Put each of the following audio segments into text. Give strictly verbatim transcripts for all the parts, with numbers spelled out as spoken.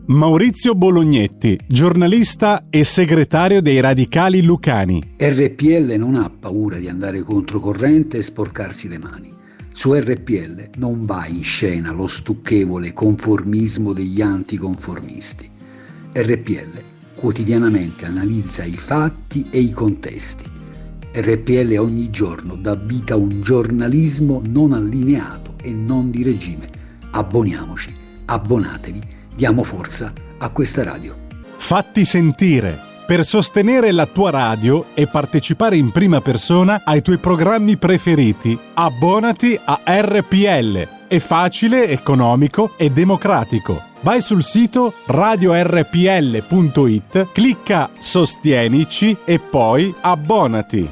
Maurizio Bolognetti, giornalista e segretario dei Radicali Lucani. R P L non ha paura di andare controcorrente e sporcarsi le mani. Su R P L non va in scena lo stucchevole conformismo degli anticonformisti. R P L quotidianamente analizza i fatti e i contesti. R P L ogni giorno dà vita a un giornalismo non allineato e non di regime. Abboniamoci, abbonatevi, diamo forza a questa radio. Fatti sentire per sostenere la tua radio e partecipare in prima persona ai tuoi programmi preferiti. Abbonati a R P L. È facile, economico e democratico. Vai sul sito radio r p l punto i t, clicca Sostienici e poi abbonati.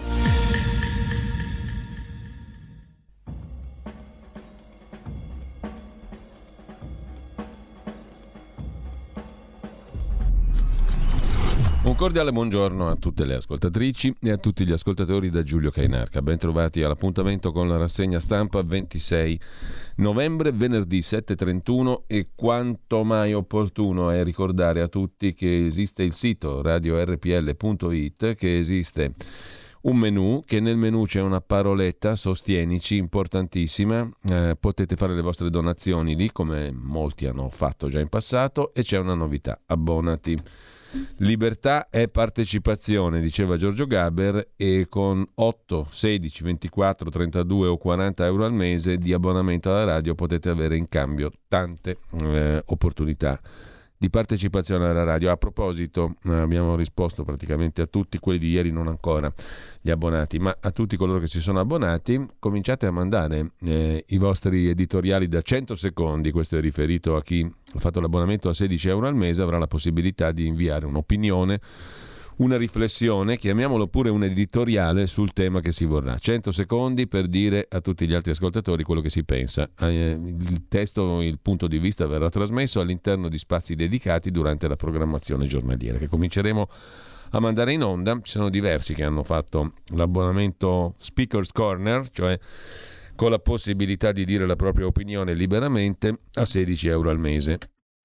Un cordiale buongiorno a tutte le ascoltatrici e a tutti gli ascoltatori da Giulio Cainarca. Ben trovati all'appuntamento con la rassegna stampa ventisei novembre, venerdì sette e trentuno, e quanto mai opportuno è ricordare a tutti che esiste il sito radio r p l punto i t, che esiste un menu, che nel menu c'è una paroletta, Sostienici, importantissima, eh, potete fare le vostre donazioni lì come molti hanno fatto già in passato, e c'è una novità, abbonati. Libertà è partecipazione, diceva Giorgio Gaber, e con otto, sedici, ventiquattro, trentadue o quaranta euro al mese di abbonamento alla radio potete avere in cambio tante eh, opportunità di partecipazione alla radio. A proposito, eh, abbiamo risposto praticamente a tutti, quelli di ieri non ancora, gli abbonati, ma a tutti coloro che si sono abbonati, cominciate a mandare eh, i vostri editoriali da cento secondi. Questo è riferito a chi ha fatto l'abbonamento a sedici euro al mese, avrà la possibilità di inviare un'opinione, una riflessione, chiamiamolo pure un editoriale sul tema che si vorrà. cento secondi per dire a tutti gli altri ascoltatori quello che si pensa. Eh, il testo, il punto di vista verrà trasmesso all'interno di spazi dedicati durante la programmazione giornaliera, che cominceremo a mandare in onda. Ci sono diversi che hanno fatto l'abbonamento Speaker's Corner, cioè con la possibilità di dire la propria opinione liberamente, a sedici euro al mese.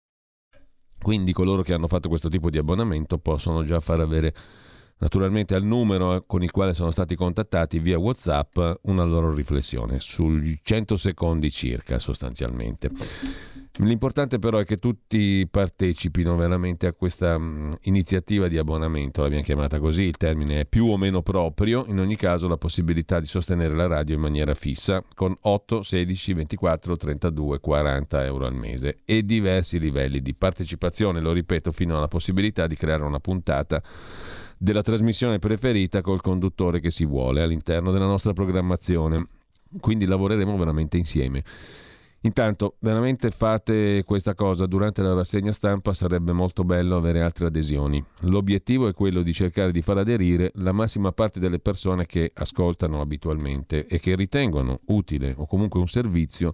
Quindi coloro che hanno fatto questo tipo di abbonamento possono già far avere, naturalmente al numero con il quale sono stati contattati via WhatsApp, una loro riflessione, sui cento secondi circa sostanzialmente. L'importante però è che tutti partecipino veramente a questa mh, iniziativa di abbonamento, l'abbiamo chiamata così, il termine è più o meno proprio. In ogni caso la possibilità di sostenere la radio in maniera fissa con otto, sedici, ventiquattro, trentadue, quaranta euro al mese e diversi livelli di partecipazione, lo ripeto, fino alla possibilità di creare una puntata della trasmissione preferita col conduttore che si vuole all'interno della nostra programmazione. Quindi lavoreremo veramente insieme. Intanto veramente fate questa cosa durante la rassegna stampa, sarebbe molto bello avere altre adesioni. L'obiettivo è quello di cercare di far aderire la massima parte delle persone che ascoltano abitualmente e che ritengono utile o comunque un servizio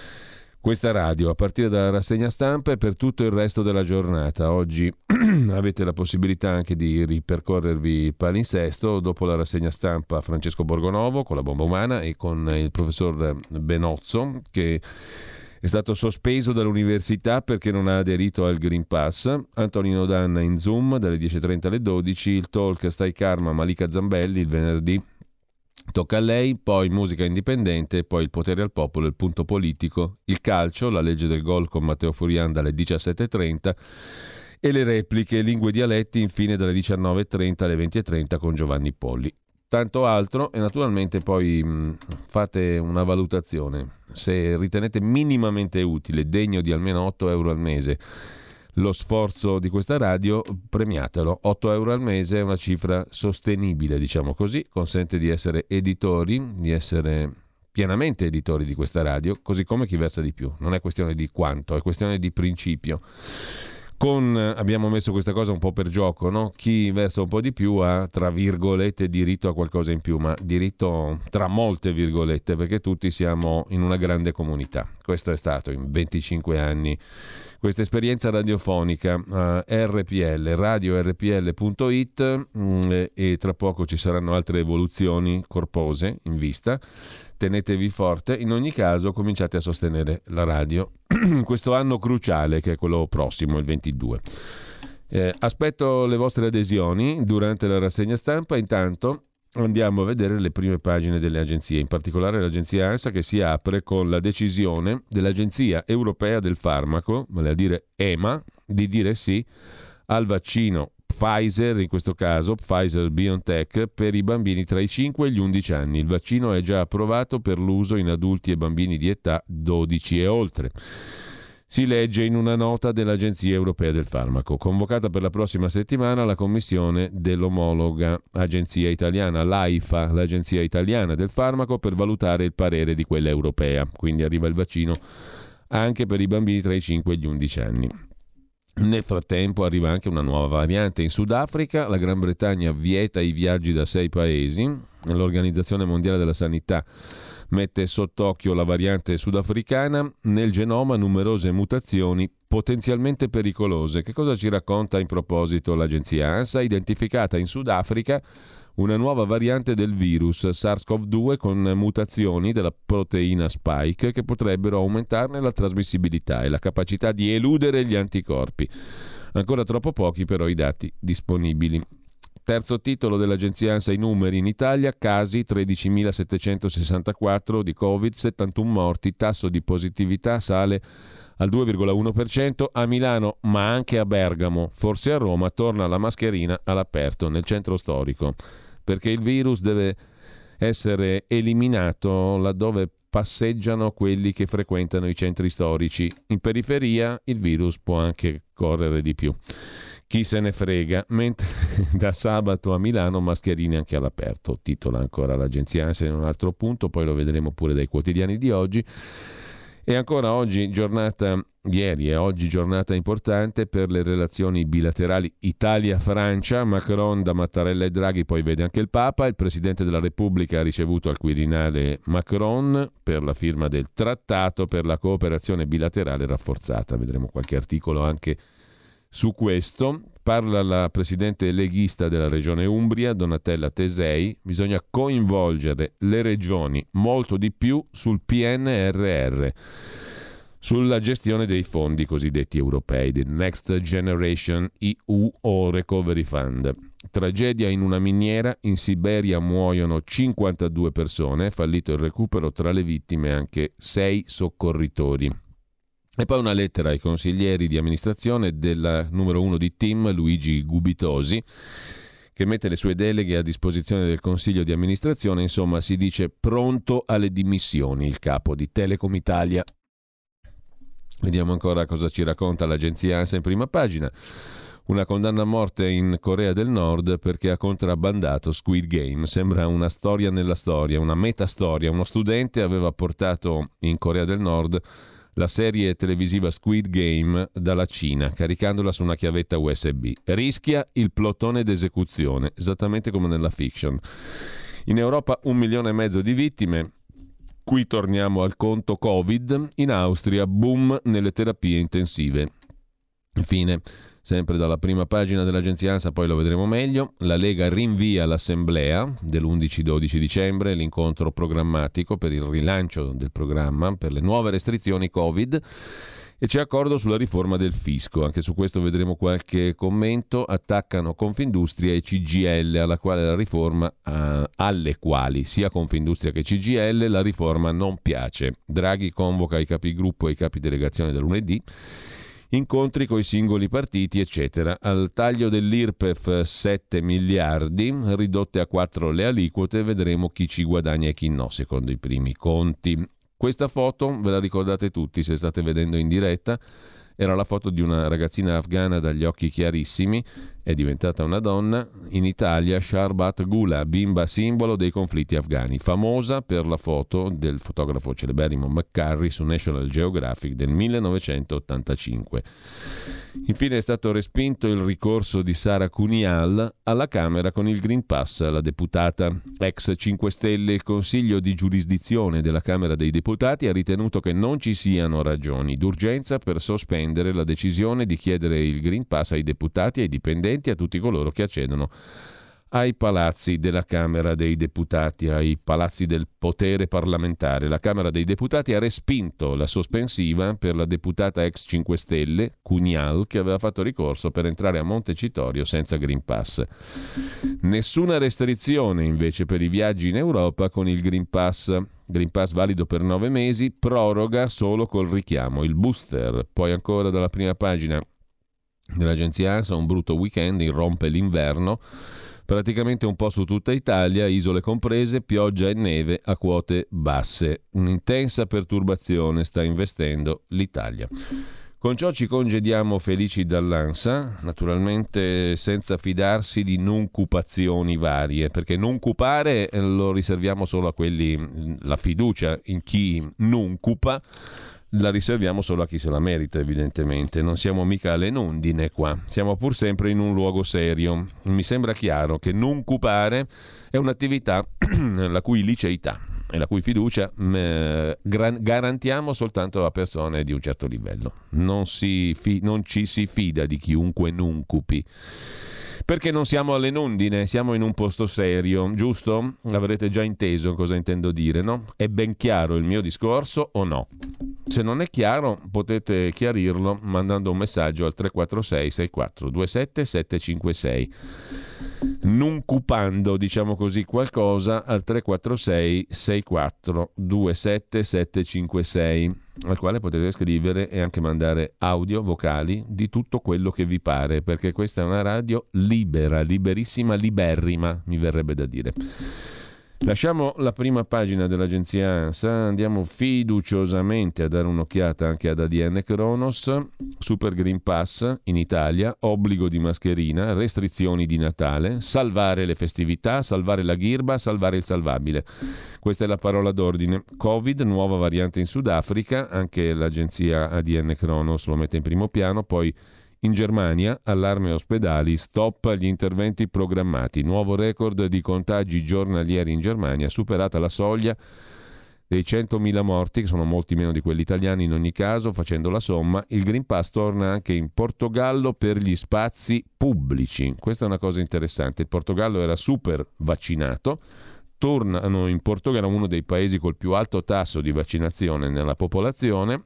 questa radio, a partire dalla rassegna stampa e per tutto il resto della giornata. Oggi avete la possibilità anche di ripercorrervi il palinsesto. Dopo la rassegna stampa Francesco Borgonovo con la bomba umana e con il professor Benozzo, che è stato sospeso dall'università perché non ha aderito al Green Pass. Antonino Danna in Zoom dalle dieci e trenta alle dodici, il talk Stai Karma Malika Zambelli il venerdì. Tocca a lei, poi musica indipendente, poi il potere al popolo, il punto politico, il calcio, la legge del gol con Matteo Furian dalle diciassette e trenta e le repliche, lingue e dialetti, infine dalle diciannove e trenta alle venti e trenta con Giovanni Polli. Tanto altro, e naturalmente poi mh, fate una valutazione. Se ritenete minimamente utile, degno di almeno otto euro al mese, lo sforzo di questa radio, premiatelo. otto euro al mese è una cifra sostenibile, diciamo così, consente di essere editori, di essere pienamente editori di questa radio, così come chi versa di più. Non è questione di quanto, è questione di principio. Con, abbiamo messo questa cosa un po' per gioco, no? Chi versa un po' di più ha, tra virgolette, diritto a qualcosa in più, ma diritto tra molte virgolette, perché tutti siamo in una grande comunità. Questo è stato in venticinque anni questa esperienza radiofonica. uh, R P L, radio R P L punto it, mh, e tra poco ci saranno altre evoluzioni corpose in vista. Tenetevi forte. In ogni caso cominciate a sostenere la radio in questo anno cruciale che è quello prossimo, il ventidue. Eh, aspetto le vostre adesioni durante la rassegna stampa. Intanto andiamo a vedere le prime pagine delle agenzie, in particolare l'agenzia ANSA, che si apre con la decisione dell'Agenzia Europea del Farmaco, vale a dire E M A, di dire sì al vaccino Pfizer, in questo caso Pfizer-BioNTech, per i bambini tra i cinque e gli undici anni. Il vaccino è già approvato per l'uso in adulti e bambini di età dodici e oltre. Si legge in una nota dell'Agenzia Europea del Farmaco. Convocata per la prossima settimana la commissione dell'omologa agenzia italiana, l'AIFA, l'Agenzia Italiana del Farmaco, per valutare il parere di quella europea. Quindi arriva il vaccino anche per i bambini tra i cinque e gli undici anni. Nel frattempo arriva anche una nuova variante in Sudafrica. La Gran Bretagna vieta i viaggi da sei paesi. L'Organizzazione Mondiale della Sanità mette sott'occhio la variante sudafricana, nel genoma numerose mutazioni potenzialmente pericolose. Che cosa ci racconta in proposito l'agenzia ANSA? Identificata in Sudafrica una nuova variante del virus SARS-CoV due con mutazioni della proteina spike che potrebbero aumentarne la trasmissibilità e la capacità di eludere gli anticorpi. Ancora troppo pochi però i dati disponibili. Terzo titolo dell'agenzia ANSA, i numeri in Italia: casi tredicimilasettecentosessantaquattro di Covid, settantuno morti, tasso di positività sale al due virgola uno per cento. A Milano, ma anche a Bergamo, forse a Roma, torna la mascherina all'aperto nel centro storico, perché il virus deve essere eliminato laddove passeggiano quelli che frequentano i centri storici. In periferia il virus può anche correre di più. Chi se ne frega, mentre da sabato a Milano mascherine anche all'aperto, titola ancora l'agenzia ANSA in un altro punto, poi lo vedremo pure dai quotidiani di oggi. E ancora oggi giornata, ieri e oggi giornata importante per le relazioni bilaterali Italia-Francia. Macron da Mattarella e Draghi, poi vede anche il Papa. Il Presidente della Repubblica ha ricevuto al Quirinale Macron per la firma del trattato per la cooperazione bilaterale rafforzata. Vedremo qualche articolo anche su questo. Parla la presidente leghista della regione Umbria, Donatella Tesei. Bisogna coinvolgere le regioni molto di più sul P N R R, sulla gestione dei fondi cosiddetti europei, del Next Generation E U o Recovery Fund. Tragedia in una miniera in Siberia, muoiono cinquantadue persone, è fallito il recupero, tra le vittime anche sei soccorritori. E poi una lettera ai consiglieri di amministrazione della numero uno di T I M, Luigi Gubitosi, che mette le sue deleghe a disposizione del consiglio di amministrazione. Insomma, si dice pronto alle dimissioni il capo di Telecom Italia. Vediamo ancora cosa ci racconta l'agenzia ANSA in prima pagina. Una condanna a morte in Corea del Nord perché ha contrabbandato Squid Game. Sembra una storia nella storia, una metastoria. Uno studente aveva portato in Corea del Nord la serie televisiva Squid Game dalla Cina, caricandola su una chiavetta U S B. Rischia il plotone d'esecuzione, esattamente come nella fiction. In Europa un milione e mezzo di vittime. Qui torniamo al conto Covid. In Austria boom nelle terapie intensive. Infine, sempre dalla prima pagina dell'agenzia ANSA, poi lo vedremo meglio, la Lega rinvia l'assemblea dell'undici dodici dicembre, l'incontro programmatico per il rilancio del programma per le nuove restrizioni Covid, e c'è accordo sulla riforma del fisco. Anche su questo vedremo qualche commento. Attaccano Confindustria e C G I L, alla quale la riforma, uh, alle quali sia Confindustria che C G I L la riforma non piace. Draghi convoca i capigruppo e i capi delegazione del lunedì. Incontri coi singoli partiti, eccetera. Al taglio dell'I R P E F sette miliardi, ridotte a quattro le aliquote, vedremo chi ci guadagna e chi no, secondo i primi conti. Questa foto ve la ricordate tutti se state vedendo in diretta, era la foto di una ragazzina afghana dagli occhi chiarissimi, è diventata una donna. In Italia Sharbat Gula, bimba simbolo dei conflitti afghani, famosa per la foto del fotografo celeberrimo McCurry su National Geographic del millenovecentottantacinque. Infine è stato respinto il ricorso di Sara Cunial alla Camera con il Green Pass. La deputata ex cinque Stelle, il Consiglio di giurisdizione della Camera dei Deputati ha ritenuto che non ci siano ragioni d'urgenza per sospendere la decisione di chiedere il Green Pass ai deputati, ai dipendenti, a tutti coloro che accedono ai palazzi della Camera dei Deputati, ai palazzi del potere parlamentare. La Camera dei Deputati ha respinto la sospensiva per la deputata ex cinque Stelle, Cunial, che aveva fatto ricorso per entrare a Montecitorio senza Green Pass. Nessuna restrizione invece per i viaggi in Europa con il Green Pass. Green Pass valido per nove mesi, proroga solo col richiamo, il booster. Poi ancora dalla prima pagina dell'agenzia ANSA, un brutto weekend, irrompe l'inverno, praticamente un po' su tutta Italia, isole comprese, pioggia e neve a quote basse. Un'intensa perturbazione sta investendo l'Italia. Con ciò ci congediamo felici dall'ANSA, naturalmente senza fidarsi di nuncupazioni varie, perché nuncupare lo riserviamo solo a quelli, la fiducia in chi nuncupa la riserviamo solo a chi se la merita, evidentemente. Non siamo mica alle nundine qua, siamo pur sempre in un luogo serio. Mi sembra chiaro che nuncupare è un'attività la cui liceità e la cui fiducia mh, garantiamo soltanto a persone di un certo livello. Non, si fi- non ci si fida di chiunque nuncupi, perché non siamo alle nundine, siamo in un posto serio, giusto? Avrete già inteso cosa intendo dire, no? È ben chiaro il mio discorso o no? Se non è chiaro potete chiarirlo mandando un messaggio al tre quattro sei sei quattro due sette sette cinque sei, nuncupando, diciamo così, qualcosa al tre quattro sei sei quattro due sette sette cinque sei, al quale potete scrivere e anche mandare audio, vocali, di tutto quello che vi pare, perché questa è una radio libera, liberissima, liberrima, mi verrebbe da dire. Lasciamo la prima pagina dell'agenzia ANSA, andiamo fiduciosamente a dare un'occhiata anche ad A D N Kronos. Super Green Pass in Italia, obbligo di mascherina, restrizioni di Natale, salvare le festività, salvare la ghirba, salvare il salvabile. Questa è la parola d'ordine. Covid, nuova variante in Sudafrica, anche l'agenzia A D N Kronos lo mette in primo piano. Poi in Germania, allarme ospedali, stop agli interventi programmati, nuovo record di contagi giornalieri in Germania, superata la soglia dei centomila morti, che sono molti meno di quelli italiani in ogni caso. Facendo la somma, il Green Pass torna anche in Portogallo per gli spazi pubblici. Questa è una cosa interessante. Il Portogallo era super vaccinato, tornano in Portogallo, uno dei paesi col più alto tasso di vaccinazione nella popolazione.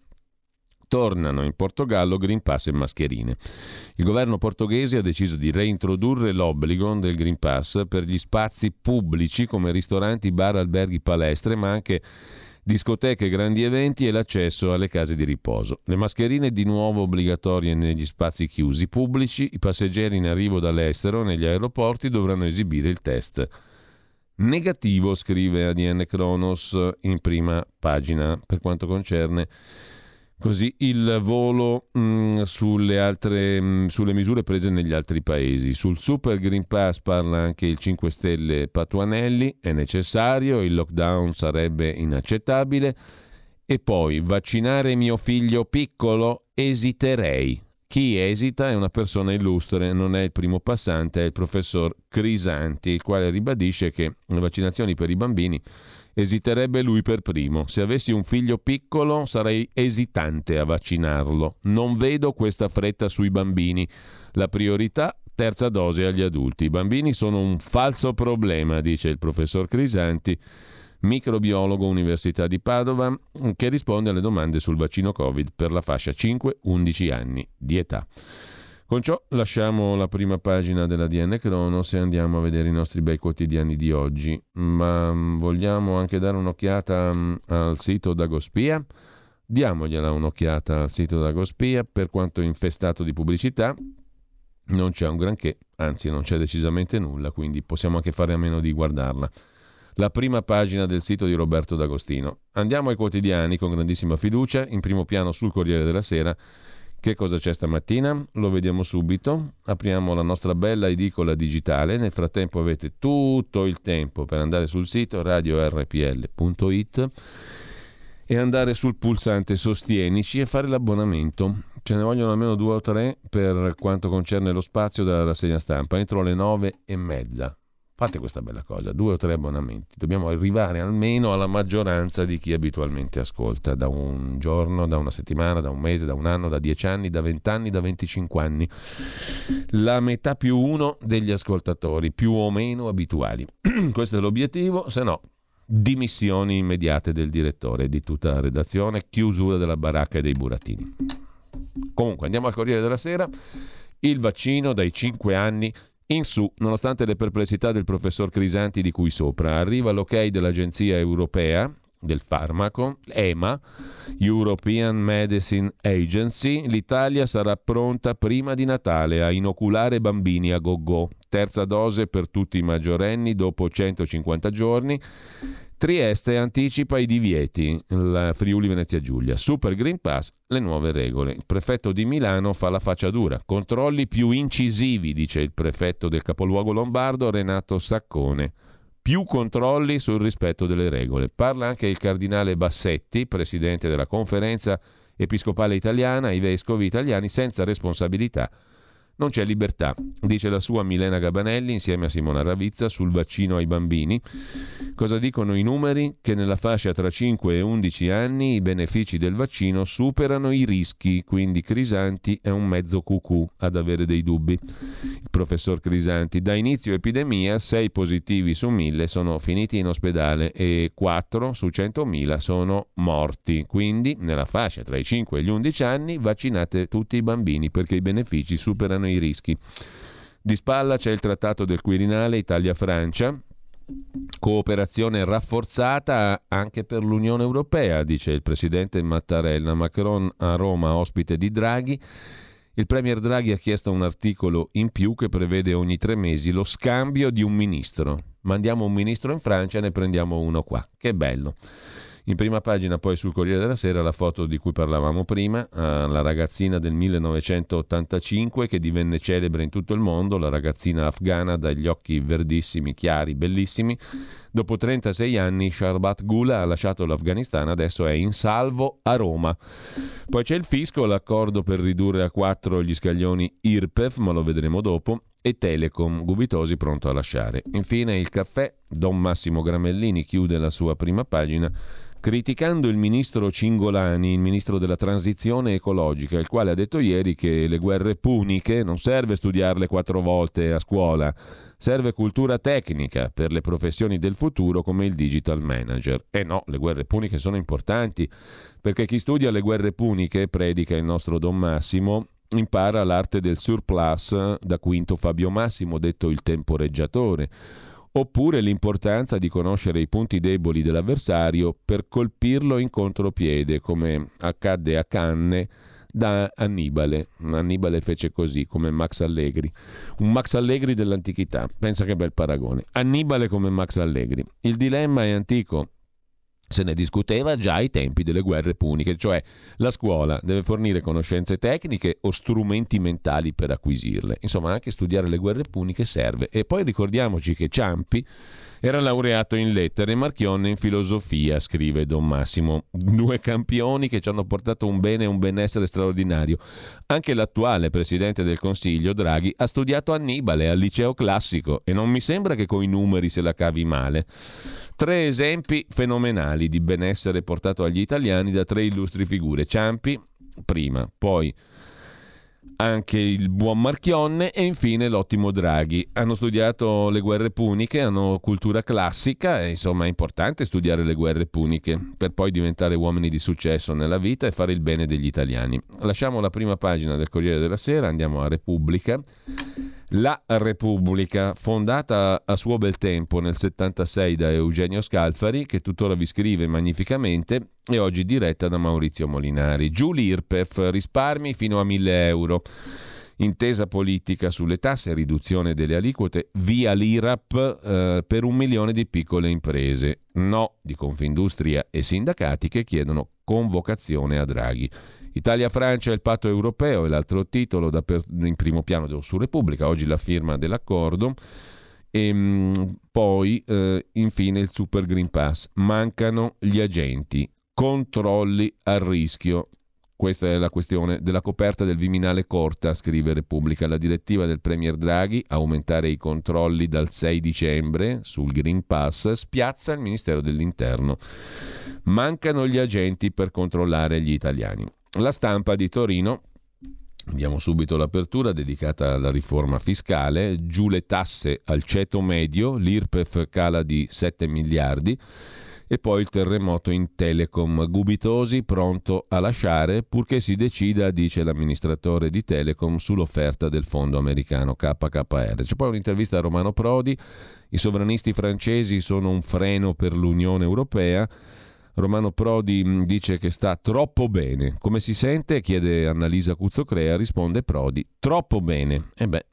Tornano in Portogallo Green Pass e mascherine. Il governo portoghese ha deciso di reintrodurre l'obbligo del Green Pass per gli spazi pubblici come ristoranti, bar, alberghi, palestre, ma anche discoteche, grandi eventi e l'accesso alle case di riposo. Le mascherine di nuovo obbligatorie negli spazi chiusi pubblici. I passeggeri in arrivo dall'estero negli aeroporti dovranno esibire il test negativo, scrive A D N Kronos in prima pagina, per quanto concerne così il volo mh, sulle altre mh, sulle misure prese negli altri paesi. Sul Super Green Pass parla anche il cinque Stelle Patuanelli, è necessario, il lockdown sarebbe inaccettabile. E poi, vaccinare mio figlio piccolo, esiterei. Chi esita è una persona illustre, non è il primo passante, è il professor Crisanti, il quale ribadisce che le vaccinazioni per i bambini esiterebbe lui per primo. Se avessi un figlio piccolo sarei esitante a vaccinarlo. Non vedo questa fretta sui bambini. La priorità, terza dose agli adulti. I bambini sono un falso problema, dice il professor Crisanti, microbiologo, Università di Padova, che risponde alle domande sul vaccino Covid per la fascia cinque undici anni di età. Con ciò lasciamo la prima pagina della A D N Kronos e andiamo a vedere i nostri bei quotidiani di oggi. Ma vogliamo anche dare un'occhiata al sito Dagospia? Diamogliela un'occhiata al sito Dagospia, per quanto infestato di pubblicità. Non c'è un granché, anzi non c'è decisamente nulla, quindi possiamo anche fare a meno di guardarla. La prima pagina del sito di Roberto D'Agostino. Andiamo ai quotidiani con grandissima fiducia. In primo piano sul Corriere della Sera, Che cosa c'è stamattina? Lo vediamo subito. Apriamo la nostra bella edicola digitale. Nel frattempo avete tutto il tempo per andare sul sito radio erre pi elle punto it e andare sul pulsante Sostienici e fare l'abbonamento. Ce ne vogliono almeno due o tre per quanto concerne lo spazio della rassegna stampa, entro le nove e mezza. Fate questa bella cosa, due o tre abbonamenti. Dobbiamo arrivare almeno alla maggioranza di chi abitualmente ascolta, da un giorno, da una settimana, da un mese, da un anno, da dieci anni, da vent'anni, da venticinque anni. La metà più uno degli ascoltatori, più o meno abituali. Questo è l'obiettivo, se no dimissioni immediate del direttore e di tutta la redazione, chiusura della baracca e dei burattini. Comunque andiamo al Corriere della Sera. Il vaccino dai cinque anni in su, nonostante le perplessità del professor Crisanti di cui sopra, arriva l'ok dell'Agenzia Europea del Farmaco, E M A, European Medicine Agency. L'Italia sarà pronta prima di Natale a inoculare bambini a go-go. Terza dose per tutti i maggiorenni dopo centocinquanta giorni. Trieste anticipa i divieti, la Friuli Venezia Giulia. Super Green Pass, le nuove regole. Il prefetto di Milano fa la faccia dura. Controlli più incisivi, dice il prefetto del capoluogo lombardo Renato Saccone. Più controlli sul rispetto delle regole. Parla anche il cardinale Bassetti, presidente della Conferenza Episcopale Italiana, i vescovi italiani senza responsabilità. Non c'è libertà, dice la sua Milena Gabanelli insieme a Simona Ravizza sul vaccino ai bambini. Cosa dicono i numeri? Che nella fascia tra cinque e undici anni i benefici del vaccino superano i rischi, quindi Crisanti è un mezzo cucù ad avere dei dubbi. Il professor Crisanti: da inizio epidemia sei positivi su mille sono finiti in ospedale e quattro su centomila sono morti, quindi nella fascia tra i cinque e gli undici anni vaccinate tutti i bambini perché i benefici superano i rischi. Di spalla c'è il trattato del Quirinale Italia-Francia, cooperazione rafforzata anche per l'Unione Europea, dice il presidente Mattarella. Macron a Roma ospite di Draghi. Il premier Draghi ha chiesto un articolo in più che prevede ogni tre mesi lo scambio di un ministro. Mandiamo un ministro in Francia e ne prendiamo uno qua. Che bello. In prima pagina poi sul Corriere della Sera la foto di cui parlavamo prima, eh, la ragazzina del millenovecentottantacinque che divenne celebre in tutto il mondo, la ragazzina afghana dagli occhi verdissimi, chiari, bellissimi. Dopo trentasei anni Sharbat Gula ha lasciato l'Afghanistan, adesso è in salvo a Roma. Poi c'è il fisco, l'accordo per ridurre a quattro gli scaglioni I R P E F, ma lo vedremo dopo, e Telecom, Gubitosi pronto a lasciare. Infine il caffè, Don Massimo Gramellini chiude la sua prima pagina criticando il ministro Cingolani, il ministro della transizione ecologica, il quale ha detto ieri che le guerre puniche non serve studiarle quattro volte a scuola, serve cultura tecnica per le professioni del futuro come il digital manager. E no, le guerre puniche sono importanti, perché chi studia le guerre puniche, predica il nostro Don Massimo, impara l'arte del surplus da Quinto Fabio Massimo, detto il temporeggiatore, oppure l'importanza di conoscere i punti deboli dell'avversario per colpirlo in contropiede, come accadde a Canne da Annibale. Annibale fece così, come Max Allegri. Un Max Allegri dell'antichità. Pensa che bel paragone. Annibale come Max Allegri. Il dilemma è antico. Se ne discuteva già ai tempi delle guerre puniche, cioè la scuola deve fornire conoscenze tecniche o strumenti mentali per acquisirle. Insomma, anche studiare le guerre puniche serve. E poi ricordiamoci che Ciampi era laureato in lettere e Marchionne in filosofia, scrive Don Massimo. Due campioni che ci hanno portato un bene e un benessere straordinario. Anche l'attuale presidente del Consiglio, Draghi, ha studiato Annibale al liceo classico e non mi sembra che coi numeri se la cavi male. Tre esempi fenomenali di benessere portato agli italiani da tre illustri figure. Ciampi, prima, poi anche il buon Marchionne e infine l'ottimo Draghi. Hanno studiato le guerre puniche, hanno cultura classica e insomma è importante studiare le guerre puniche per poi diventare uomini di successo nella vita e fare il bene degli italiani. Lasciamo la prima pagina del Corriere della Sera, andiamo a Repubblica. La Repubblica, fondata a suo bel tempo nel settantasei da Eugenio Scalfari, che tuttora vi scrive magnificamente, e oggi diretta da Maurizio Molinari. Giù l'I R P E F, risparmi fino a mille euro. Intesa politica sulle tasse, riduzione delle aliquote, via l'I R A P eh, per un milione di piccole imprese. No di Confindustria e sindacati che chiedono convocazione a Draghi. Italia-Francia e il patto europeo è l'altro titolo da per, in primo piano su Repubblica, oggi la firma dell'accordo. E mh, poi eh, infine il Super Green Pass, mancano gli agenti, controlli a rischio. Questa è la questione della coperta del Viminale corta, scrive Repubblica. La direttiva del Premier Draghi, aumentare i controlli dal sei dicembre sul Green Pass, spiazza il Ministero dell'Interno. Mancano gli agenti per controllare gli italiani. La Stampa di Torino, diamo subito l'apertura, dedicata alla riforma fiscale, giù le tasse al ceto medio, l'I R P E F cala di sette miliardi, e poi il terremoto in Telecom, Gubitosi pronto a lasciare purché si decida, dice l'amministratore di Telecom, sull'offerta del fondo americano K K R. C'è poi un'intervista a Romano Prodi, i sovranisti francesi sono un freno per l'Unione Europea. Romano Prodi dice che sta troppo bene. Come si sente? Chiede Annalisa Cuzzocrea, risponde Prodi, troppo bene. E beh,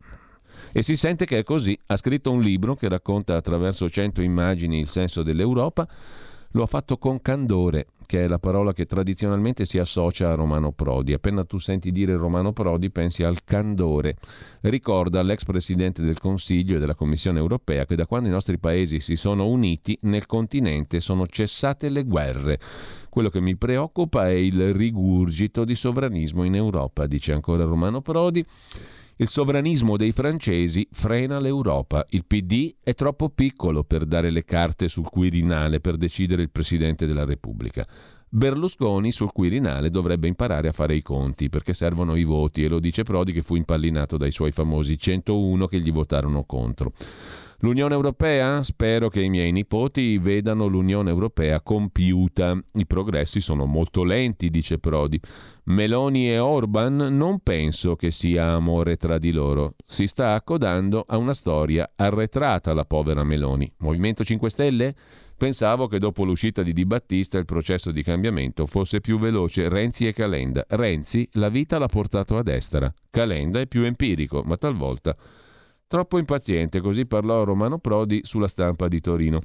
e si sente che è così. Ha scritto un libro che racconta attraverso cento immagini il senso dell'Europa. Lo ha fatto con candore, che è la parola che tradizionalmente si associa a Romano Prodi. Appena tu senti dire Romano Prodi pensi al candore. Ricorda l'ex presidente del Consiglio e della Commissione europea che da quando i nostri paesi si sono uniti nel continente sono cessate le guerre. Quello che mi preoccupa è il rigurgito di sovranismo in Europa, dice ancora Romano Prodi. Il sovranismo dei francesi frena l'Europa. Il P D è troppo piccolo per dare le carte sul Quirinale per decidere il Presidente della Repubblica. Berlusconi sul Quirinale dovrebbe imparare a fare i conti perché servono i voti, e lo dice Prodi che fu impallinato dai suoi famosi centouno che gli votarono contro. L'Unione Europea? Spero che i miei nipoti vedano l'Unione Europea compiuta. I progressi sono molto lenti, dice Prodi. Meloni e Orban non penso che sia amore tra di loro. Si sta accodando a una storia arretrata la povera Meloni. Movimento cinque Stelle? Pensavo che dopo l'uscita di Di Battista il processo di cambiamento fosse più veloce. Renzi e Calenda. Renzi la vita l'ha portato a destra. Calenda è più empirico, ma talvolta troppo impaziente. Così parlò Romano Prodi sulla Stampa di Torino.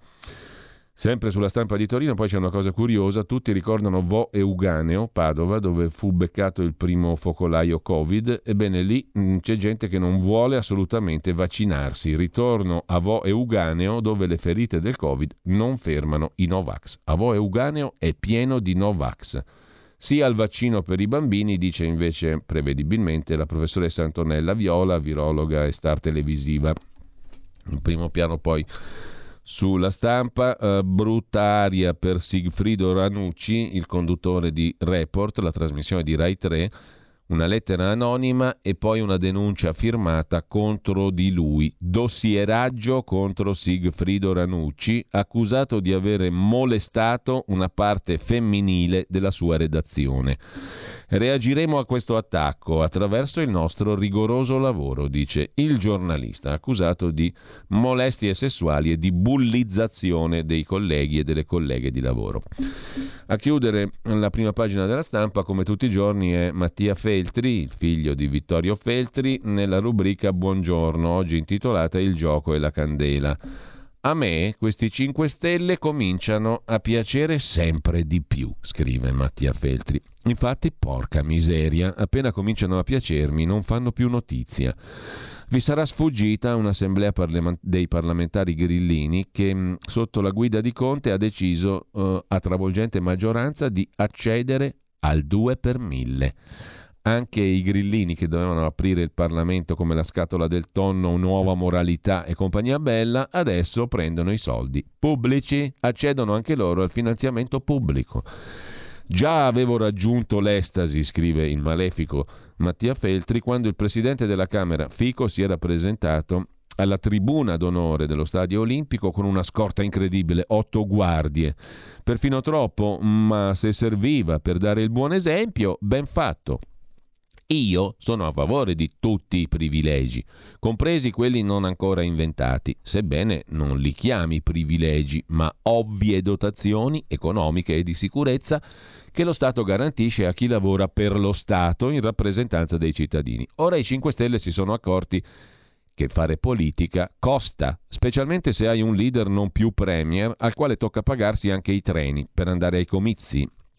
Sempre sulla Stampa di Torino poi c'è una cosa curiosa, tutti ricordano Vo Euganeo, Padova, dove fu beccato il primo focolaio Covid. Ebbene lì mh, c'è gente che non vuole assolutamente vaccinarsi. Ritorno a Vo Euganeo, dove le ferite del Covid non fermano i Novax. A Vo Euganeo è pieno di Novax. Sì al vaccino per i bambini, dice invece prevedibilmente la professoressa Antonella Viola, virologa e star televisiva. In primo piano poi sulla Stampa, eh, brutta aria per Sigfrido Ranucci, il conduttore di Report, la trasmissione di Rai tre, una lettera anonima e poi una denuncia firmata contro di lui. Dossieraggio contro Sigfrido Ranucci, accusato di avere molestato una parte femminile della sua redazione. Reagiremo a questo attacco attraverso il nostro rigoroso lavoro, dice il giornalista, accusato di molestie sessuali e di bullizzazione dei colleghi e delle colleghe di lavoro. A chiudere la prima pagina della Stampa, come tutti i giorni, è Mattia Feltri, il figlio di Vittorio Feltri, nella rubrica Buongiorno, oggi intitolata Il gioco e la candela. A me questi cinque Stelle cominciano a piacere sempre di più, scrive Mattia Feltri. Infatti, porca miseria, appena cominciano a piacermi non fanno più notizia. Vi sarà sfuggita un'assemblea parla- dei parlamentari grillini che mh, sotto la guida di Conte ha deciso uh, a travolgente maggioranza di accedere al due per mille. Anche i grillini che dovevano aprire il Parlamento come la scatola del tonno, nuova moralità e compagnia bella, adesso prendono i soldi pubblici, accedono anche loro al finanziamento pubblico. Già avevo raggiunto l'estasi, scrive il malefico Mattia Feltri, quando il presidente della Camera Fico si era presentato alla tribuna d'onore dello Stadio Olimpico con una scorta incredibile, otto guardie. Perfino troppo, ma se serviva per dare il buon esempio, ben fatto. Io sono a favore di tutti i privilegi, compresi quelli non ancora inventati, sebbene non li chiami privilegi, ma ovvie dotazioni economiche e di sicurezza che lo Stato garantisce a chi lavora per lo Stato in rappresentanza dei cittadini. Ora i cinque Stelle si sono accorti che fare politica costa, specialmente se hai un leader non più premier al quale tocca pagarsi anche i treni per andare ai comizi.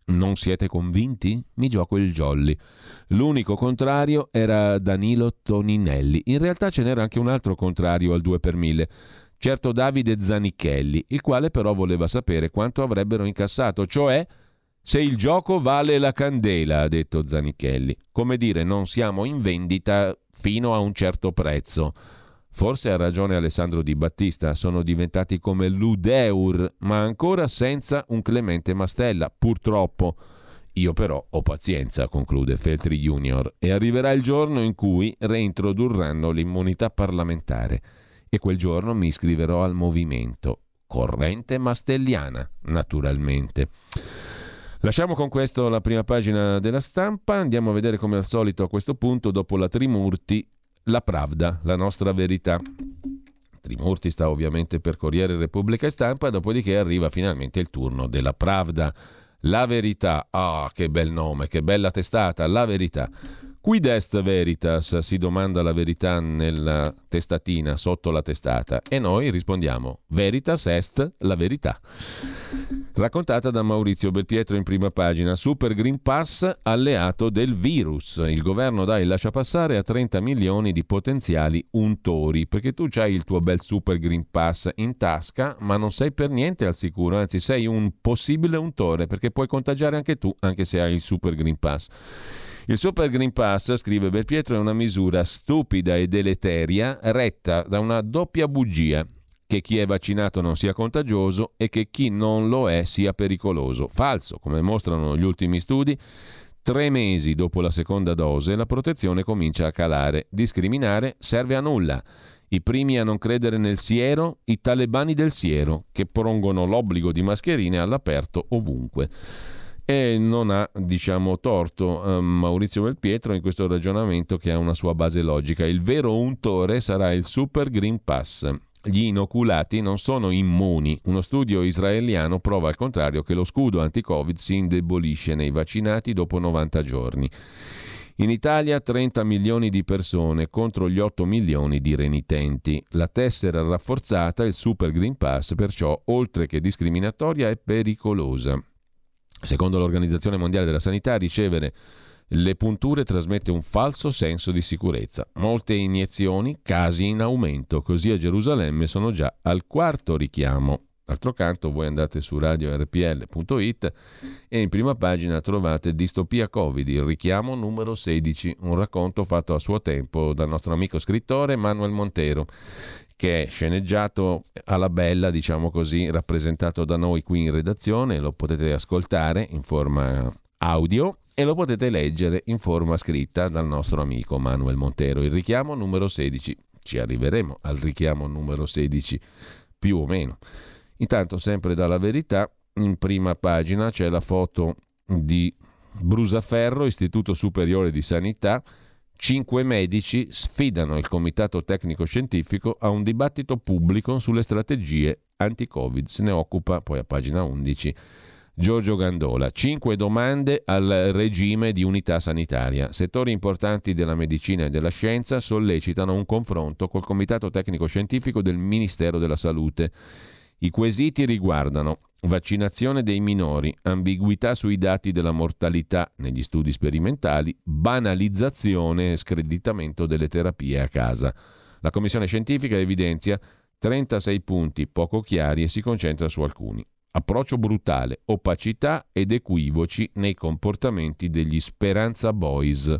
Non siete convinti? Mi gioco il jolly. L'unico contrario era Danilo Toninelli. In realtà ce n'era anche un altro contrario al due per mille, certo Davide Zanichelli, il quale però voleva sapere quanto avrebbero incassato, cioè se il gioco vale la candela, ha detto Zanichelli. Come dire, non siamo in vendita fino a un certo prezzo. Forse ha ragione Alessandro Di Battista, sono diventati come l'Udeur, ma ancora senza un Clemente Mastella, purtroppo. Io però ho pazienza, conclude Feltri Junior, e arriverà il giorno in cui reintrodurranno l'immunità parlamentare. E quel giorno mi iscriverò al movimento. Corrente mastelliana, naturalmente. Lasciamo con questo la prima pagina della Stampa, andiamo a vedere come al solito a questo punto, dopo la Trimurti, la Pravda, la nostra verità. Trimurti sta ovviamente per Corriere, Repubblica e Stampa, dopodiché arriva finalmente il turno della Pravda. La Verità, ah che bel nome, che bella testata, La Verità. Quid est veritas? Si domanda La Verità nella testatina sotto la testata e noi rispondiamo veritas est la verità. Raccontata da Maurizio Belpietro in prima pagina. Super Green Pass alleato del virus. Il governo dà il lasciapassare a trenta milioni di potenziali untori, perché tu c'hai il tuo bel Super Green Pass in tasca, ma non sei per niente al sicuro, anzi sei un possibile untore, perché puoi contagiare anche tu, anche se hai il Super Green Pass. Il Super Green Pass, scrive Belpietro, è una misura stupida e deleteria retta da una doppia bugia: che chi è vaccinato non sia contagioso e che chi non lo è sia pericoloso. Falso, come mostrano gli ultimi studi. Tre mesi dopo la seconda dose la protezione comincia a calare. Discriminare serve a nulla. I primi a non credere nel siero, i talebani del siero, che pongono l'obbligo di mascherine all'aperto ovunque. E non ha, diciamo, torto eh, Maurizio Belpietro in questo ragionamento, che ha una sua base logica. Il vero untore sarà il Super Green Pass. Gli inoculati non sono immuni. Uno studio israeliano prova al contrario che lo scudo anti-Covid si indebolisce nei vaccinati dopo novanta giorni. In Italia trenta milioni di persone contro gli otto milioni di renitenti. La tessera rafforzata, il Super Green Pass, perciò, oltre che discriminatoria, è pericolosa. Secondo l'Organizzazione Mondiale della Sanità, ricevere le punture trasmette un falso senso di sicurezza. Molte iniezioni, casi in aumento. Così a Gerusalemme sono già al quarto richiamo. D'altro canto, voi andate su radio erre pi elle punto it e in prima pagina trovate Distopia Covid, il richiamo numero sedici, un racconto fatto a suo tempo dal nostro amico scrittore Manuel Montero, che è sceneggiato alla bella, diciamo così, rappresentato da noi qui in redazione. Lo potete ascoltare in forma audio e lo potete leggere in forma scritta dal nostro amico Manuel Montero. Il richiamo numero sedici. Ci arriveremo al richiamo numero sedici, più o meno. Intanto, sempre dalla Verità, in prima pagina c'è la foto di Brusaferro, Istituto Superiore di Sanità. Cinque medici sfidano il Comitato Tecnico Scientifico a un dibattito pubblico sulle strategie anti-Covid. Se ne occupa poi a pagina undici Giorgio Gandola. Cinque domande al regime di unità sanitaria. Settori importanti della medicina e della scienza sollecitano un confronto col Comitato Tecnico Scientifico del Ministero della Salute. I quesiti riguardano vaccinazione dei minori, ambiguità sui dati della mortalità negli studi sperimentali, banalizzazione e screditamento delle terapie a casa. La commissione scientifica evidenzia trentasei punti poco chiari e si concentra su alcuni. Approccio brutale, opacità ed equivoci nei comportamenti degli Speranza Boys.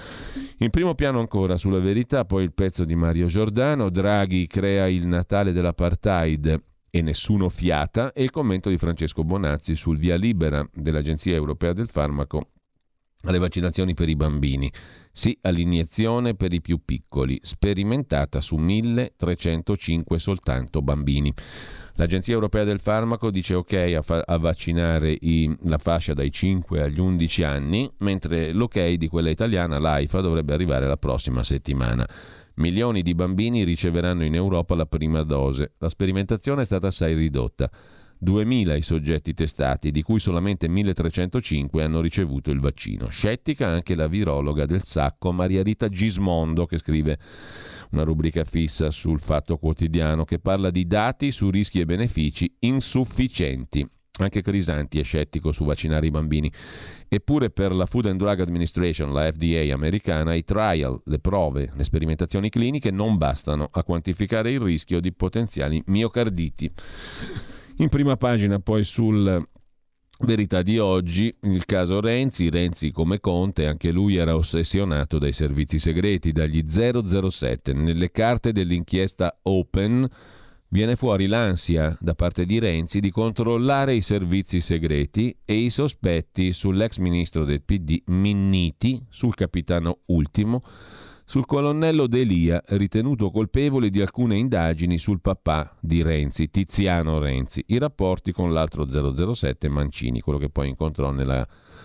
In primo piano ancora sulla Verità, poi il pezzo di Mario Giordano, Draghi crea il Natale dell'apartheid e nessuno fiata, e il commento di Francesco Bonazzi sul via libera dell'Agenzia Europea del Farmaco alle vaccinazioni per i bambini. Sì all'iniezione per i più piccoli, sperimentata su milletrecentocinque soltanto bambini. L'Agenzia Europea del Farmaco dice ok a, fa- a vaccinare i- la fascia dai cinque agli undici anni, mentre l'ok di quella italiana, l'AIFA, dovrebbe arrivare la prossima settimana. Milioni di bambini riceveranno in Europa la prima dose. La sperimentazione è stata assai ridotta. duemila i soggetti testati, di cui solamente milletrecentocinque hanno ricevuto il vaccino. Scettica anche la virologa del Sacco Maria Rita Gismondo, che scrive una rubrica fissa sul Fatto Quotidiano che parla di dati su rischi e benefici insufficienti. Anche Crisanti è scettico su vaccinare i bambini. Eppure per la Food and Drug Administration, la F D A americana, i trial, le prove, le sperimentazioni cliniche non bastano a quantificare il rischio di potenziali miocarditi. In prima pagina poi sul Verità di oggi il caso Renzi, Renzi come Conte, anche lui era ossessionato dai servizi segreti, dagli zero zero sette. Nelle carte dell'inchiesta Open viene fuori l'ansia da parte di Renzi di controllare i servizi segreti e i sospetti sull'ex ministro del P D Minniti, sul capitano Ultimo, sul colonnello D'Elia, ritenuto colpevole di alcune indagini sul papà di Renzi, Tiziano Renzi, i rapporti con l'altro zero zero sette Mancini, quello che poi incontrò nella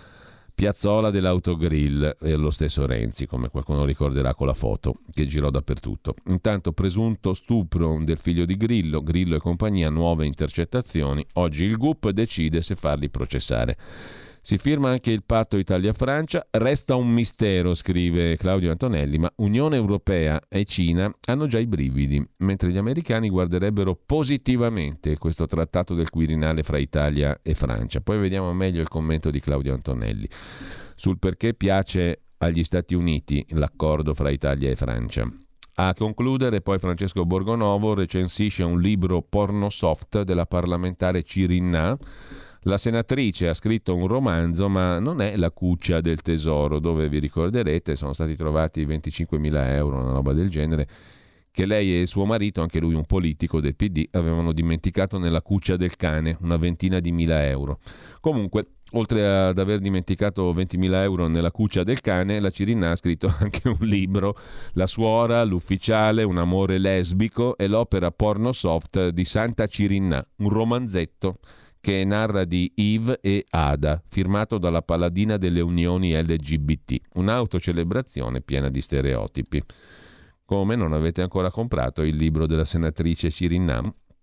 piazzola dell'autogrill, e lo stesso Renzi, come qualcuno ricorderà con la foto che girò dappertutto. Intanto presunto stupro del figlio di Grillo, Grillo e compagnia, nuove intercettazioni. Oggi il G U P decide se farli processare. Si firma anche il patto Italia-Francia, resta un mistero, scrive Claudio Antonelli, ma Unione Europea e Cina hanno già i brividi, mentre gli americani guarderebbero positivamente questo trattato del Quirinale fra Italia e Francia. Poi vediamo meglio il commento di Claudio Antonelli sul perché piace agli Stati Uniti l'accordo fra Italia e Francia. A concludere poi Francesco Borgonovo recensisce un libro pornosoft della parlamentare Cirinnà. La senatrice ha scritto un romanzo, ma non è La cuccia del tesoro, dove vi ricorderete sono stati trovati venticinquemila euro, una roba del genere, che lei e suo marito, anche lui un politico del P D, avevano dimenticato nella cuccia del cane, una ventina di mila euro. Comunque, oltre ad aver dimenticato ventimila euro nella cuccia del cane, la Cirinnà ha scritto anche un libro, La suora, l'ufficiale, un amore lesbico e l'opera pornosoft di Santa Cirinnà, un romanzetto che narra di Yves e Ada, firmato dalla paladina delle unioni L G B T, un'autocelebrazione piena di stereotipi. Come non avete ancora comprato il libro della senatrice Cirinnà?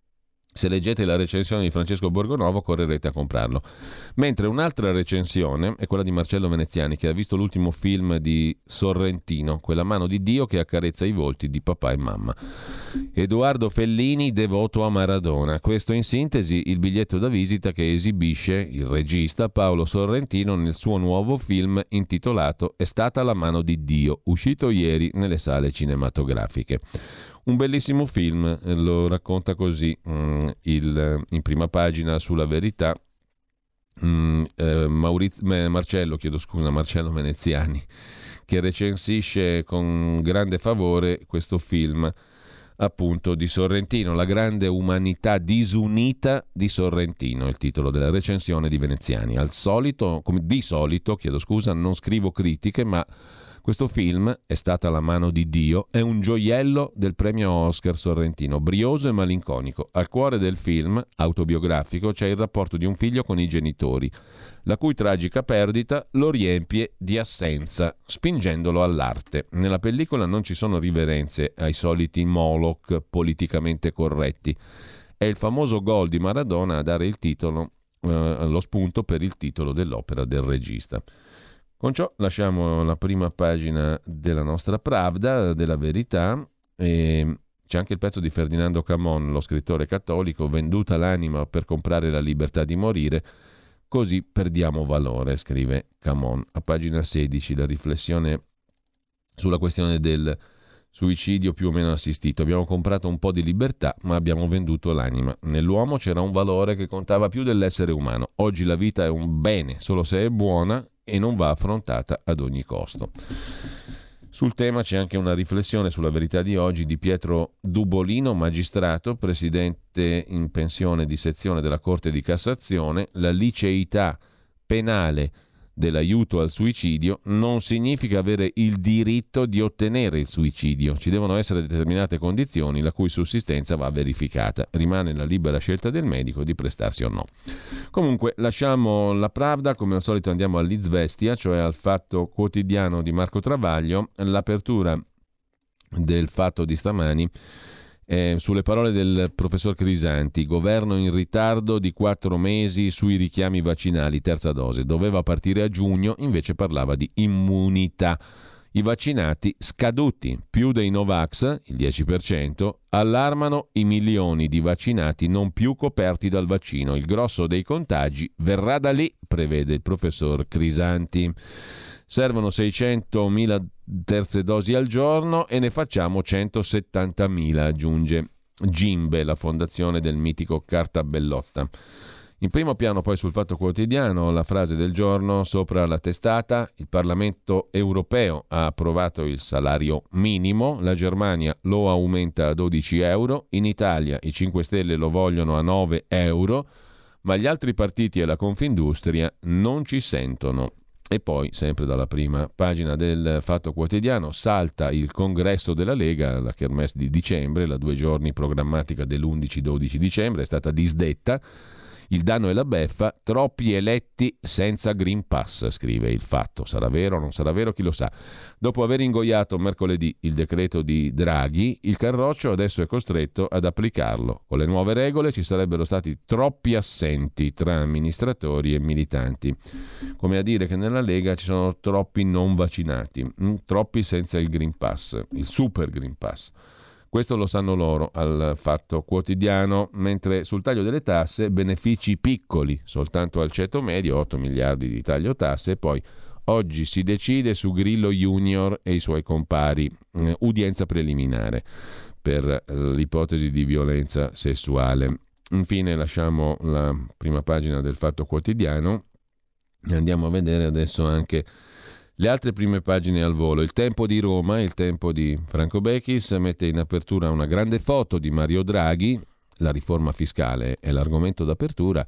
Se leggete la recensione di Francesco Borgonovo correrete a comprarlo. Mentre un'altra recensione è quella di Marcello Veneziani, che ha visto l'ultimo film di Sorrentino, Quella mano di Dio che accarezza i volti di papà e mamma. Edoardo Fellini, devoto a Maradona. Questo in sintesi il biglietto da visita che esibisce il regista Paolo Sorrentino nel suo nuovo film intitolato È stata la mano di Dio, uscito ieri nelle sale cinematografiche. Un bellissimo film, lo racconta così mm, il, in prima pagina sulla Verità mm, eh, Mauriz, Marcello, chiedo scusa, Marcello Veneziani, che recensisce con grande favore questo film appunto di Sorrentino, La grande umanità disunita di Sorrentino, il titolo della recensione di Veneziani. Al solito, come di solito, chiedo scusa, non scrivo critiche, ma questo film, È stata la mano di Dio, è un gioiello del premio Oscar Sorrentino, brioso e malinconico. Al cuore del film, autobiografico, c'è il rapporto di un figlio con i genitori, la cui tragica perdita lo riempie di assenza, spingendolo all'arte. Nella pellicola non ci sono riverenze ai soliti Moloch politicamente corretti. È il famoso gol di Maradona a dare il titolo, eh, lo spunto per il titolo dell'opera del regista. Con ciò lasciamo la prima pagina della nostra Pravda, della Verità, e c'è anche il pezzo di Ferdinando Camon, lo scrittore cattolico, venduta l'anima per comprare la libertà di morire, così perdiamo valore, scrive Camon. A pagina sedici la riflessione sulla questione del suicidio più o meno assistito. Abbiamo comprato un po' di libertà, ma abbiamo venduto l'anima. Nell'uomo c'era un valore che contava più dell'essere umano. Oggi la vita è un bene, solo se è buona, e non va affrontata ad ogni costo. Sul tema c'è anche una riflessione sulla Verità di oggi di Pietro Dubolino, magistrato, presidente in pensione di sezione della Corte di Cassazione. La liceità penale dell'aiuto al suicidio non significa avere il diritto di ottenere il suicidio. Ci devono essere determinate condizioni la cui sussistenza va verificata. Rimane la libera scelta del medico di prestarsi o no. Comunque lasciamo la Pravda, come al solito andiamo all'Izvestia, cioè al Fatto Quotidiano di Marco Travaglio. L'apertura del Fatto di stamani Eh, sulle parole del professor Crisanti, governo in ritardo di quattro mesi sui richiami vaccinali, terza dose, doveva partire a giugno, invece parlava di immunità. I vaccinati scaduti, più dei Novax, il dieci per cento, allarmano i milioni di vaccinati non più coperti dal vaccino. Il grosso dei contagi verrà da lì, prevede il professor Crisanti. Servono seicentomila terze dosi al giorno e ne facciamo centosettantamila, aggiunge Gimbe, la fondazione del mitico Cartabellotta. In primo piano poi sul Fatto Quotidiano la frase del giorno sopra la testata: il Parlamento europeo ha approvato il salario minimo, la Germania lo aumenta a dodici euro, in Italia i cinque Stelle lo vogliono a nove euro, ma gli altri partiti e la Confindustria non ci sentono. E poi, sempre dalla prima pagina del Fatto Quotidiano, salta il congresso della Lega, la kermesse di dicembre, la due giorni programmatica dell'undici dodici dicembre, è stata disdetta. Il danno e la beffa, troppi eletti senza Green Pass, scrive il Fatto. Sarà vero o non sarà vero, chi lo sa. Dopo aver ingoiato mercoledì il decreto di Draghi, il Carroccio adesso è costretto ad applicarlo. Con le nuove regole ci sarebbero stati troppi assenti tra amministratori e militanti. Come a dire che nella Lega ci sono troppi non vaccinati, mh, troppi senza il Green Pass, il Super Green Pass. Questo lo sanno loro al Fatto Quotidiano, mentre sul taglio delle tasse benefici piccoli, soltanto al ceto medio, otto miliardi di taglio tasse, e poi oggi si decide su Grillo Junior e i suoi compari, eh, udienza preliminare per l'ipotesi di violenza sessuale. Infine lasciamo la prima pagina del Fatto Quotidiano e andiamo a vedere adesso anche le altre prime pagine al volo. Il Tempo di Roma, il Tempo di Franco Bechis, mette in apertura una grande foto di Mario Draghi. La riforma fiscale è l'argomento d'apertura.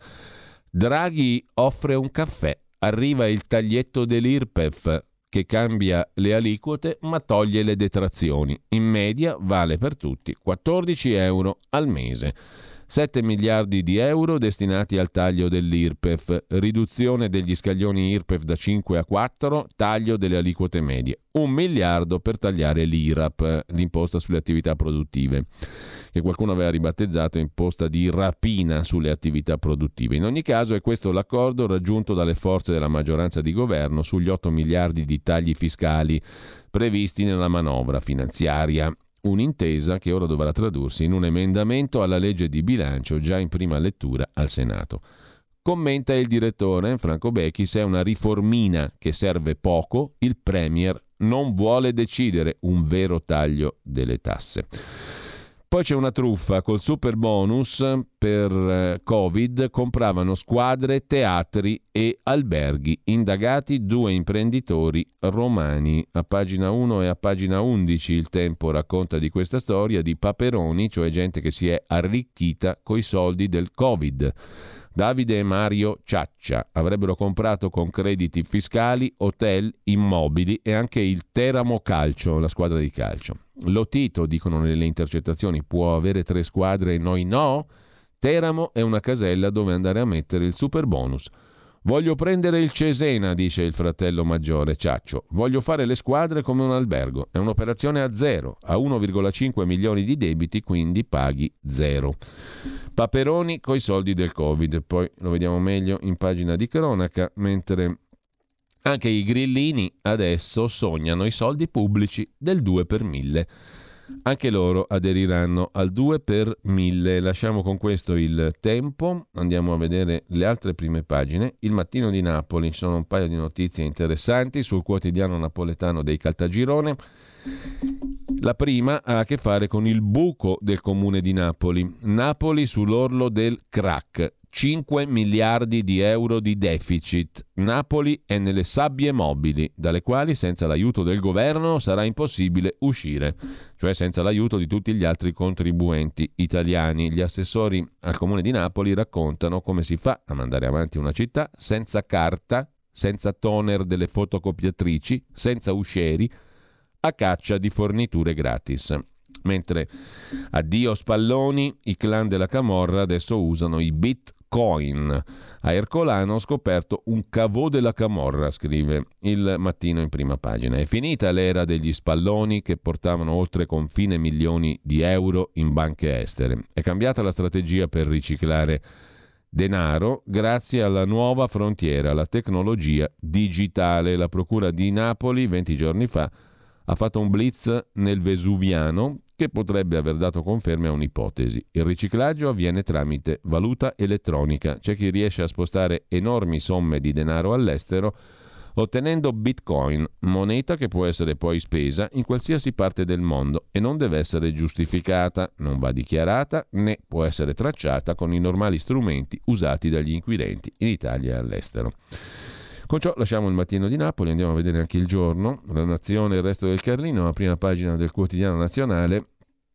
Draghi offre un caffè. Arriva il taglietto dell'Irpef che cambia le aliquote ma toglie le detrazioni. In media vale per tutti quattordici euro al mese. sette miliardi di euro destinati al taglio dell'Irpef, riduzione degli scaglioni Irpef da cinque a quattro, taglio delle aliquote medie. Un miliardo per tagliare l'I R A P, l'imposta sulle attività produttive, che qualcuno aveva ribattezzato imposta di rapina sulle attività produttive. In ogni caso è questo l'accordo raggiunto dalle forze della maggioranza di governo sugli otto miliardi di tagli fiscali previsti nella manovra finanziaria. Un'intesa che ora dovrà tradursi in un emendamento alla legge di bilancio già in prima lettura al Senato. Commenta il direttore Franco Bechis: è una riformina che serve poco, il Premier non vuole decidere un vero taglio delle tasse. Poi c'è una truffa: col super bonus per Covid compravano squadre, teatri e alberghi. Indagati due imprenditori romani. A pagina uno e a pagina undici il Tempo racconta di questa storia di Paperoni, cioè gente che si è arricchita coi soldi del Covid. Davide e Mario Ciaccia avrebbero comprato con crediti fiscali hotel, immobili e anche il Teramo Calcio, la squadra di calcio. Lotito, dicono nelle intercettazioni, può avere tre squadre e noi no? Teramo è una casella dove andare a mettere il super bonus. Voglio prendere il Cesena, dice il fratello maggiore Ciaccio. Voglio fare le squadre come un albergo. È un'operazione a zero. A uno virgola cinque milioni di debiti, quindi paghi zero. Paperoni coi soldi del Covid. Poi lo vediamo meglio in pagina di cronaca, mentre anche i grillini adesso sognano i soldi pubblici del due per mille. Anche loro aderiranno al due per mille. Lasciamo con questo il Tempo, andiamo a vedere le altre prime pagine. Il Mattino di Napoli, ci sono un paio di notizie interessanti sul quotidiano napoletano dei Caltagirone. La prima ha a che fare con il buco del comune di Napoli. Napoli sull'orlo del crack. cinque miliardi di euro di deficit. Napoli è nelle sabbie mobili, dalle quali senza l'aiuto del governo sarà impossibile uscire, cioè senza l'aiuto di tutti gli altri contribuenti italiani. Gli assessori al comune di Napoli raccontano come si fa a mandare avanti una città senza carta, senza toner delle fotocopiatrici, senza uscieri, a caccia di forniture gratis. Mentre addio spalloni, i clan della Camorra adesso usano i bitcoin. A Ercolano ho scoperto un cavò della Camorra, scrive il Mattino in prima pagina. È finita l'era degli spalloni che portavano oltre confine milioni di euro in banche estere. È cambiata la strategia per riciclare denaro grazie alla nuova frontiera, la tecnologia digitale. La Procura di Napoli venti giorni fa ha fatto un blitz nel Vesuviano che potrebbe aver dato conferme a un'ipotesi. Il riciclaggio avviene tramite valuta elettronica. C'è chi riesce a spostare enormi somme di denaro all'estero ottenendo Bitcoin, moneta che può essere poi spesa in qualsiasi parte del mondo e non deve essere giustificata, non va dichiarata né può essere tracciata con i normali strumenti usati dagli inquirenti in Italia e all'estero. Con ciò lasciamo il Mattino di Napoli, andiamo a vedere anche il Giorno, La Nazione e il resto del Carlino, la prima pagina del Quotidiano Nazionale.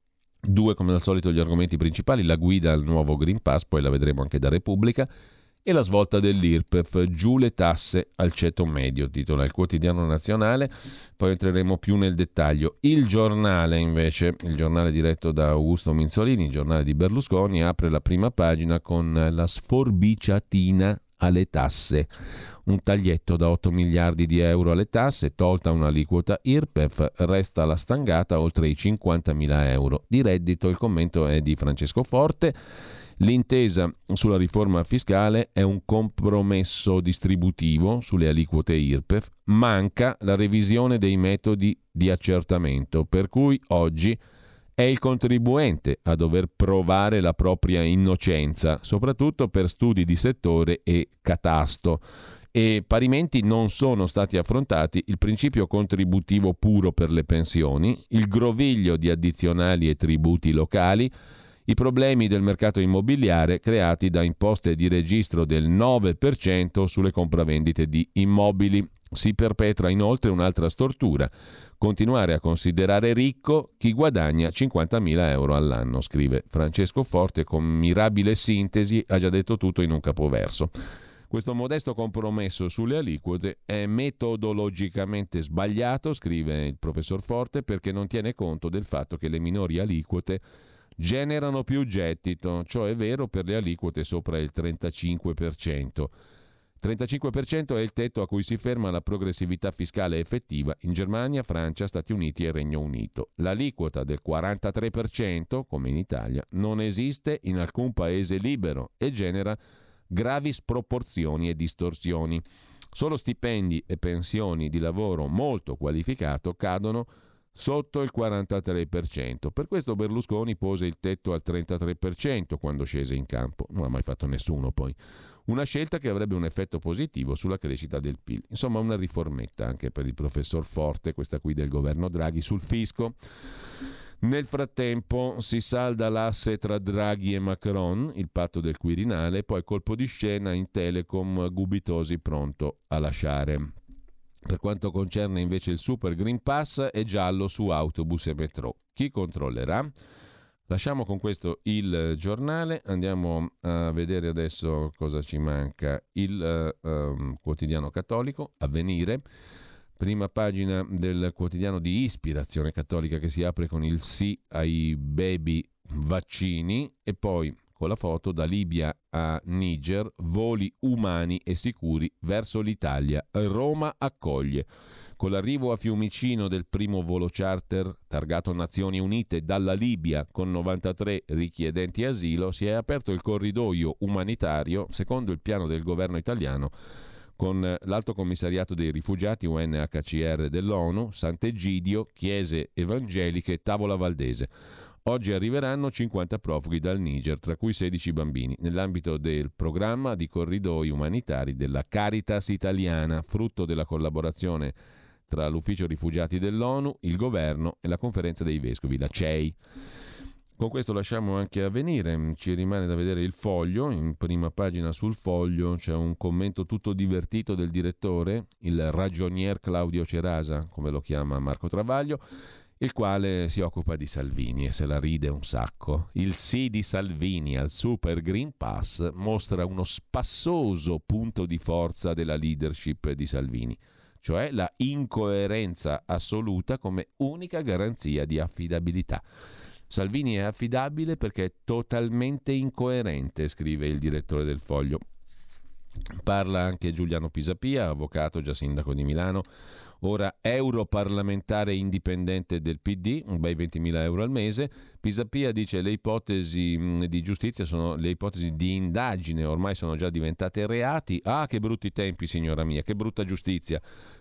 Due, come al solito, gli argomenti principali: la guida al nuovo Green Pass, poi la vedremo anche da Repubblica, e la svolta dell'I R P E F, giù le tasse al ceto medio, titola il Quotidiano Nazionale. Poi entreremo più nel dettaglio. Il Giornale invece, il giornale diretto da Augusto Minzolini, il giornale di Berlusconi, apre la prima pagina con la sforbiciatina alle tasse. Un taglietto da otto miliardi di euro alle tasse, tolta un'aliquota I R P E F, resta la stangata oltre i cinquantamila euro di reddito. Il commento è di Francesco Forte. L'intesa sulla riforma fiscale è un compromesso distributivo sulle aliquote I R P E F, manca la revisione dei metodi di accertamento, per cui oggi è il contribuente a dover provare la propria innocenza, soprattutto per studi di settore e catasto. E parimenti non sono stati affrontati il principio contributivo puro per le pensioni, il groviglio di addizionali e tributi locali, i problemi del mercato immobiliare creati da imposte di registro del nove per cento sulle compravendite di immobili. Si perpetra inoltre un'altra stortura: continuare a considerare ricco chi guadagna cinquantamila euro all'anno, scrive Francesco Forte con mirabile sintesi, ha già detto tutto in un capoverso. Questo modesto compromesso sulle aliquote è metodologicamente sbagliato, scrive il professor Forte, perché non tiene conto del fatto che le minori aliquote generano più gettito. Ciò è vero per le aliquote sopra il trentacinque per cento. trentacinque per cento è il tetto a cui si ferma la progressività fiscale effettiva in Germania, Francia, Stati Uniti e Regno Unito. L'aliquota del quarantatré per cento, come in Italia, non esiste in alcun paese libero e genera gravi sproporzioni e distorsioni. Solo stipendi e pensioni di lavoro molto qualificato cadono sotto il quarantatré per cento. Per questo Berlusconi pose il tetto al trentatré per cento quando scese in campo. Non ha mai fatto nessuno poi. Una scelta che avrebbe un effetto positivo sulla crescita del P I L. Insomma, una riformetta anche per il professor Forte, questa qui del governo Draghi, sul fisco. Nel frattempo si salda l'asse tra Draghi e Macron, il patto del Quirinale, poi colpo di scena in Telecom, Gubitosi pronto a lasciare. Per quanto concerne invece il Super Green Pass, è giallo su autobus e metro. Chi controllerà? Lasciamo con questo il giornale, andiamo a vedere adesso cosa ci manca. Il uh, um, quotidiano cattolico, Avvenire, prima pagina del quotidiano di ispirazione cattolica che si apre con il sì ai baby vaccini e poi con la foto da Libia a Niger, voli umani e sicuri verso l'Italia. Roma accoglie. Con l'arrivo a Fiumicino del primo volo charter targato Nazioni Unite dalla Libia con novantatré richiedenti asilo, si è aperto il corridoio umanitario secondo il piano del governo italiano con l'Alto Commissariato dei Rifugiati U N H C R dell'ONU, Sant'Egidio, Chiese Evangeliche e Tavola Valdese. Oggi arriveranno cinquanta profughi dal Niger, tra cui sedici bambini, nell'ambito del programma di corridoi umanitari della Caritas Italiana, frutto della collaborazione tra l'Ufficio Rifugiati dell'ONU, il Governo e la Conferenza dei Vescovi, la C E I. Con questo lasciamo anche Avvenire, ci rimane da vedere il Foglio. In prima pagina sul Foglio c'è un commento tutto divertito del direttore, il ragionier Claudio Cerasa, come lo chiama Marco Travaglio, il quale si occupa di Salvini e se la ride un sacco. Il sì di Salvini al Super Green Pass mostra uno spassoso punto di forza della leadership di Salvini, cioè la incoerenza assoluta come unica garanzia di affidabilità. Salvini è affidabile perché è totalmente incoerente, scrive il direttore del Foglio. Parla anche Giuliano Pisapia, avvocato, già sindaco di Milano, ora europarlamentare indipendente del P D, un bei ventimila euro al mese. Pisapia dice le ipotesi mh, di giustizia sono le ipotesi di indagine, ormai sono già diventate reati. Ah, che brutti tempi, signora mia, che brutta giustizia.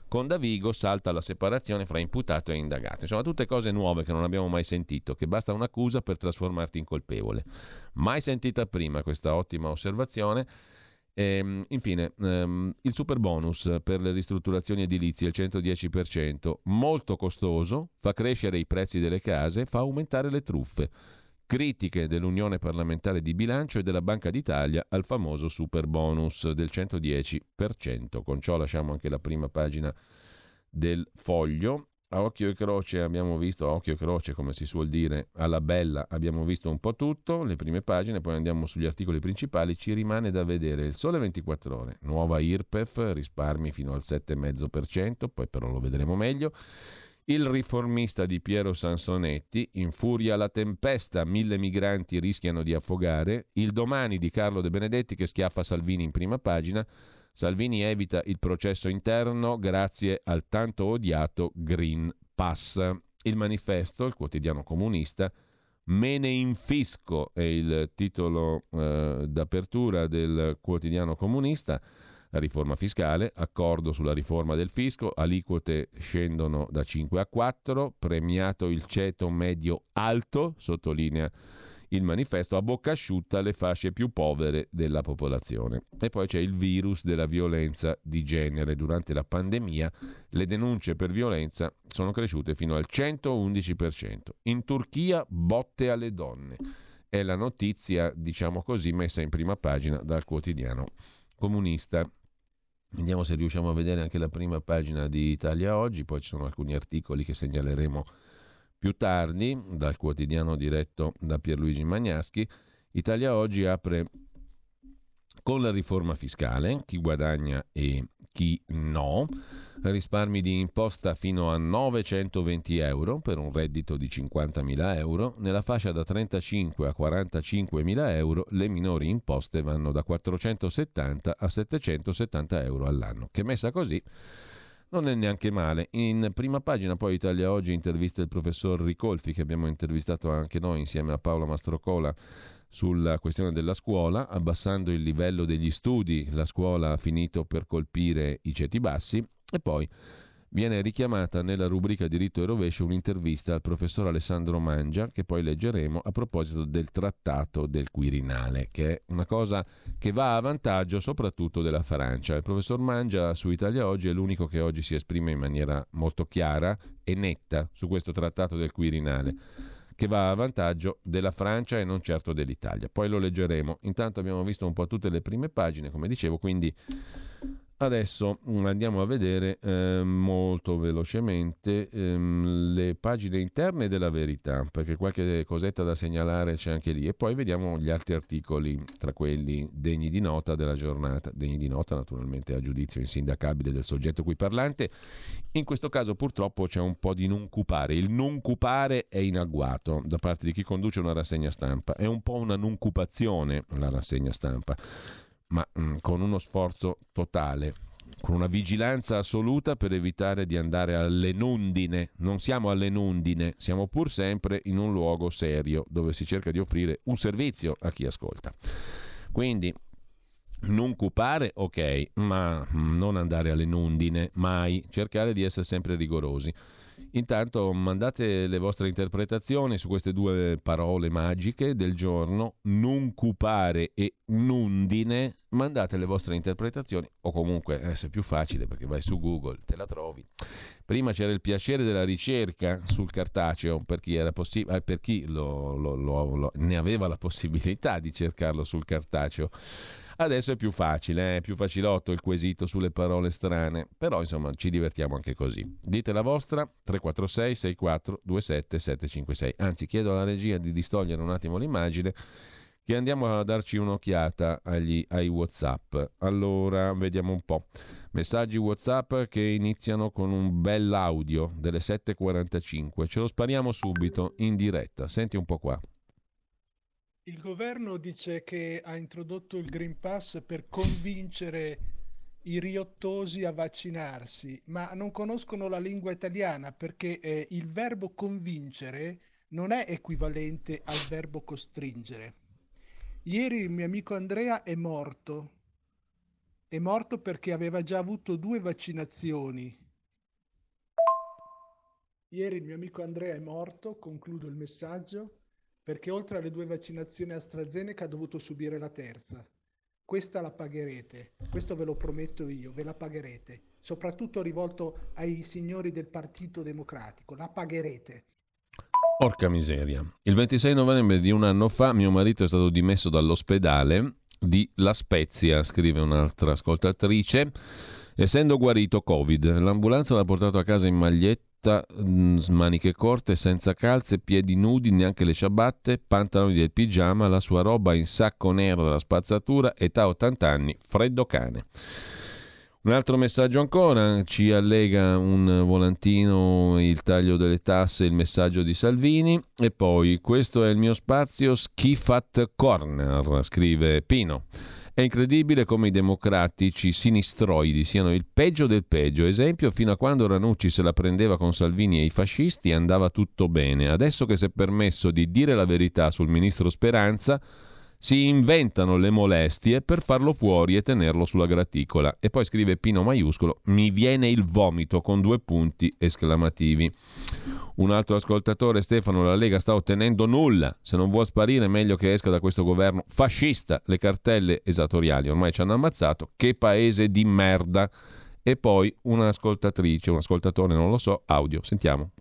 Con Davigo salta la separazione fra imputato e indagato. Insomma, tutte cose nuove che non abbiamo mai sentito, che basta un'accusa per trasformarti in colpevole. Mai sentita prima questa ottima osservazione. E, infine, ehm, il super bonus per le ristrutturazioni edilizie, il centodieci per cento, molto costoso, fa crescere i prezzi delle case, fa aumentare le truffe. Critiche dell'Unione parlamentare di bilancio e della Banca d'Italia al famoso super bonus del centodieci per cento. Con ciò lasciamo anche la prima pagina del Foglio. A occhio e croce abbiamo visto, a occhio e croce come si suol dire, alla bella abbiamo visto un po' tutto, le prime pagine, poi andiamo sugli articoli principali. Ci rimane da vedere il Sole ventiquattro Ore, nuova I R P E F, risparmi fino al sette virgola cinque per cento, poi però lo vedremo meglio. Il Riformista di Piero Sansonetti, infuria la tempesta, mille migranti rischiano di affogare. Il Domani di Carlo De Benedetti che schiaffa Salvini in prima pagina. Salvini evita il processo interno grazie al tanto odiato Green Pass. Il Manifesto, il quotidiano comunista, me ne infisco è il titolo eh, d'apertura del quotidiano comunista. La riforma fiscale, accordo sulla riforma del fisco, aliquote scendono da cinque a quattro, premiato il ceto medio alto, sottolinea il Manifesto, a bocca asciutta le fasce più povere della popolazione. E poi c'è il virus della violenza di genere. Durante la pandemia le denunce per violenza sono cresciute fino al centoundici per cento. In Turchia botte alle donne. È la notizia, diciamo così, messa in prima pagina dal quotidiano comunista. Vediamo se riusciamo a vedere anche la prima pagina di Italia Oggi, poi ci sono alcuni articoli che segnaleremo più tardi dal quotidiano diretto da Pierluigi Magnaschi. Italia Oggi apre con la riforma fiscale, chi guadagna e chi no, risparmi di imposta fino a novecentoventi euro per un reddito di cinquantamila euro, nella fascia da trentacinque a quarantacinquemila euro le minori imposte vanno da quattrocentosettanta a settecentosettanta euro all'anno, che messa così non è neanche male. In prima pagina poi Italia Oggi intervista il professor Ricolfi, che abbiamo intervistato anche noi insieme a Paolo Mastrocola sulla questione della scuola. Abbassando il livello degli studi, la scuola ha finito per colpire i ceti bassi. E poi viene richiamata nella rubrica Diritto e Rovescio un'intervista al professor Alessandro Mangia, che poi leggeremo, a proposito del trattato del Quirinale, che è una cosa che va a vantaggio soprattutto della Francia. Il professor Mangia su Italia Oggi è l'unico che oggi si esprime in maniera molto chiara e netta su questo trattato del Quirinale, che va a vantaggio della Francia e non certo dell'Italia. Poi lo leggeremo. Intanto abbiamo visto un po' tutte le prime pagine, come dicevo, quindi adesso andiamo a vedere eh, molto velocemente ehm, le pagine interne della Verità, perché qualche cosetta da segnalare c'è anche lì, e poi vediamo gli altri articoli, tra quelli degni di nota della giornata, degni di nota naturalmente a giudizio insindacabile del soggetto qui parlante. In questo caso purtroppo c'è un po' di non cupare, il non cupare è in agguato da parte di chi conduce una rassegna stampa, è un po' una non cupazione la rassegna stampa, ma mh, con uno sforzo totale, con una vigilanza assoluta per evitare di andare all'enundine. Non siamo all'enundine, siamo pur sempre in un luogo serio dove si cerca di offrire un servizio a chi ascolta. Quindi non cupare, ok, ma non andare all'enundine, mai, cercare di essere sempre rigorosi. Intanto mandate le vostre interpretazioni su queste due parole magiche del giorno, non cupare e nundine. Mandate le vostre interpretazioni, o comunque adesso è più facile perché vai su Google, te la trovi. Prima c'era il piacere della ricerca sul cartaceo per chi, era possi- eh, per chi lo, lo, lo, lo, ne aveva la possibilità di cercarlo sul cartaceo. Adesso è più facile, è più facilotto il quesito sulle parole strane, però insomma ci divertiamo anche così. Dite la vostra, tre quattro sei sei quattro due sette sette cinque sei. Anzi, chiedo alla regia di distogliere un attimo l'immagine, che andiamo a darci un'occhiata agli, ai WhatsApp. Allora, vediamo un po'. Messaggi WhatsApp che iniziano con un bell'audio delle sette e quarantacinque. Ce lo spariamo subito in diretta. Senti un po' qua. Il governo dice che ha introdotto il Green Pass per convincere i riottosi a vaccinarsi, ma non conoscono la lingua italiana, perché eh, il verbo convincere non è equivalente al verbo costringere. Ieri il mio amico Andrea è morto. È morto perché aveva già avuto due vaccinazioni Ieri il mio amico Andrea è morto, concludo il messaggio, perché oltre alle due vaccinazioni AstraZeneca ha dovuto subire la terza. Questa la pagherete, questo ve lo prometto io, ve la pagherete, soprattutto rivolto ai signori del Partito Democratico, la pagherete. Porca miseria. Il ventisei novembre di un anno fa mio marito è stato dimesso dall'ospedale di La Spezia, scrive un'altra ascoltatrice, essendo guarito Covid. L'ambulanza l'ha portato a casa in maglietta, maniche corte, senza calze, piedi nudi, neanche le ciabatte, pantaloni del pigiama, la sua roba in sacco nero della spazzatura, età ottanta anni, freddo cane. Un altro messaggio ancora, ci allega un volantino, il taglio delle tasse, il messaggio di Salvini, e poi questo è il mio spazio Schifat Corner, scrive Pino. È incredibile come i democratici sinistroidi siano il peggio del peggio. Esempio, fino a quando Ranucci se la prendeva con Salvini e i fascisti andava tutto bene. Adesso che si è permesso di dire la verità sul ministro Speranza, si inventano le molestie per farlo fuori e tenerlo sulla graticola. E poi scrive Pino maiuscolo, mi viene il vomito con due punti esclamativi. Un altro ascoltatore, Stefano, la Lega sta ottenendo nulla. Se non vuol sparire meglio che esca da questo governo fascista. Le cartelle esattoriali ormai ci hanno ammazzato. Che paese di merda. E poi un'ascoltatrice, un ascoltatore, non lo so, audio. Sentiamo.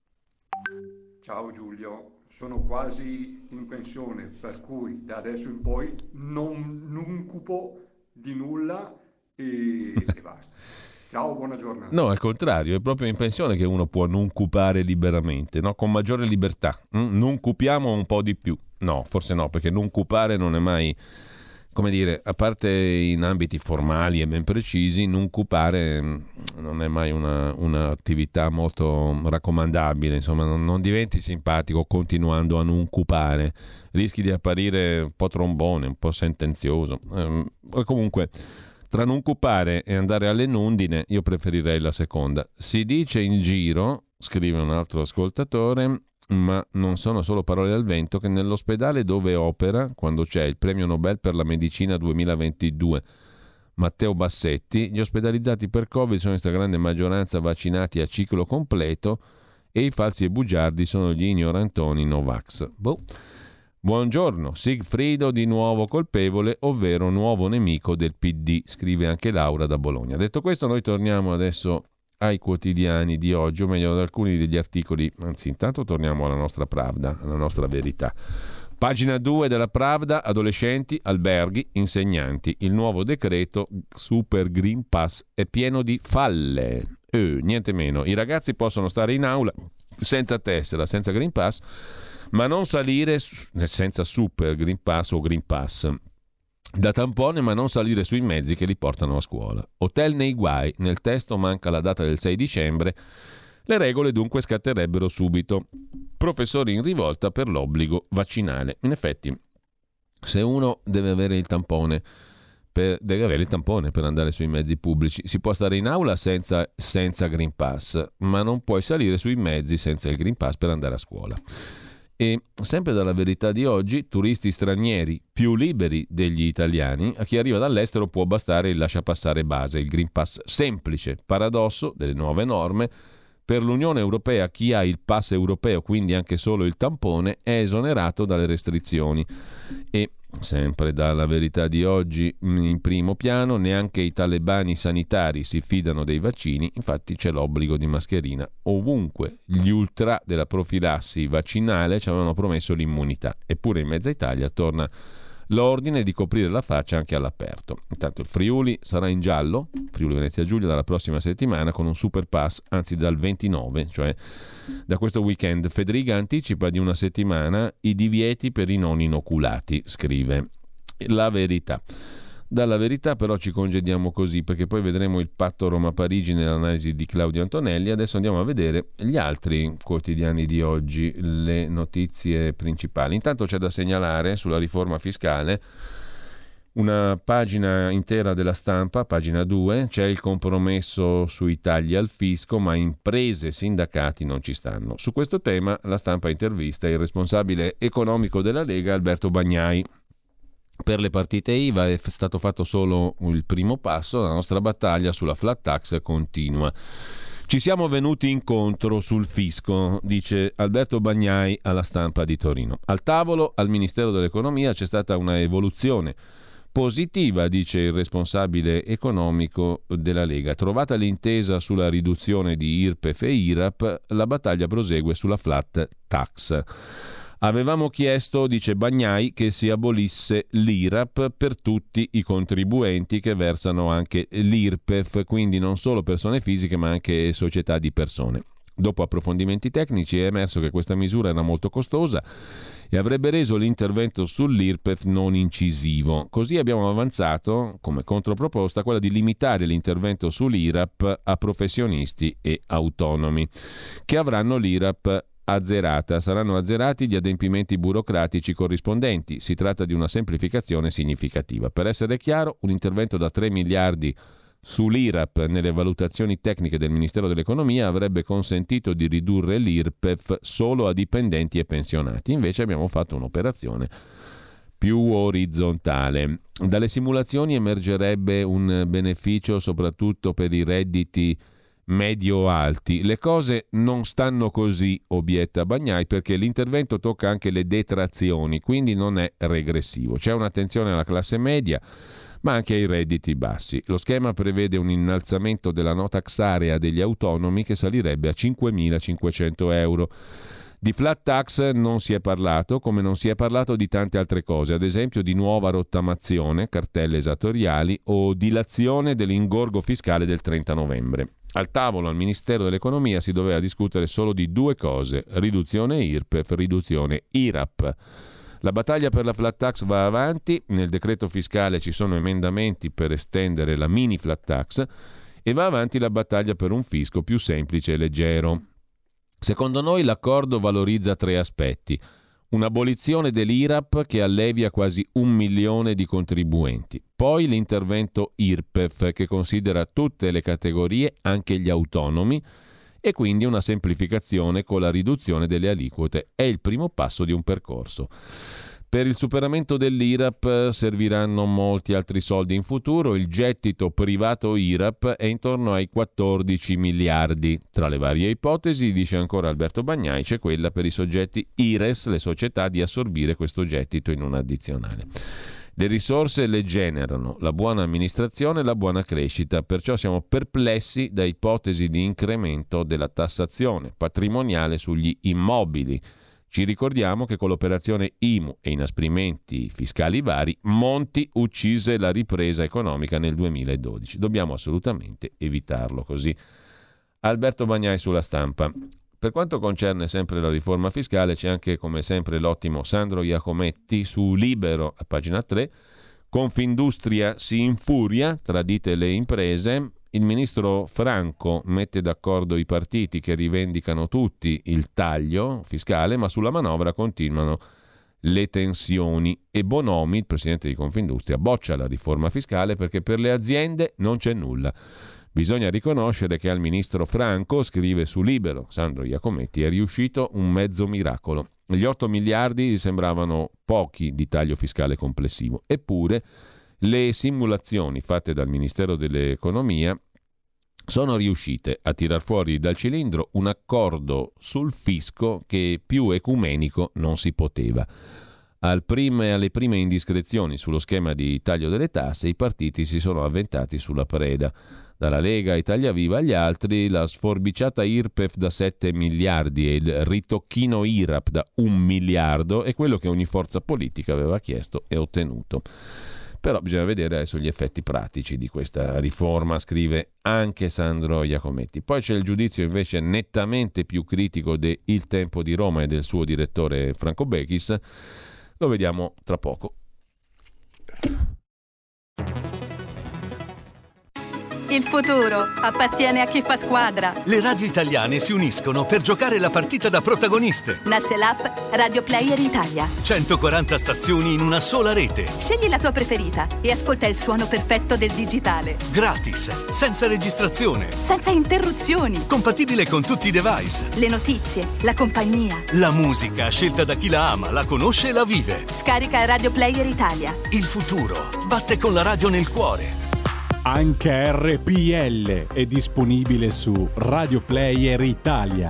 Ciao Giulio. Sono quasi in pensione, per cui da adesso in poi non, non cupo di nulla e, e basta. Ciao, buona giornata. No, al contrario, è proprio in pensione che uno può non cupare liberamente, no? Con maggiore libertà. Mm? Non cupiamo un po' di più. No, forse no, perché non cupare non è mai, come dire, a parte in ambiti formali e ben precisi, non cupare non è mai una, un'attività molto raccomandabile, insomma, non, non diventi simpatico continuando a non cupare, rischi di apparire un po' trombone, un po' sentenzioso. Ehm, comunque, tra non cupare e andare alle nondine, io preferirei la seconda. Si dice in giro, scrive un altro ascoltatore, ma non sono solo parole al vento, che nell'ospedale dove opera, quando c'è il premio Nobel per la medicina duemilaventidue, Matteo Bassetti, gli ospedalizzati per Covid sono in stragrande maggioranza vaccinati a ciclo completo e i falsi e bugiardi sono gli ignorantoni Novax. Boh. Buongiorno, Sigfrido di nuovo colpevole, ovvero nuovo nemico del P D, scrive anche Laura da Bologna. Detto questo, noi torniamo adesso ai quotidiani di oggi, o meglio ad alcuni degli articoli, anzi intanto torniamo alla nostra Pravda, alla nostra verità. Pagina due della Pravda, adolescenti, alberghi, insegnanti. Il nuovo decreto Super Green Pass è pieno di falle. Eh, niente meno. I ragazzi possono stare in aula senza tessera, senza Green Pass, ma non salire senza Super Green Pass o Green Pass da tampone, ma non salire sui mezzi che li portano a scuola. Hotel nei guai, nel testo manca la data del sei dicembre, le regole dunque scatterebbero subito. Professori in rivolta per l'obbligo vaccinale. In effetti, se uno deve avere il tampone, per, deve avere il tampone per andare sui mezzi pubblici, si può stare in aula senza, senza Green Pass, ma non puoi salire sui mezzi senza il Green Pass per andare a scuola. E sempre dalla verità di oggi, turisti stranieri più liberi degli italiani, a chi arriva dall'estero può bastare il lasciapassare base, il Green Pass semplice. Paradosso delle nuove norme, per l'Unione Europea chi ha il pass europeo, quindi anche solo il tampone, è esonerato dalle restrizioni. E sempre dalla verità di oggi, in primo piano, neanche i talebani sanitari si fidano dei vaccini, infatti c'è l'obbligo di mascherina ovunque. Gli ultra della profilassi vaccinale ci avevano promesso l'immunità, eppure in mezza Italia torna l'ordine di coprire la faccia anche all'aperto. Intanto il Friuli sarà in giallo, Friuli Venezia Giulia, dalla prossima settimana con un super pass, anzi dal ventinove, cioè da questo weekend. Federica anticipa di una settimana i divieti per i non inoculati, scrive La Verità. Dalla Verità però ci congediamo così, perché poi vedremo il patto Roma-Parigi nell'analisi di Claudio Antonelli. Adesso andiamo a vedere gli altri quotidiani di oggi, le notizie principali. Intanto c'è da segnalare sulla riforma fiscale una pagina intera della Stampa, pagina due, c'è il compromesso sui tagli al fisco, ma imprese e sindacati non ci stanno. Su questo tema la Stampa intervista il responsabile economico della Lega, Alberto Bagnai. Per le partite I V A è stato fatto solo il primo passo, la nostra battaglia sulla flat tax continua. Ci siamo venuti incontro sul fisco, dice Alberto Bagnai alla Stampa di Torino. Al tavolo al Ministero dell'Economia c'è stata una evoluzione positiva, dice il responsabile economico della Lega. Trovata l'intesa sulla riduzione di I R P E F e I R A P, la battaglia prosegue sulla flat tax. Avevamo chiesto, dice Bagnai, che si abolisse l'I R A P per tutti i contribuenti che versano anche l'I R P E F, quindi non solo persone fisiche ma anche società di persone. Dopo approfondimenti tecnici è emerso che questa misura era molto costosa e avrebbe reso l'intervento sull'I R P E F non incisivo. Così abbiamo avanzato, come controproposta, quella di limitare l'intervento sull'I R A P a professionisti e autonomi, che avranno l'I R A P azzerata. Saranno azzerati gli adempimenti burocratici corrispondenti. Si tratta di una semplificazione significativa. Per essere chiaro, un intervento da tre miliardi sull'I R A P nelle valutazioni tecniche del Ministero dell'Economia avrebbe consentito di ridurre l'I R P E F solo a dipendenti e pensionati. Invece abbiamo fatto un'operazione più orizzontale. Dalle simulazioni emergerebbe un beneficio soprattutto per i redditi medio-alti. Le cose non stanno così, obietta Bagnai, perché l'intervento tocca anche le detrazioni, quindi non è regressivo. C'è un'attenzione alla classe media, ma anche ai redditi bassi. Lo schema prevede un innalzamento della no tax area degli autonomi che salirebbe a cinquemilacinquecento euro. Di flat tax non si è parlato, come non si è parlato di tante altre cose, ad esempio di nuova rottamazione, cartelle esattoriali o dilazione dell'ingorgo fiscale del trenta novembre. Al tavolo al Ministero dell'Economia si doveva discutere solo di due cose: riduzione I R P E F, riduzione I R A P. La battaglia per la flat tax va avanti, nel decreto fiscale ci sono emendamenti per estendere la mini flat tax e va avanti la battaglia per un fisco più semplice e leggero. Secondo noi l'accordo valorizza tre aspetti: un'abolizione dell'I R A P che allevia quasi un milione di contribuenti, poi l'intervento I R P E F che considera tutte le categorie, anche gli autonomi, e quindi una semplificazione con la riduzione delle aliquote. È il primo passo di un percorso. Per il superamento dell'I R A P serviranno molti altri soldi in futuro. Il gettito privato I R A P è intorno ai quattordici miliardi. Tra le varie ipotesi, dice ancora Alberto Bagnai, c'è quella per i soggetti I R E S, le società, di assorbire questo gettito in un addizionale. Le risorse le generano la buona amministrazione e la buona crescita, perciò siamo perplessi da ipotesi di incremento della tassazione patrimoniale sugli immobili. Ci ricordiamo che con l'operazione I M U e inasprimenti fiscali vari, Monti uccise la ripresa economica nel duemiladodici. Dobbiamo assolutamente evitarlo. Così Alberto Bagnai sulla Stampa. Per quanto concerne sempre la riforma fiscale, c'è anche come sempre l'ottimo Sandro Iacometti su Libero a pagina tre. Confindustria si infuria, tradite le imprese. Il ministro Franco mette d'accordo i partiti che rivendicano tutti il taglio fiscale, ma sulla manovra continuano le tensioni. E Bonomi, il presidente di Confindustria, boccia la riforma fiscale perché per le aziende non c'è nulla. Bisogna riconoscere che al ministro Franco, scrive su Libero Sandro Iacometti, è riuscito un mezzo miracolo. Gli otto miliardi sembravano pochi di taglio fiscale complessivo, eppure le simulazioni fatte dal Ministero dell'Economia sono riuscite a tirar fuori dal cilindro un accordo sul fisco che più ecumenico non si poteva. Al prime, alle prime indiscrezioni sullo schema di taglio delle tasse, i partiti si sono avventati sulla preda. Dalla Lega, Italia Viva agli altri, la sforbiciata I R P E F da sette miliardi e il ritocchino I R A P da un miliardo è quello che ogni forza politica aveva chiesto e ottenuto. Però bisogna vedere adesso gli effetti pratici di questa riforma, scrive anche Sandro Iacometti. Poi c'è il giudizio invece nettamente più critico de Il Tempo di Roma e del suo direttore Franco Bechis. Lo vediamo tra poco. Il futuro appartiene a chi fa squadra. Le radio italiane si uniscono per giocare la partita da protagoniste. Nasce l'app Radio Player Italia. centoquaranta stazioni in una sola rete. Scegli la tua preferita e ascolta il suono perfetto del digitale. Gratis, senza registrazione. Senza interruzioni. Compatibile con tutti i device. Le notizie, la compagnia. La musica, scelta da chi la ama, la conosce e la vive. Scarica Radio Player Italia. Il futuro batte con la radio nel cuore. Anche R P L è disponibile su Radio Player Italia.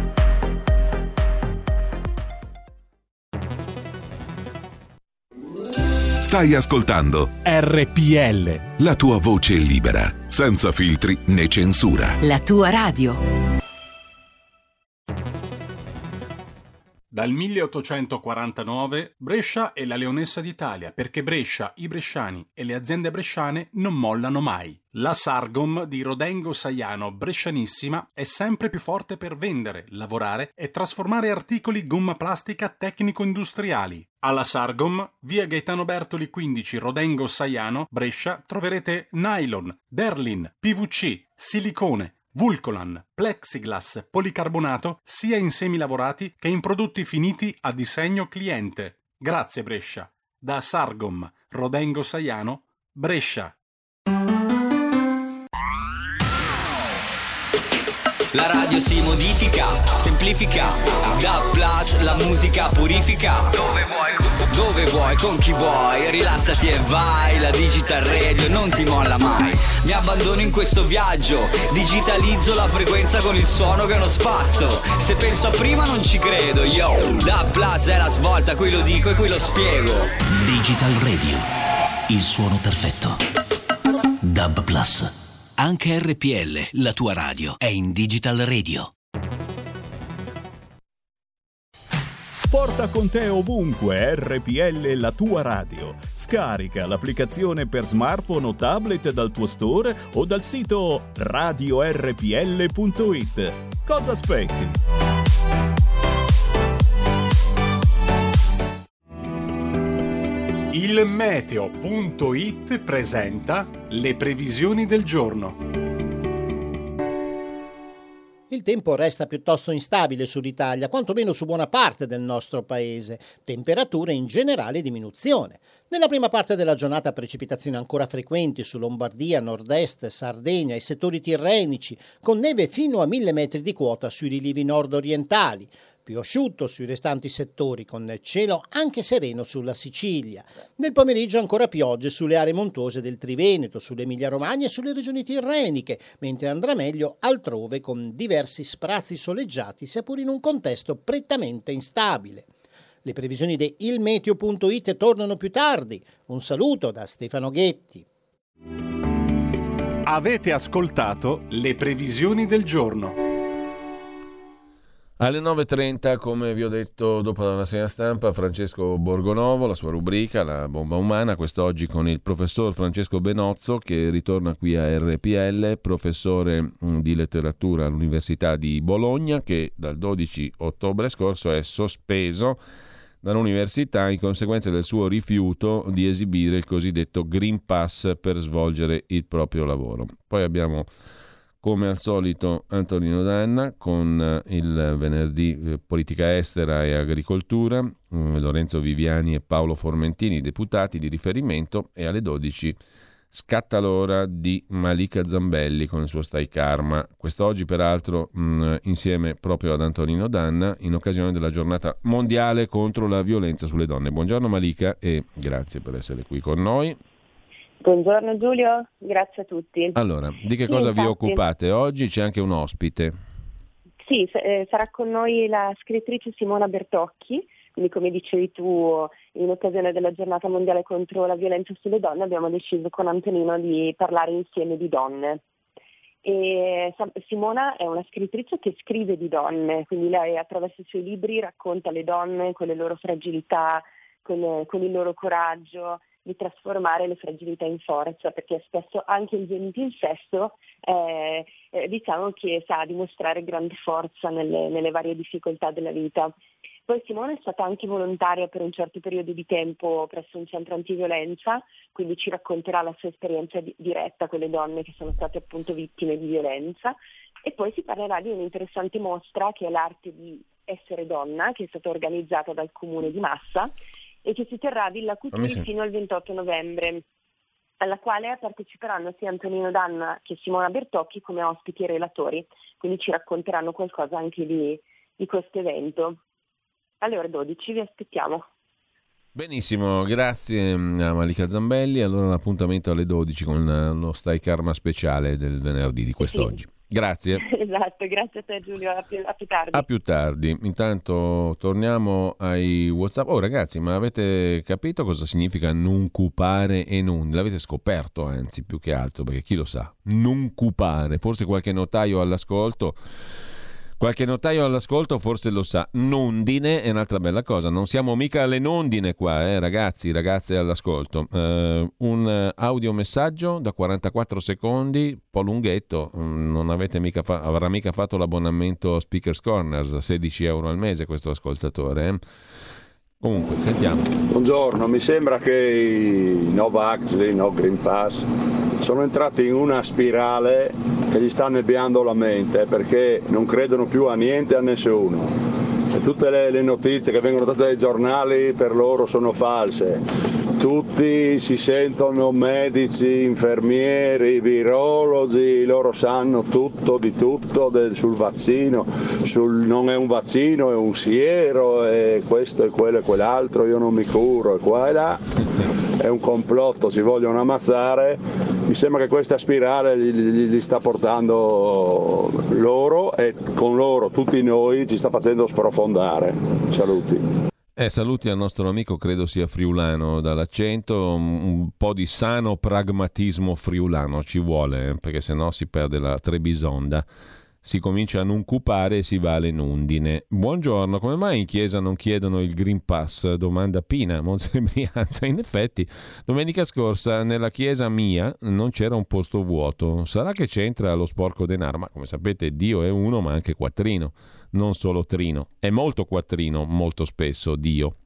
Stai ascoltando R P L, la tua voce libera, senza filtri né censura. La tua radio. Dal milleottocentoquarantanove Brescia è la leonessa d'Italia, perché Brescia, i bresciani e le aziende bresciane non mollano mai. La Sargom di Rodengo Saiano Brescianissima è sempre più forte per vendere, lavorare e trasformare articoli gomma plastica tecnico-industriali. Alla Sargom, via Gaetano Bertoli quindici Rodengo Saiano, Brescia, troverete nylon, derlin, P V C, silicone, Vulcolan, plexiglass, policarbonato sia in semi lavorati che in prodotti finiti a disegno cliente. Grazie Brescia. Da Sargom, Rodengo Saiano, Brescia. La radio si modifica, semplifica, da plus la musica purifica. Dove vuoi, dove vuoi, con chi vuoi, rilassati e vai. La Digital Radio non ti molla mai. Mi abbandono in questo viaggio, digitalizzo la frequenza con il suono che è uno spasso. Se penso a prima non ci credo, yo. Da plus è la svolta, qui lo dico e qui lo spiego. Digital Radio, il suono perfetto. Dub Plus. Anche R P L, la tua radio, è in Digital Radio. Porta con te ovunque R P L, la tua radio. Scarica l'applicazione per smartphone o tablet dal tuo store o dal sito radio R P L punto it. Cosa aspetti? Il meteo punto it presenta le previsioni del giorno. Il tempo resta piuttosto instabile sull'Italia, quantomeno su buona parte del nostro paese. Temperature in generale diminuzione. Nella prima parte della giornata precipitazioni ancora frequenti su Lombardia, Nord-Est, Sardegna e settori tirrenici, con neve fino a mille metri di quota sui rilievi nord-orientali. Più asciutto sui restanti settori, con cielo anche sereno sulla Sicilia. Nel pomeriggio ancora piogge sulle aree montuose del Triveneto, sull'Emilia-Romagna e sulle regioni tirreniche, mentre andrà meglio altrove con diversi sprazzi soleggiati, sia pure in un contesto prettamente instabile. Le previsioni di ilmeteo punto it tornano più tardi. Un saluto da Stefano Ghetti. Avete ascoltato le previsioni del giorno. Alle nove e trenta, come vi ho detto dopo la rassegna stampa, Francesco Borgonovo, la sua rubrica, la bomba umana, quest'oggi con il professor Francesco Benozzo che ritorna qui a R P L, professore di letteratura all'Università di Bologna, che dal dodici ottobre scorso è sospeso dall'università in conseguenza del suo rifiuto di esibire il cosiddetto Green Pass per svolgere il proprio lavoro. Poi abbiamo, come al solito, Antonino Danna con il venerdì eh, politica estera e agricoltura, eh, Lorenzo Viviani e Paolo Formentini, deputati di riferimento, e alle dodici scatta l'ora di Malika Zambelli con il suo Stai Karma. Quest'oggi, peraltro, mh, insieme proprio ad Antonino Danna, in occasione della giornata mondiale contro la violenza sulle donne. Buongiorno Malika e grazie per essere qui con noi. Buongiorno Giulio, grazie a tutti. Allora, di che sì, cosa infatti. vi occupate? Oggi c'è anche un ospite. Sì, eh, sarà con noi la scrittrice Simona Bertocchi, quindi come dicevi tu, in occasione della giornata mondiale contro la violenza sulle donne abbiamo deciso con Antonino di parlare insieme di donne. E Simona è una scrittrice che scrive di donne, quindi lei attraverso i suoi libri racconta le donne con le loro fragilità, con, con il loro coraggio, di trasformare le fragilità in forza, perché spesso anche il venuto in sesso eh, eh, diciamo che sa dimostrare grande forza nelle, nelle varie difficoltà della vita. Poi Simona è stata anche volontaria per un certo periodo di tempo presso un centro antiviolenza, quindi ci racconterà la sua esperienza di, diretta con le donne che sono state appunto vittime di violenza, e poi si parlerà di un'interessante mostra che è l'arte di essere donna, che è stata organizzata dal comune di Massa e che si terrà a Villa Cutuli fino al ventotto novembre, alla quale parteciperanno sia Antonino Danna che Simona Bertocchi come ospiti e relatori, quindi ci racconteranno qualcosa anche di, di questo evento. Alle ore dodici vi aspettiamo. Benissimo, grazie a Malika Zambelli. Allora l'appuntamento alle dodici con lo Stai Karma speciale del venerdì di quest'oggi. Sì. Grazie. Esatto, grazie a te Giulio, a più, a più tardi. A più tardi. Intanto torniamo ai WhatsApp. Oh ragazzi, ma avete capito cosa significa nuncupare e non? L'avete scoperto, anzi, più che altro, perché chi lo sa? Nuncupare, forse qualche notaio all'ascolto Qualche notaio all'ascolto forse lo sa. Nondine è un'altra bella cosa. Non siamo mica alle nondine qua, eh, ragazzi, ragazze all'ascolto. Uh, un audiomessaggio da quarantaquattro secondi, un po' lunghetto. Non avete mica fa- avrà mica fatto l'abbonamento Speakers Corners, sedici euro al mese questo ascoltatore. Eh? Comunque, sentiamo. Buongiorno, mi sembra che i no Vax, i no Green Pass sono entrati in una spirale che gli sta nebbiando la mente perché non credono più a niente e a nessuno. E tutte le, le notizie che vengono date dai giornali per loro sono false. Tutti si sentono medici, infermieri, virologi, loro sanno tutto di tutto del, sul vaccino, sul non è un vaccino, è un siero, e questo e quello e quell'altro, io non mi curo, e qua e là. È un complotto, si vogliono ammazzare. Mi sembra che questa spirale li, li, li sta portando loro e con loro tutti noi ci sta facendo sprofondare. Saluti. Eh, saluti al nostro amico, credo sia friulano dall'accento, un, un po' di sano pragmatismo friulano ci vuole, eh, perché sennò si perde la Trebisonda. Si comincia a nuncupare e si va alle nundine. Buongiorno, come mai in chiesa non chiedono il Green Pass? Domanda Pina, Monza Brianza. In effetti, domenica scorsa nella chiesa mia non c'era un posto vuoto. Sarà che c'entra lo sporco denaro? Ma come sapete Dio è uno ma anche quattrino, non solo trino. È molto quattrino, molto spesso Dio.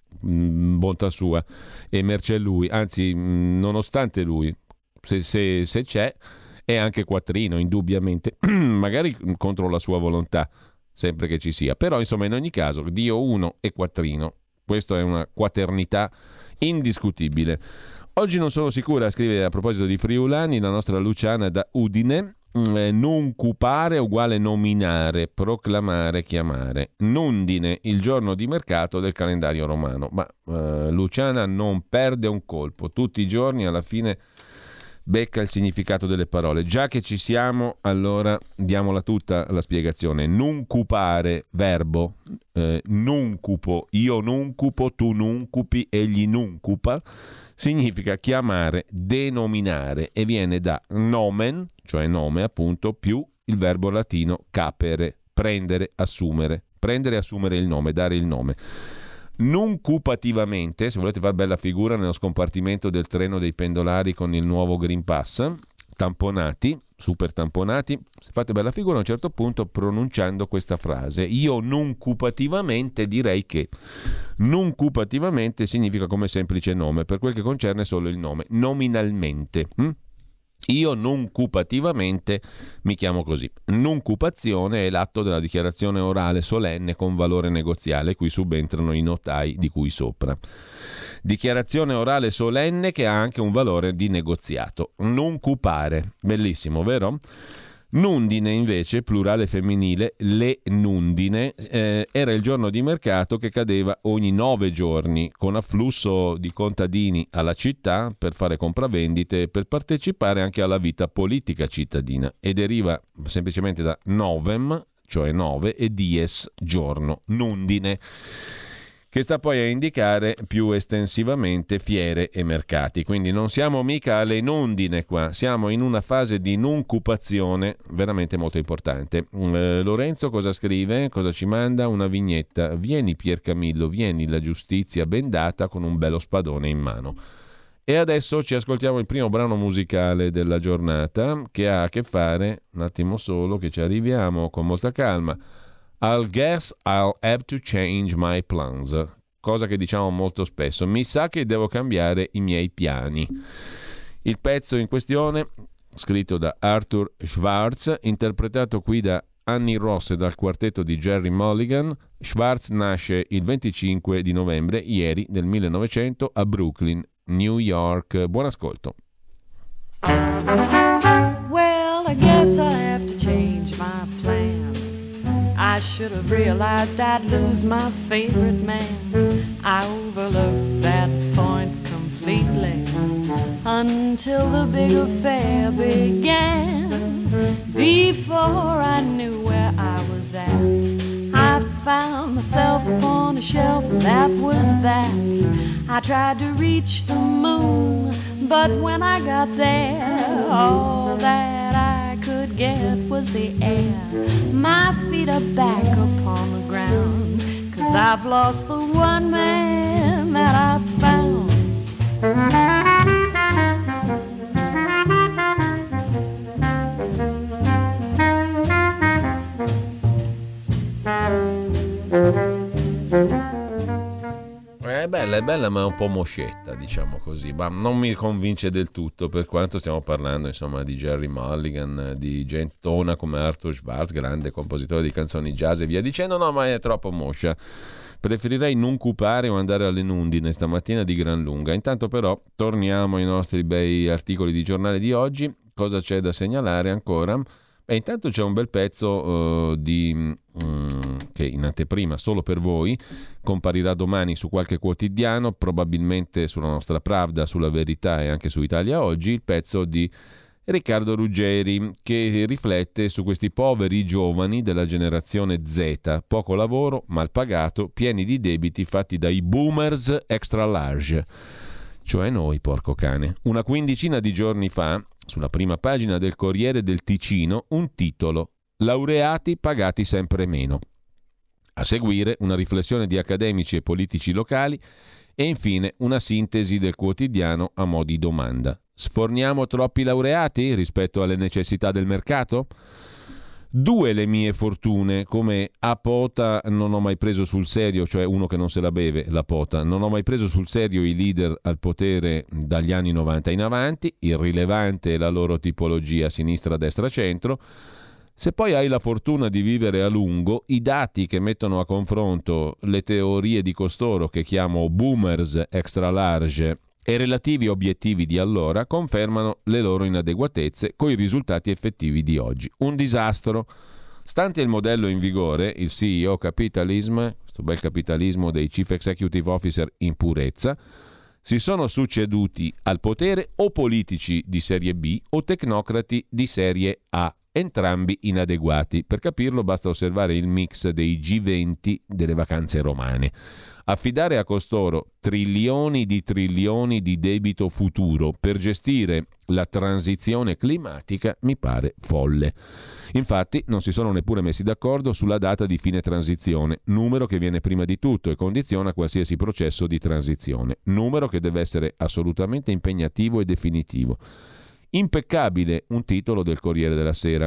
Mm, bontà sua e mercé lui. Anzi, mm, nonostante lui, se, se, se c'è... è anche quattrino, indubbiamente, magari contro la sua volontà, sempre che ci sia. Però, insomma, in ogni caso, Dio uno e quattrino. Questa è una quaternità indiscutibile. Oggi non sono sicura, scrive a proposito di friulani, la nostra Luciana da Udine, eh, nuncupare uguale nominare, proclamare, chiamare. Nundine, il giorno di mercato del calendario romano. Ma eh, Luciana non perde un colpo, tutti i giorni alla fine... becca il significato delle parole. Già che ci siamo, allora diamola tutta la spiegazione. Nuncupare, verbo, eh, nuncupo, io nuncupo, tu nuncupi, egli nuncupa, significa chiamare, denominare e viene da nomen, cioè nome appunto, più il verbo latino capere, prendere, assumere, prendere e assumere il nome, dare il nome. Nuncupativamente, se volete far bella figura nello scompartimento del treno dei pendolari con il nuovo Green Pass, tamponati, super tamponati, se fate bella figura a un certo punto pronunciando questa frase. Io nuncupativamente direi che nuncupativamente significa come semplice nome, per quel che concerne solo il nome, nominalmente. Hm? Io nuncupativamente mi chiamo così. Nuncupazione è l'atto della dichiarazione orale solenne con valore negoziale, cui subentrano i notai di cui sopra. Dichiarazione orale solenne che ha anche un valore di negoziato. Nuncupare, bellissimo, vero? Nundine invece, plurale femminile, le nundine, eh, era il giorno di mercato che cadeva ogni nove giorni, con afflusso di contadini alla città per fare compravendite e per partecipare anche alla vita politica cittadina, e deriva semplicemente da novem, cioè nove, e dies, giorno, nundine, che sta poi a indicare più estensivamente fiere e mercati. Quindi non siamo mica alle nondine qua, siamo in una fase di nuncupazione veramente molto importante. Eh, Lorenzo cosa scrive? Cosa ci manda? Una vignetta. Vieni Pier Camillo, vieni, la giustizia bendata con un bello spadone in mano. E adesso ci ascoltiamo il primo brano musicale della giornata, che ha a che fare, un attimo solo che ci arriviamo con molta calma, I'll guess I'll have to change my plans, cosa che diciamo molto spesso. Mi sa che devo cambiare i miei piani. Il pezzo in questione, scritto da Arthur Schwartz, interpretato qui da Annie Ross e dal quartetto di Jerry Mulligan. Schwartz nasce il venticinque di novembre, ieri, del millenovecento, a Brooklyn, New York. Buon ascolto. Well, I guess I have to change my plan. I should have realized I'd lose my favorite man. I overlooked that until the big affair began. Before I knew where I was at, I found myself upon a shelf, and that was that. I tried to reach the moon, but when I got there, all that I could get was the air. My feet are back upon the ground, 'cause I've lost the one man that I found. È bella, è bella, ma è un po' moscetta, diciamo così, ma non mi convince del tutto, per quanto stiamo parlando, insomma, di Gerry Mulligan, di gentona come Arthur Schwartz, grande compositore di canzoni jazz e via dicendo. No, ma è troppo moscia. Preferirei non cupare o andare alle nundine stamattina di gran lunga. Intanto però torniamo ai nostri bei articoli di giornale di oggi. Cosa c'è da segnalare ancora? Beh, intanto c'è un bel pezzo uh, di, um, che in anteprima solo per voi comparirà domani su qualche quotidiano, probabilmente sulla nostra Pravda, sulla Verità e anche su Italia Oggi, il pezzo di Riccardo Ruggeri, che riflette su questi poveri giovani della generazione Z, poco lavoro, mal pagato, pieni di debiti fatti dai boomers extra large, cioè noi, porco cane. Una quindicina di giorni fa, sulla prima pagina del Corriere del Ticino, un titolo: laureati pagati sempre meno. A seguire una riflessione di accademici e politici locali e infine una sintesi del quotidiano a mo' di domanda. Sforniamo troppi laureati rispetto alle necessità del mercato? Due le mie fortune, come a Pota non ho mai preso sul serio, cioè uno che non se la beve, la Pota, non ho mai preso sul serio i leader al potere dagli anni novanta in avanti, irrilevante è la loro tipologia sinistra, destra, centro. Se poi hai la fortuna di vivere a lungo, i dati che mettono a confronto le teorie di costoro, che chiamo boomers extra large, e relativi obiettivi di allora confermano le loro inadeguatezze coi risultati effettivi di oggi. Un disastro. Stante il modello in vigore, il C E O capitalism, questo bel capitalismo dei Chief Executive Officer in purezza, si sono succeduti al potere o politici di serie B o tecnocrati di serie A, entrambi inadeguati. Per capirlo basta osservare il mix dei G venti delle vacanze romane. Affidare a costoro trilioni di trilioni di debito futuro per gestire la transizione climatica mi pare folle. Infatti non si sono neppure messi d'accordo sulla data di fine transizione, numero che viene prima di tutto e condiziona qualsiasi processo di transizione, numero che deve essere assolutamente impegnativo e definitivo. Impeccabile un titolo del Corriere della Sera.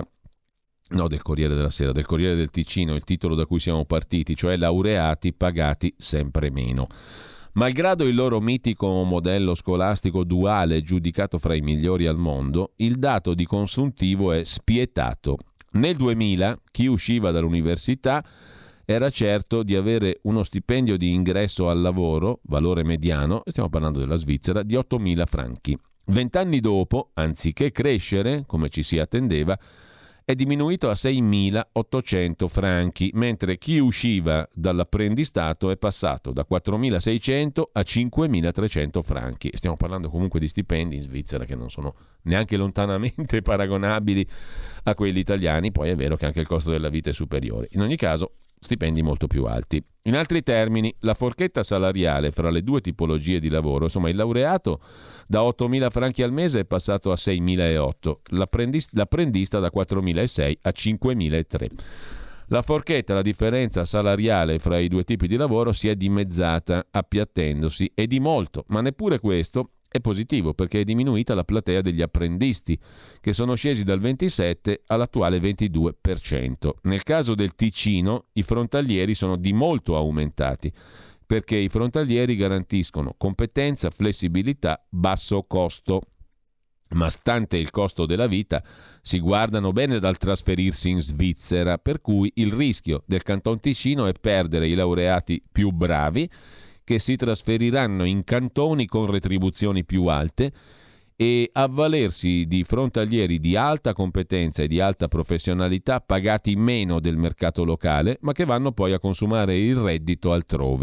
No, del Corriere della Sera, del Corriere del Ticino, il titolo da cui siamo partiti, cioè laureati pagati sempre meno. Malgrado il loro mitico modello scolastico duale giudicato fra i migliori al mondo, il dato di consuntivo è spietato. Nel duemila chi usciva dall'università era certo di avere uno stipendio di ingresso al lavoro, valore mediano, stiamo parlando della Svizzera, di ottomila franchi. Vent'anni dopo, anziché crescere, come ci si attendeva, è diminuito a seimilaottocento franchi, mentre chi usciva dall'apprendistato è passato da quattromilaseicento a cinquemilatrecento franchi. Stiamo parlando comunque di stipendi in Svizzera che non sono neanche lontanamente paragonabili a quelli italiani. Poi è vero che anche il costo della vita è superiore. In ogni caso, stipendi molto più alti. In altri termini, la forchetta salariale fra le due tipologie di lavoro, insomma il laureato da ottomila franchi al mese è passato a seimilaottocento, l'apprendista, l'apprendista da quattromilaseicento a cinquemilatrecento. La forchetta, la differenza salariale fra i due tipi di lavoro si è dimezzata, appiattendosi, e di molto, ma neppure questo è positivo, perché è diminuita la platea degli apprendisti, che sono scesi dal ventisette all'attuale ventidue per cento. Nel caso del Ticino, i frontalieri sono di molto aumentati, perché i frontalieri garantiscono competenza, flessibilità, basso costo. Ma stante il costo della vita, si guardano bene dal trasferirsi in Svizzera, per cui il rischio del Canton Ticino è perdere i laureati più bravi, che si trasferiranno in cantoni con retribuzioni più alte, e avvalersi di frontalieri di alta competenza e di alta professionalità pagati meno del mercato locale, ma che vanno poi a consumare il reddito altrove.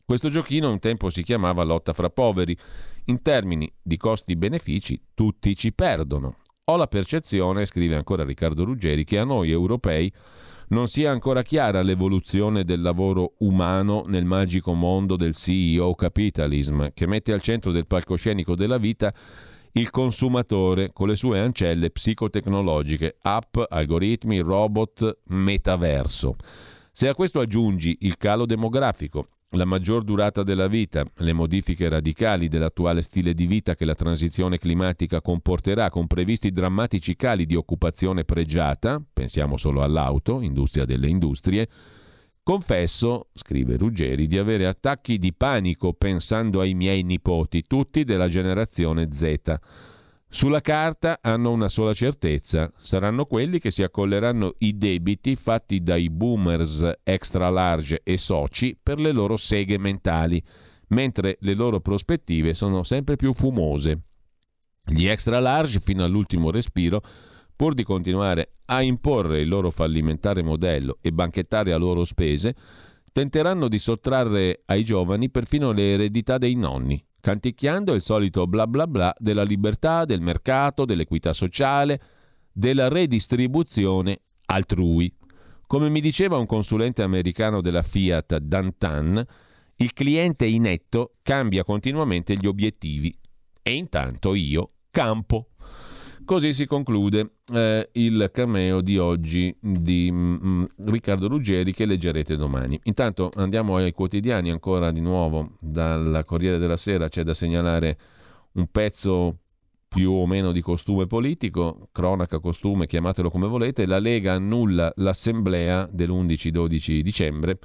Questo giochino un tempo si chiamava lotta fra poveri. In termini di costi-benefici tutti ci perdono. Ho la percezione, scrive ancora Riccardo Ruggeri, che a noi europei non sia ancora chiara l'evoluzione del lavoro umano nel magico mondo del C E O capitalism, che mette al centro del palcoscenico della vita il consumatore con le sue ancelle psicotecnologiche, app, algoritmi, robot, metaverso. Se a questo aggiungi il calo demografico, la maggior durata della vita, le modifiche radicali dell'attuale stile di vita che la transizione climatica comporterà, con previsti drammatici cali di occupazione pregiata, pensiamo solo all'auto, industria delle industrie, confesso, scrive Ruggeri, di avere attacchi di panico pensando ai miei nipoti, tutti della generazione Z. Sulla carta hanno una sola certezza: saranno quelli che si accolleranno i debiti fatti dai boomers extra large e soci per le loro seghe mentali, mentre le loro prospettive sono sempre più fumose. Gli extra large, fino all'ultimo respiro, pur di continuare a imporre il loro fallimentare modello e banchettare a loro spese, tenteranno di sottrarre ai giovani perfino le eredità dei nonni, canticchiando il solito bla bla bla della libertà, del mercato, dell'equità sociale, della redistribuzione altrui. Come mi diceva un consulente americano della Fiat, Dantan, il cliente inetto cambia continuamente gli obiettivi e intanto io campo. Così si conclude eh, il cameo di oggi di mm, Riccardo Ruggeri, che leggerete domani. Intanto andiamo ai quotidiani ancora di nuovo. Dal Corriere della Sera c'è da segnalare un pezzo più o meno di costume politico, cronaca, costume, chiamatelo come volete. La Lega annulla l'assemblea dell'undici dodici dicembre.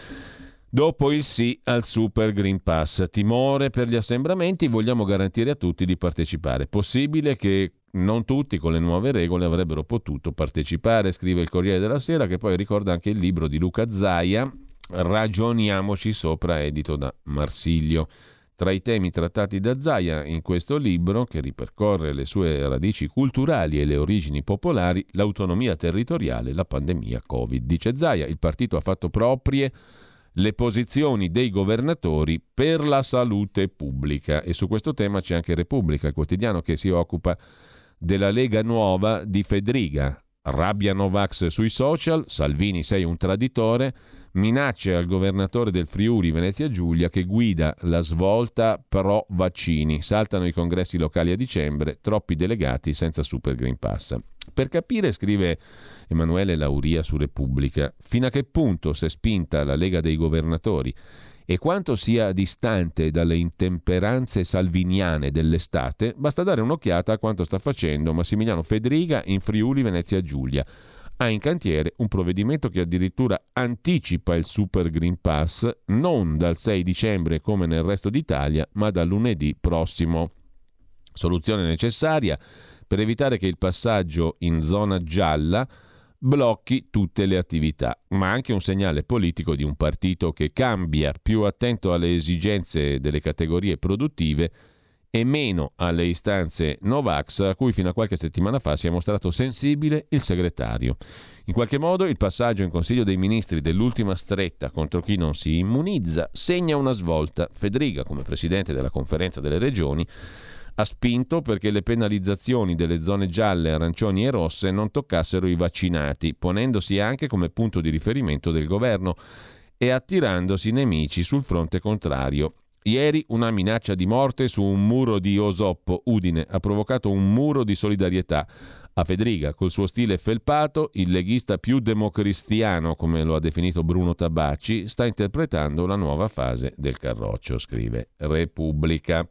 Dopo il sì al Super Green Pass, timore per gli assembramenti, vogliamo garantire a tutti di partecipare. Possibile che non tutti con le nuove regole avrebbero potuto partecipare, scrive il Corriere della Sera, che poi ricorda anche il libro di Luca Zaia, Ragioniamoci sopra, edito da Marsilio. Tra i temi trattati da Zaia in questo libro, che ripercorre le sue radici culturali e le origini popolari, l'autonomia territoriale, la pandemia Covid. Dice Zaia, il partito ha fatto proprie le posizioni dei governatori per la salute pubblica, e su questo tema c'è anche Repubblica, il quotidiano che si occupa della Lega Nuova di Fedriga. Rabbia Novax sui social, Salvini sei un traditore, minacce al governatore del Friuli Venezia Giulia che guida la svolta pro vaccini, saltano i congressi locali a dicembre, troppi delegati senza Super Green Pass. Per capire, scrive Emanuele Lauria su Repubblica, fino a che punto si è spinta la Lega dei governatori e quanto sia distante dalle intemperanze salviniane dell'estate, basta dare un'occhiata a quanto sta facendo Massimiliano Fedriga in Friuli Venezia Giulia. Ha in cantiere un provvedimento che addirittura anticipa il Super Green Pass non dal sei dicembre come nel resto d'Italia, ma dal lunedì prossimo. Soluzione necessaria per evitare che il passaggio in zona gialla blocchi tutte le attività, ma anche un segnale politico di un partito che cambia, più attento alle esigenze delle categorie produttive e meno alle istanze Novax, a cui fino a qualche settimana fa si è mostrato sensibile il segretario. In qualche modo il passaggio in Consiglio dei Ministri dell'ultima stretta contro chi non si immunizza segna una svolta. Fedriga, come presidente della Conferenza delle Regioni, ha spinto perché le penalizzazioni delle zone gialle, arancioni e rosse non toccassero i vaccinati, ponendosi anche come punto di riferimento del governo e attirandosi nemici sul fronte contrario. Ieri una minaccia di morte su un muro di Osoppo, Udine, ha provocato un muro di solidarietà. A Fedriga, col suo stile felpato, il leghista più democristiano, come lo ha definito Bruno Tabacci, sta interpretando la nuova fase del Carroccio, scrive Repubblica.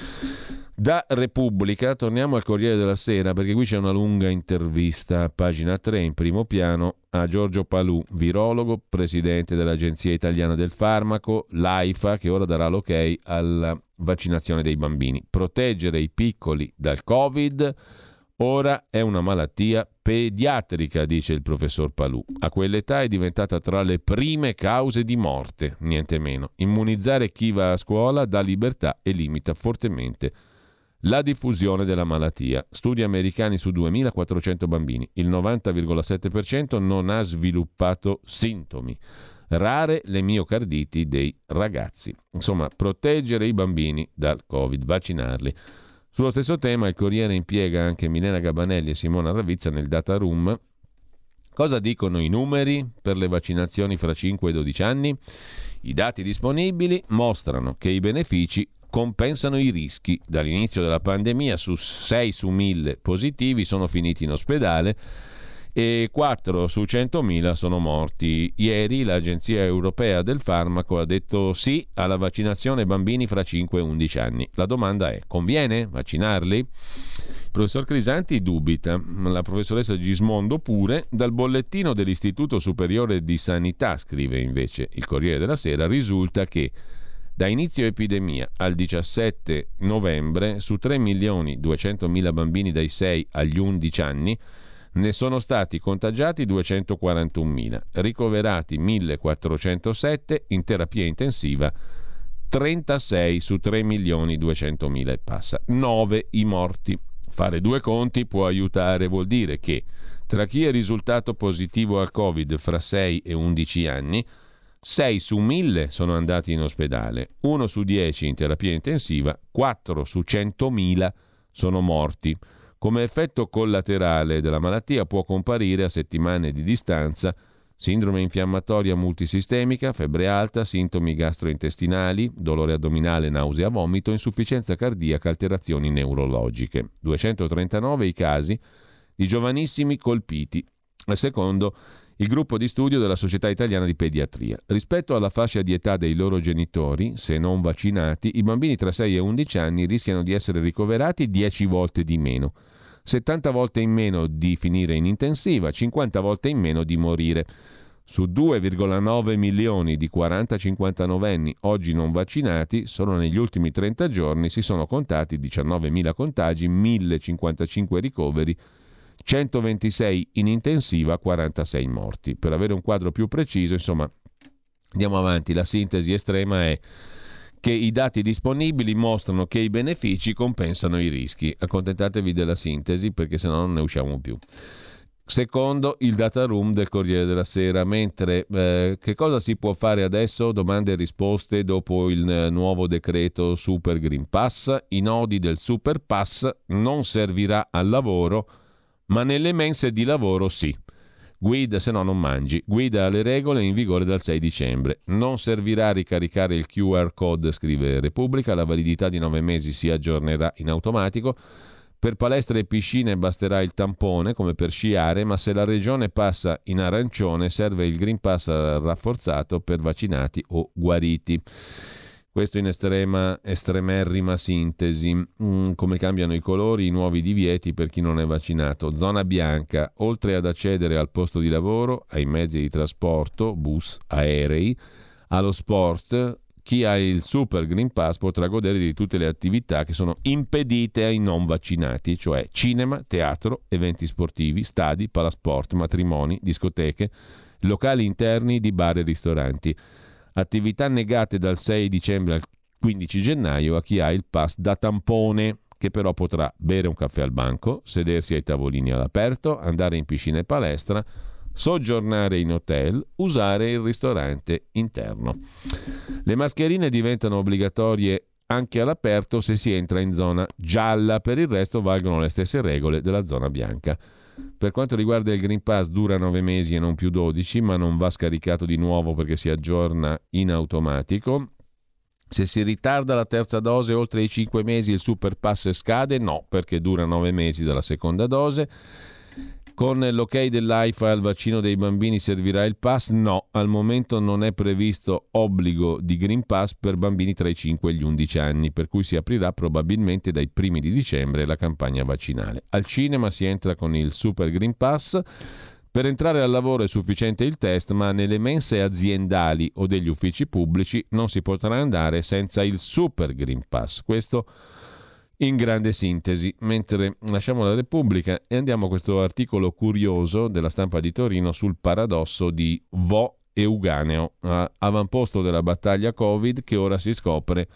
Da Repubblica torniamo al Corriere della Sera, perché qui c'è una lunga intervista, pagina tre, in primo piano, a Giorgio Palù, virologo, presidente dell'Agenzia Italiana del Farmaco, l'AIFA, che ora darà l'ok alla vaccinazione dei bambini. Proteggere i piccoli dal Covid ora è una malattia pediatrica, dice il professor Palù. A quell'età è diventata tra le prime cause di morte, niente meno. Immunizzare chi va a scuola dà libertà e limita fortemente la diffusione della malattia. Studi americani su duemilaquattrocento bambini. Il novanta virgola sette per cento non ha sviluppato sintomi. Rare le miocarditi dei ragazzi. Insomma, proteggere i bambini dal Covid, vaccinarli. Sullo stesso tema il Corriere impiega anche Milena Gabanelli e Simona Ravizza nel data room. Cosa dicono i numeri per le vaccinazioni fra cinque e dodici anni? I dati disponibili mostrano che i benefici compensano i rischi. Dall'inizio della pandemia su sei su mille positivi sono finiti in ospedale e quattro su centomila sono morti. Ieri l'Agenzia Europea del Farmaco ha detto sì alla vaccinazione bambini fra cinque e undici anni. La domanda è: conviene vaccinarli? Il professor Crisanti dubita, la professoressa Gismondo pure. Dal bollettino dell'Istituto Superiore di Sanità, scrive invece il Corriere della Sera, risulta che da inizio epidemia al diciassette novembre su tre milioni duecentomila bambini dai sei agli undici anni ne sono stati contagiati duecentoquarantunomila, ricoverati millequattrocentosette, in terapia intensiva trentasei su tre milioni duecentomila e passa, nove i morti. Fare due conti può aiutare, vuol dire che tra chi è risultato positivo al Covid fra sei e undici anni, sei su mille sono andati in ospedale, uno su dieci in terapia intensiva, quattro su centomila sono morti. Come effetto collaterale della malattia può comparire a settimane di distanza sindrome infiammatoria multisistemica, febbre alta, sintomi gastrointestinali, dolore addominale, nausea, vomito, insufficienza cardiaca, alterazioni neurologiche. duecentotrentanove i casi di giovanissimi colpiti, secondo il gruppo di studio della Società Italiana di Pediatria. Rispetto alla fascia di età dei loro genitori, se non vaccinati, i bambini tra sei e undici anni rischiano di essere ricoverati dieci volte di meno, settanta volte in meno di finire in intensiva, cinquanta volte in meno di morire. Su due virgola nove milioni di quaranta cinquantanove oggi non vaccinati, solo negli ultimi trenta giorni si sono contati diciannovemila contagi, mille cinquantacinque ricoveri, centoventisei in intensiva, quarantasei morti. Per avere un quadro più preciso, insomma, andiamo avanti. La sintesi estrema è che i dati disponibili mostrano che i benefici compensano i rischi. Accontentatevi della sintesi, perché sennò non ne usciamo più. Secondo il data room del Corriere della Sera, mentre eh, che cosa si può fare adesso? Domande e risposte dopo il eh, nuovo decreto Super Green Pass. I nodi del Super Pass: non servirà al lavoro, ma nelle mense di lavoro sì. Guida, se no non mangi. Guida alle regole in vigore dal sei dicembre. Non servirà a ricaricare il Q R code, scrive Repubblica. La validità di nove mesi si aggiornerà in automatico. Per palestre e piscine basterà il tampone, come per sciare, ma se la regione passa in arancione serve il Green Pass rafforzato per vaccinati o guariti. Questo in estrema, estremerrima sintesi. Mm, come cambiano i colori, i nuovi divieti per chi non è vaccinato. Zona bianca: oltre ad accedere al posto di lavoro, ai mezzi di trasporto, bus, aerei, allo sport, chi ha il Super Green Pass potrà godere di tutte le attività che sono impedite ai non vaccinati, cioè cinema, teatro, eventi sportivi, stadi, palasport, matrimoni, discoteche, locali interni di bar e ristoranti. Attività negate dal sei dicembre al quindici gennaio a chi ha il pass da tampone, che però potrà bere un caffè al banco, sedersi ai tavolini all'aperto, andare in piscina e palestra, soggiornare in hotel, usare il ristorante interno. Le mascherine diventano obbligatorie anche all'aperto se si entra in zona gialla, per il resto valgono le stesse regole della zona bianca. Per quanto riguarda il Green Pass, dura nove mesi e non più dodici, ma non va scaricato di nuovo perché si aggiorna in automatico. Se si ritarda la terza dose oltre i cinque mesi, il Super Pass scade? No, perché dura nove mesi dalla seconda dose. Con l'ok dell'AIFA al vaccino dei bambini servirà il pass? No, al momento non è previsto obbligo di Green Pass per bambini tra i cinque e gli undici anni, per cui si aprirà probabilmente dai primi di dicembre la campagna vaccinale. Al cinema si entra con il Super Green Pass. Per entrare al lavoro è sufficiente il test, ma nelle mense aziendali o degli uffici pubblici non si potrà andare senza il Super Green Pass. Questo in grande sintesi. Mentre lasciamo la Repubblica e andiamo a questo articolo curioso della Stampa di Torino sul paradosso di Vo Euganeo, avamposto della battaglia Covid che ora si scopre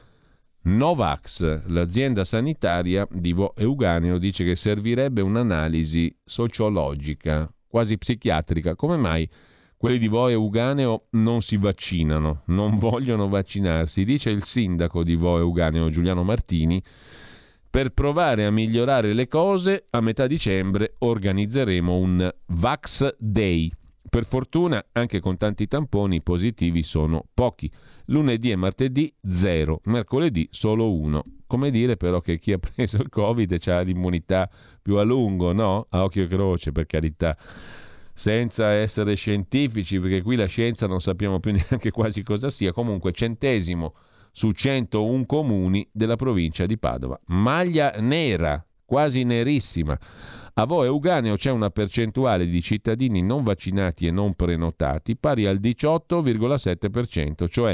Novax. L'azienda sanitaria di Vo Euganeo dice che servirebbe un'analisi sociologica, quasi psichiatrica. Come mai Quelli di Voe Euganeo non si vaccinano, non vogliono vaccinarsi, dice il sindaco di Voe Euganeo, Giuliano Martini. Per provare a migliorare le cose, a metà dicembre organizzeremo un Vax Day. Per fortuna, anche con tanti tamponi, i positivi sono pochi. Lunedì e martedì zero, mercoledì solo uno. Come dire però che chi ha preso il Covid ha l'immunità più a lungo, no? A occhio e croce, per carità. Senza essere scientifici, perché qui la scienza non sappiamo più neanche quasi cosa sia. Comunque centesimo su centouno comuni della provincia di Padova. Maglia nera, quasi nerissima. A Voe Euganeo c'è una percentuale di cittadini non vaccinati e non prenotati pari al diciotto virgola sette per cento, cioè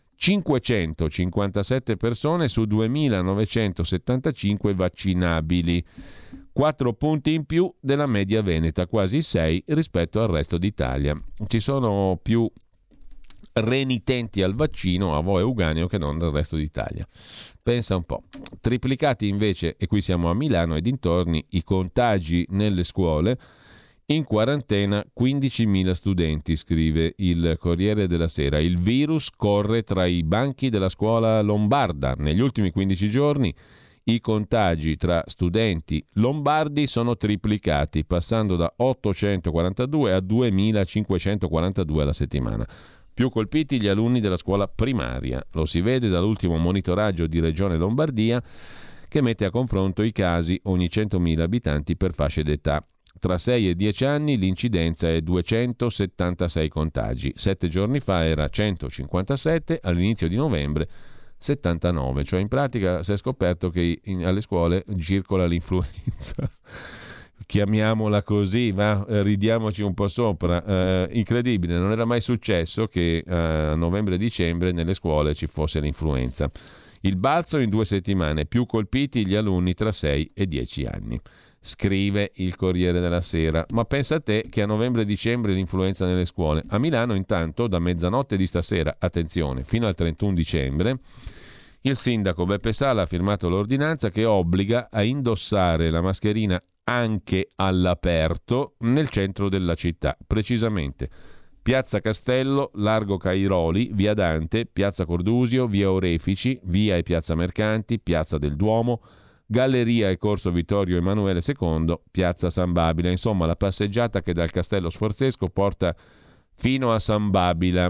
cinquecentocinquantasette persone su duemilanovecentosettantacinque vaccinabili, quattro punti in più della media veneta, quasi sei rispetto al resto d'Italia. Ci sono più renitenti al vaccino a Voe Euganeo che non nel resto d'Italia. Pensa un po'. Triplicati invece, e qui siamo a Milano e dintorni, i contagi nelle scuole. In quarantena quindicimila studenti, scrive il Corriere della Sera. Il virus corre tra i banchi della scuola lombarda. Negli ultimi quindici giorni i contagi tra studenti lombardi sono triplicati, passando da ottocentoquarantadue a duemilacinquecentoquarantadue alla settimana. Più colpiti gli alunni della scuola primaria. Lo si vede dall'ultimo monitoraggio di Regione Lombardia, che mette a confronto i casi ogni centomila abitanti per fasce d'età. Tra sei e dieci anni l'incidenza è duecentosettantasei contagi. Sette giorni fa era centocinquantasette, all'inizio di novembre settantanove. Cioè in pratica si è scoperto che in, alle scuole circola l'influenza. Chiamiamola così, ma eh, ridiamoci un po' sopra. Eh, incredibile, non era mai successo che eh, a novembre-dicembre nelle scuole ci fosse l'influenza. Il balzo in due settimane, più colpiti gli alunni tra sei e dieci anni. Scrive il Corriere della Sera. Ma pensa a te che a novembre-dicembre l'influenza nelle scuole. A Milano intanto da mezzanotte di stasera, attenzione, fino al trentuno dicembre, il sindaco Beppe Sala ha firmato l'ordinanza che obbliga a indossare la mascherina anche all'aperto nel centro della città, precisamente Piazza Castello, Largo Cairoli, Via Dante, Piazza Cordusio, Via Orefici, Via e Piazza Mercanti, Piazza del Duomo, Galleria e Corso Vittorio Emanuele secondo, Piazza San Babila. Insomma, la passeggiata che dal Castello Sforzesco porta fino a San Babila.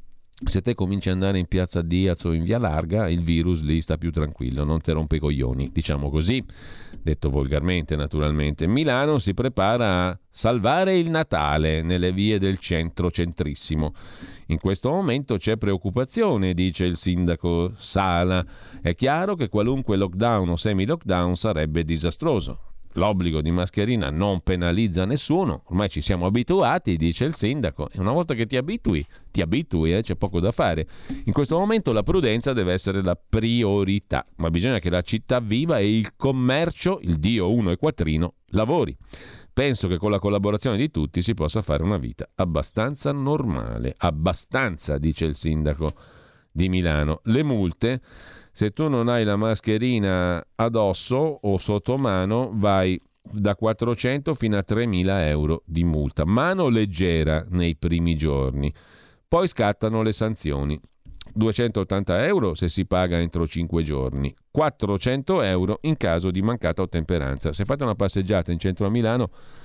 Se te cominci ad andare in Piazza Diaz o in Via Larga, il virus lì sta più tranquillo, non te rompe i coglioni, diciamo così, detto volgarmente naturalmente. Milano si prepara a salvare il Natale nelle vie del centro centrissimo. In questo momento c'è preoccupazione, dice il sindaco Sala. È chiaro che qualunque lockdown o semi-lockdown sarebbe disastroso. L'obbligo di mascherina non penalizza nessuno, ormai ci siamo abituati, dice il sindaco, e una volta che ti abitui, ti abitui, eh, c'è poco da fare. In questo momento la prudenza deve essere la priorità, ma bisogna che la città viva e il commercio, il Dio uno e quattrino, lavori. Penso che con la collaborazione di tutti si possa fare una vita abbastanza normale, abbastanza, dice il sindaco di Milano. Le multe, se tu non hai la mascherina addosso o sotto mano, vai da quattrocento fino a tremila euro di multa. Mano leggera nei primi giorni. Poi scattano le sanzioni. duecentottanta euro se si paga entro cinque giorni. quattrocento euro in caso di mancata ottemperanza. Se fate una passeggiata in centro a Milano,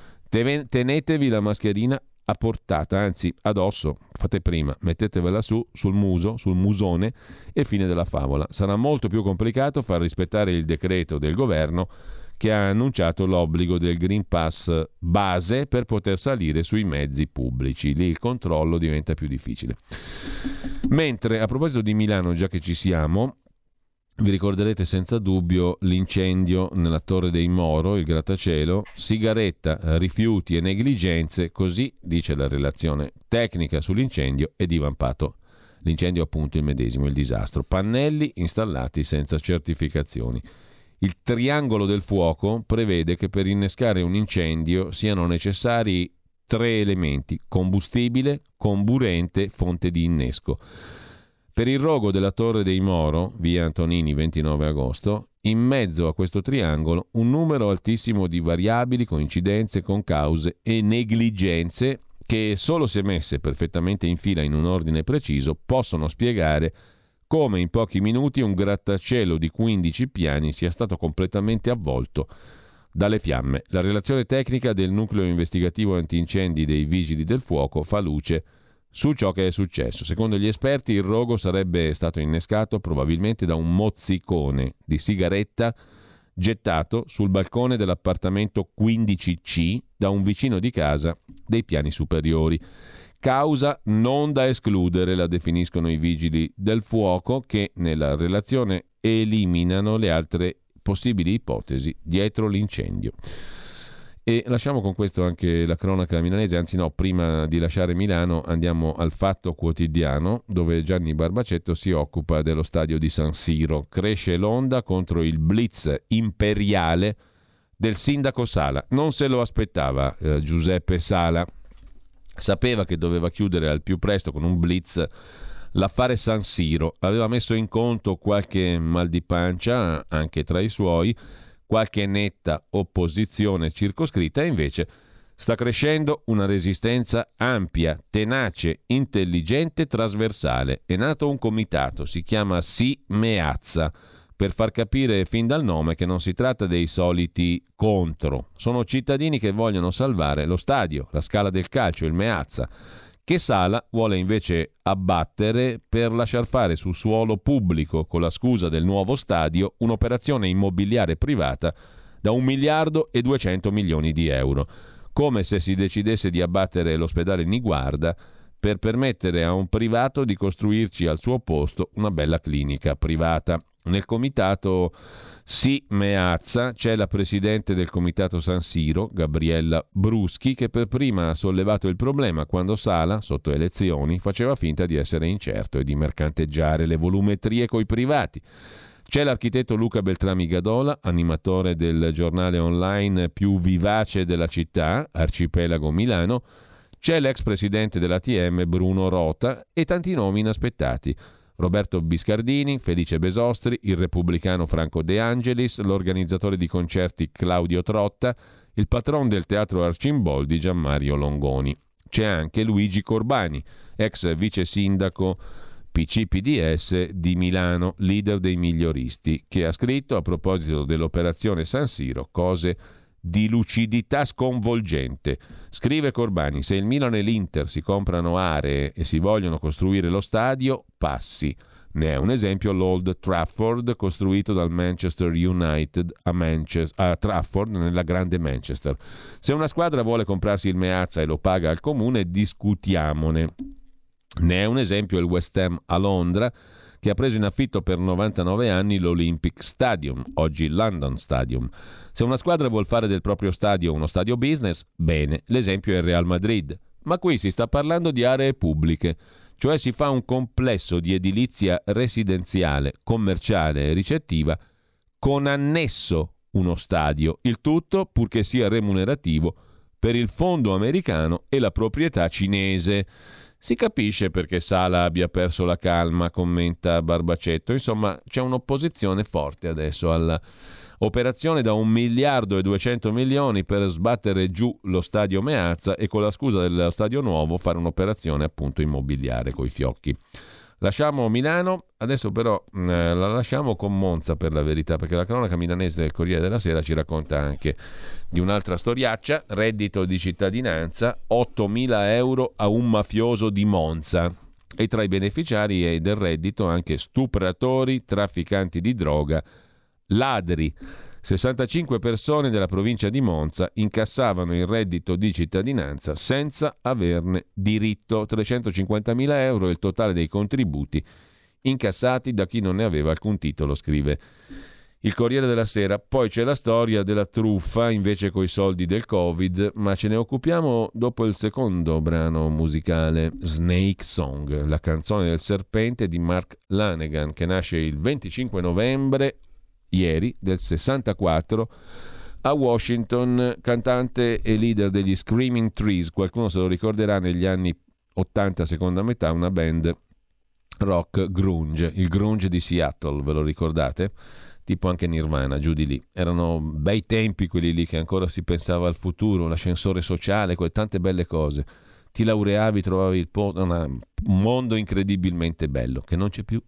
tenetevi la mascherina a portata, anzi addosso, fate prima, mettetevela su, sul muso, sul musone e fine della favola. Sarà molto più complicato far rispettare il decreto del governo che ha annunciato l'obbligo del Green Pass base per poter salire sui mezzi pubblici. Lì il controllo diventa più difficile. Mentre, a proposito di Milano, già che ci siamo, vi ricorderete senza dubbio l'incendio nella Torre dei Moro, il grattacielo, sigaretta, rifiuti e negligenze, così dice la relazione tecnica sull'incendio, è divampato. L'incendio appunto il medesimo, il disastro. Pannelli installati senza certificazioni. Il triangolo del fuoco prevede che per innescare un incendio siano necessari tre elementi: combustibile, comburente, fonte di innesco. Per il rogo della Torre dei Moro, via Antonini ventinove agosto, in mezzo a questo triangolo un numero altissimo di variabili, coincidenze, concause e negligenze che solo se messe perfettamente in fila in un ordine preciso possono spiegare come in pochi minuti un grattacielo di quindici piani sia stato completamente avvolto dalle fiamme. La relazione tecnica del nucleo investigativo antincendi dei Vigili del Fuoco fa luce su ciò che è successo. Secondo gli esperti il rogo sarebbe stato innescato probabilmente da un mozzicone di sigaretta gettato sul balcone dell'appartamento quindici C da un vicino di casa dei piani superiori. Causa non da escludere, la definiscono i Vigili del Fuoco, che nella relazione eliminano le altre possibili ipotesi dietro l'incendio. E lasciamo con questo anche la cronaca milanese, anzi no, prima di lasciare Milano andiamo al Fatto Quotidiano, dove Gianni Barbacetto si occupa dello stadio di San Siro. Cresce l'onda contro il blitz imperiale del sindaco Sala. Non se lo aspettava eh, Giuseppe Sala. Sapeva che doveva chiudere al più presto con un blitz l'affare San Siro. Aveva messo in conto qualche mal di pancia anche tra i suoi, qualche netta opposizione circoscritta, e invece sta crescendo una resistenza ampia, tenace, intelligente, trasversale. È nato un comitato, si chiama Sì Meazza, per far capire fin dal nome che non si tratta dei soliti contro. Sono cittadini che vogliono salvare lo stadio, la Scala del Calcio, il Meazza, che Sala vuole invece abbattere per lasciar fare su suolo pubblico, con la scusa del nuovo stadio, un'operazione immobiliare privata da un miliardo e duecento milioni di euro, come se si decidesse di abbattere l'ospedale Niguarda per permettere a un privato di costruirci al suo posto una bella clinica privata. Nel comitato Sì Meazza c'è la presidente del comitato San Siro, Gabriella Bruschi, che per prima ha sollevato il problema quando Sala, sotto elezioni, faceva finta di essere incerto e di mercanteggiare le volumetrie coi privati. C'è l'architetto Luca Beltrami Gadola, animatore del giornale online più vivace della città, Arcipelago Milano. C'è l'ex presidente dell'A T M Bruno Rota e tanti nomi inaspettati. Roberto Biscardini, Felice Besostri, il repubblicano Franco De Angelis, l'organizzatore di concerti Claudio Trotta, il patron del teatro Arcimboldi Gianmario Longoni. C'è anche Luigi Corbani, ex vice sindaco P C P D S di Milano, leader dei miglioristi, che ha scritto a proposito dell'operazione San Siro cose di lucidità sconvolgente. Scrive Corbani: se il Milan e l'Inter si comprano aree e si vogliono costruire lo stadio, passi. Ne è un esempio l'Old Trafford, costruito dal Manchester United a, Manchester, a Trafford, nella grande Manchester. Se una squadra vuole comprarsi il Meazza e lo paga al comune, discutiamone. Ne è un esempio il West Ham a Londra, che ha preso in affitto per novantanove anni l'Olympic Stadium, oggi London Stadium. Se una squadra vuol fare del proprio stadio uno stadio business, bene, l'esempio è il Real Madrid. Ma qui si sta parlando di aree pubbliche, cioè si fa un complesso di edilizia residenziale, commerciale e ricettiva con annesso uno stadio, il tutto purché sia remunerativo per il fondo americano e la proprietà cinese. Si capisce perché Sala abbia perso la calma, commenta Barbacetto. Insomma, c'è un'opposizione forte adesso alla operazione da un miliardo e duecento milioni per sbattere giù lo stadio Meazza e con la scusa dello stadio nuovo fare un'operazione appunto immobiliare coi fiocchi. Lasciamo Milano, adesso però eh, la lasciamo con Monza per la verità, perché la cronaca milanese del Corriere della Sera ci racconta anche di un'altra storiaccia, reddito di cittadinanza, ottomila euro a un mafioso di Monza. E tra i beneficiari del reddito anche stupratori, trafficanti di droga, ladri. sessantacinque persone della provincia di Monza incassavano il reddito di cittadinanza senza averne diritto. trecentocinquantamila euro è il totale dei contributi incassati da chi non ne aveva alcun titolo, scrive il Corriere della Sera. Poi c'è la storia della truffa invece coi soldi del Covid, ma ce ne occupiamo dopo il secondo brano musicale, Snake Song, la canzone del serpente di Mark Lanegan, che nasce il venticinque novembre ieri del sessantaquattro a Washington, cantante e leader degli Screaming Trees. Qualcuno se lo ricorderà, negli anni ottanta, seconda metà, una band rock grunge, il grunge di Seattle, ve lo ricordate? Tipo anche Nirvana, giù di lì. Erano bei tempi quelli lì, che ancora si pensava al futuro, l'ascensore sociale, quelle tante belle cose. ti laureavi, trovavi il posto, un mondo incredibilmente bello che non c'è più.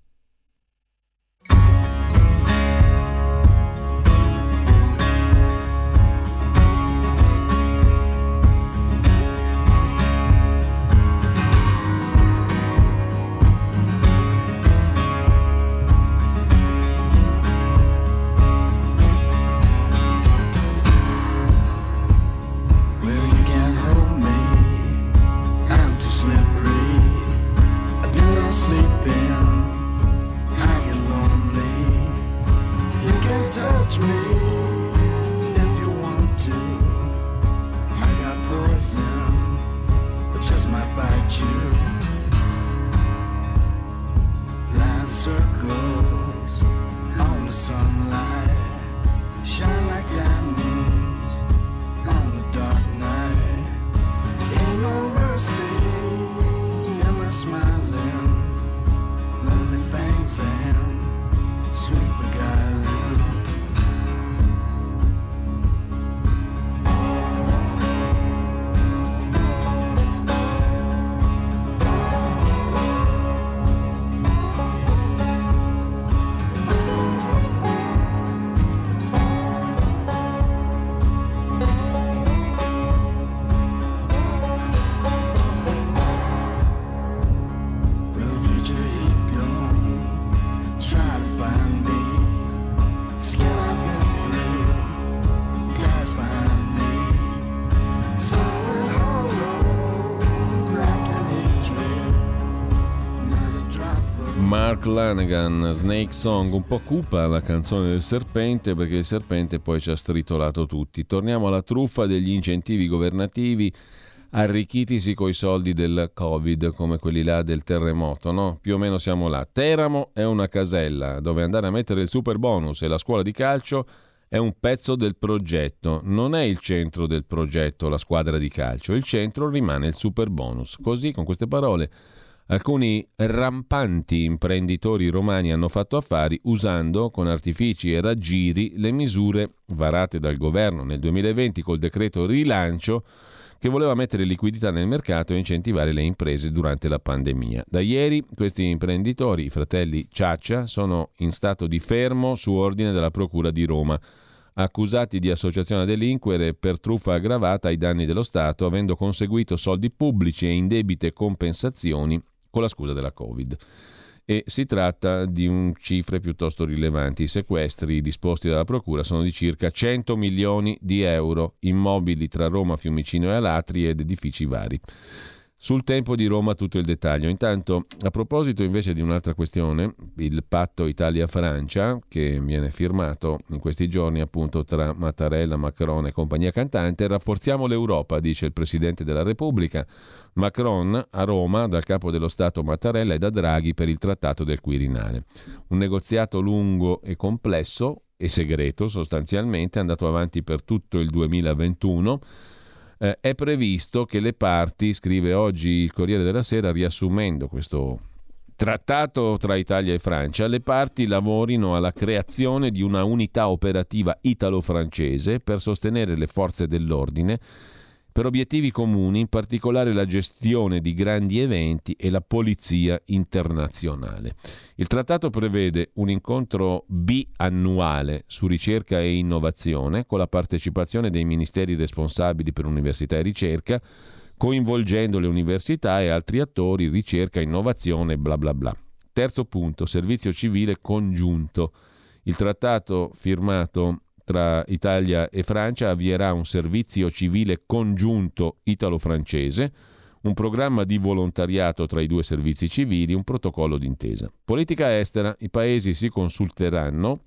Mark Lanegan, Snake Song, un po' cupa la canzone del serpente, perché il serpente poi ci ha stritolato tutti. Torniamo alla truffa degli incentivi governativi arricchitisi coi soldi del Covid, come quelli là del terremoto, no? Più o meno siamo là. Teramo è una casella dove andare a mettere il super bonus e la scuola di calcio è un pezzo del progetto. Non è il centro del progetto la squadra di calcio, il centro rimane il super bonus. Così, con queste parole, alcuni rampanti imprenditori romani hanno fatto affari usando con artifici e raggiri le misure varate dal governo nel duemilaventi col decreto rilancio che voleva mettere liquidità nel mercato e incentivare le imprese durante la pandemia. Da ieri questi imprenditori, i fratelli Ciaccia, sono in stato di fermo su ordine della Procura di Roma, accusati di associazione a delinquere per truffa aggravata ai danni dello Stato, avendo conseguito soldi pubblici e indebite compensazioni con la scusa della Covid. E si tratta di un cifre piuttosto rilevanti. I sequestri disposti dalla Procura sono di circa cento milioni di euro, immobili tra Roma, Fiumicino e Alatri ed edifici vari. Sul Tempo di Roma tutto il dettaglio. Intanto, a proposito invece di un'altra questione, il patto Italia-Francia, che viene firmato in questi giorni appunto tra Mattarella, Macron e compagnia cantante, rafforziamo l'Europa, dice il Presidente della Repubblica. Macron a Roma dal capo dello Stato Mattarella e da Draghi per il trattato del Quirinale. Un negoziato lungo e complesso e segreto sostanzialmente, è andato avanti per tutto il duemilaventuno. Eh, è previsto che le parti, scrive oggi il Corriere della Sera riassumendo questo trattato tra Italia e Francia, le parti lavorino alla creazione di una unità operativa italo-francese per sostenere le forze dell'ordine per obiettivi comuni, in particolare la gestione di grandi eventi e la polizia internazionale. Il trattato prevede un incontro biannuale su ricerca e innovazione con la partecipazione dei ministeri responsabili per università e ricerca, coinvolgendo le università e altri attori, ricerca, innovazione, bla bla bla. Terzo punto, servizio civile congiunto. Il trattato firmato tra Italia e Francia avvierà un servizio civile congiunto italo-francese, un programma di volontariato tra i due servizi civili, un protocollo d'intesa. Politica estera, i paesi si consulteranno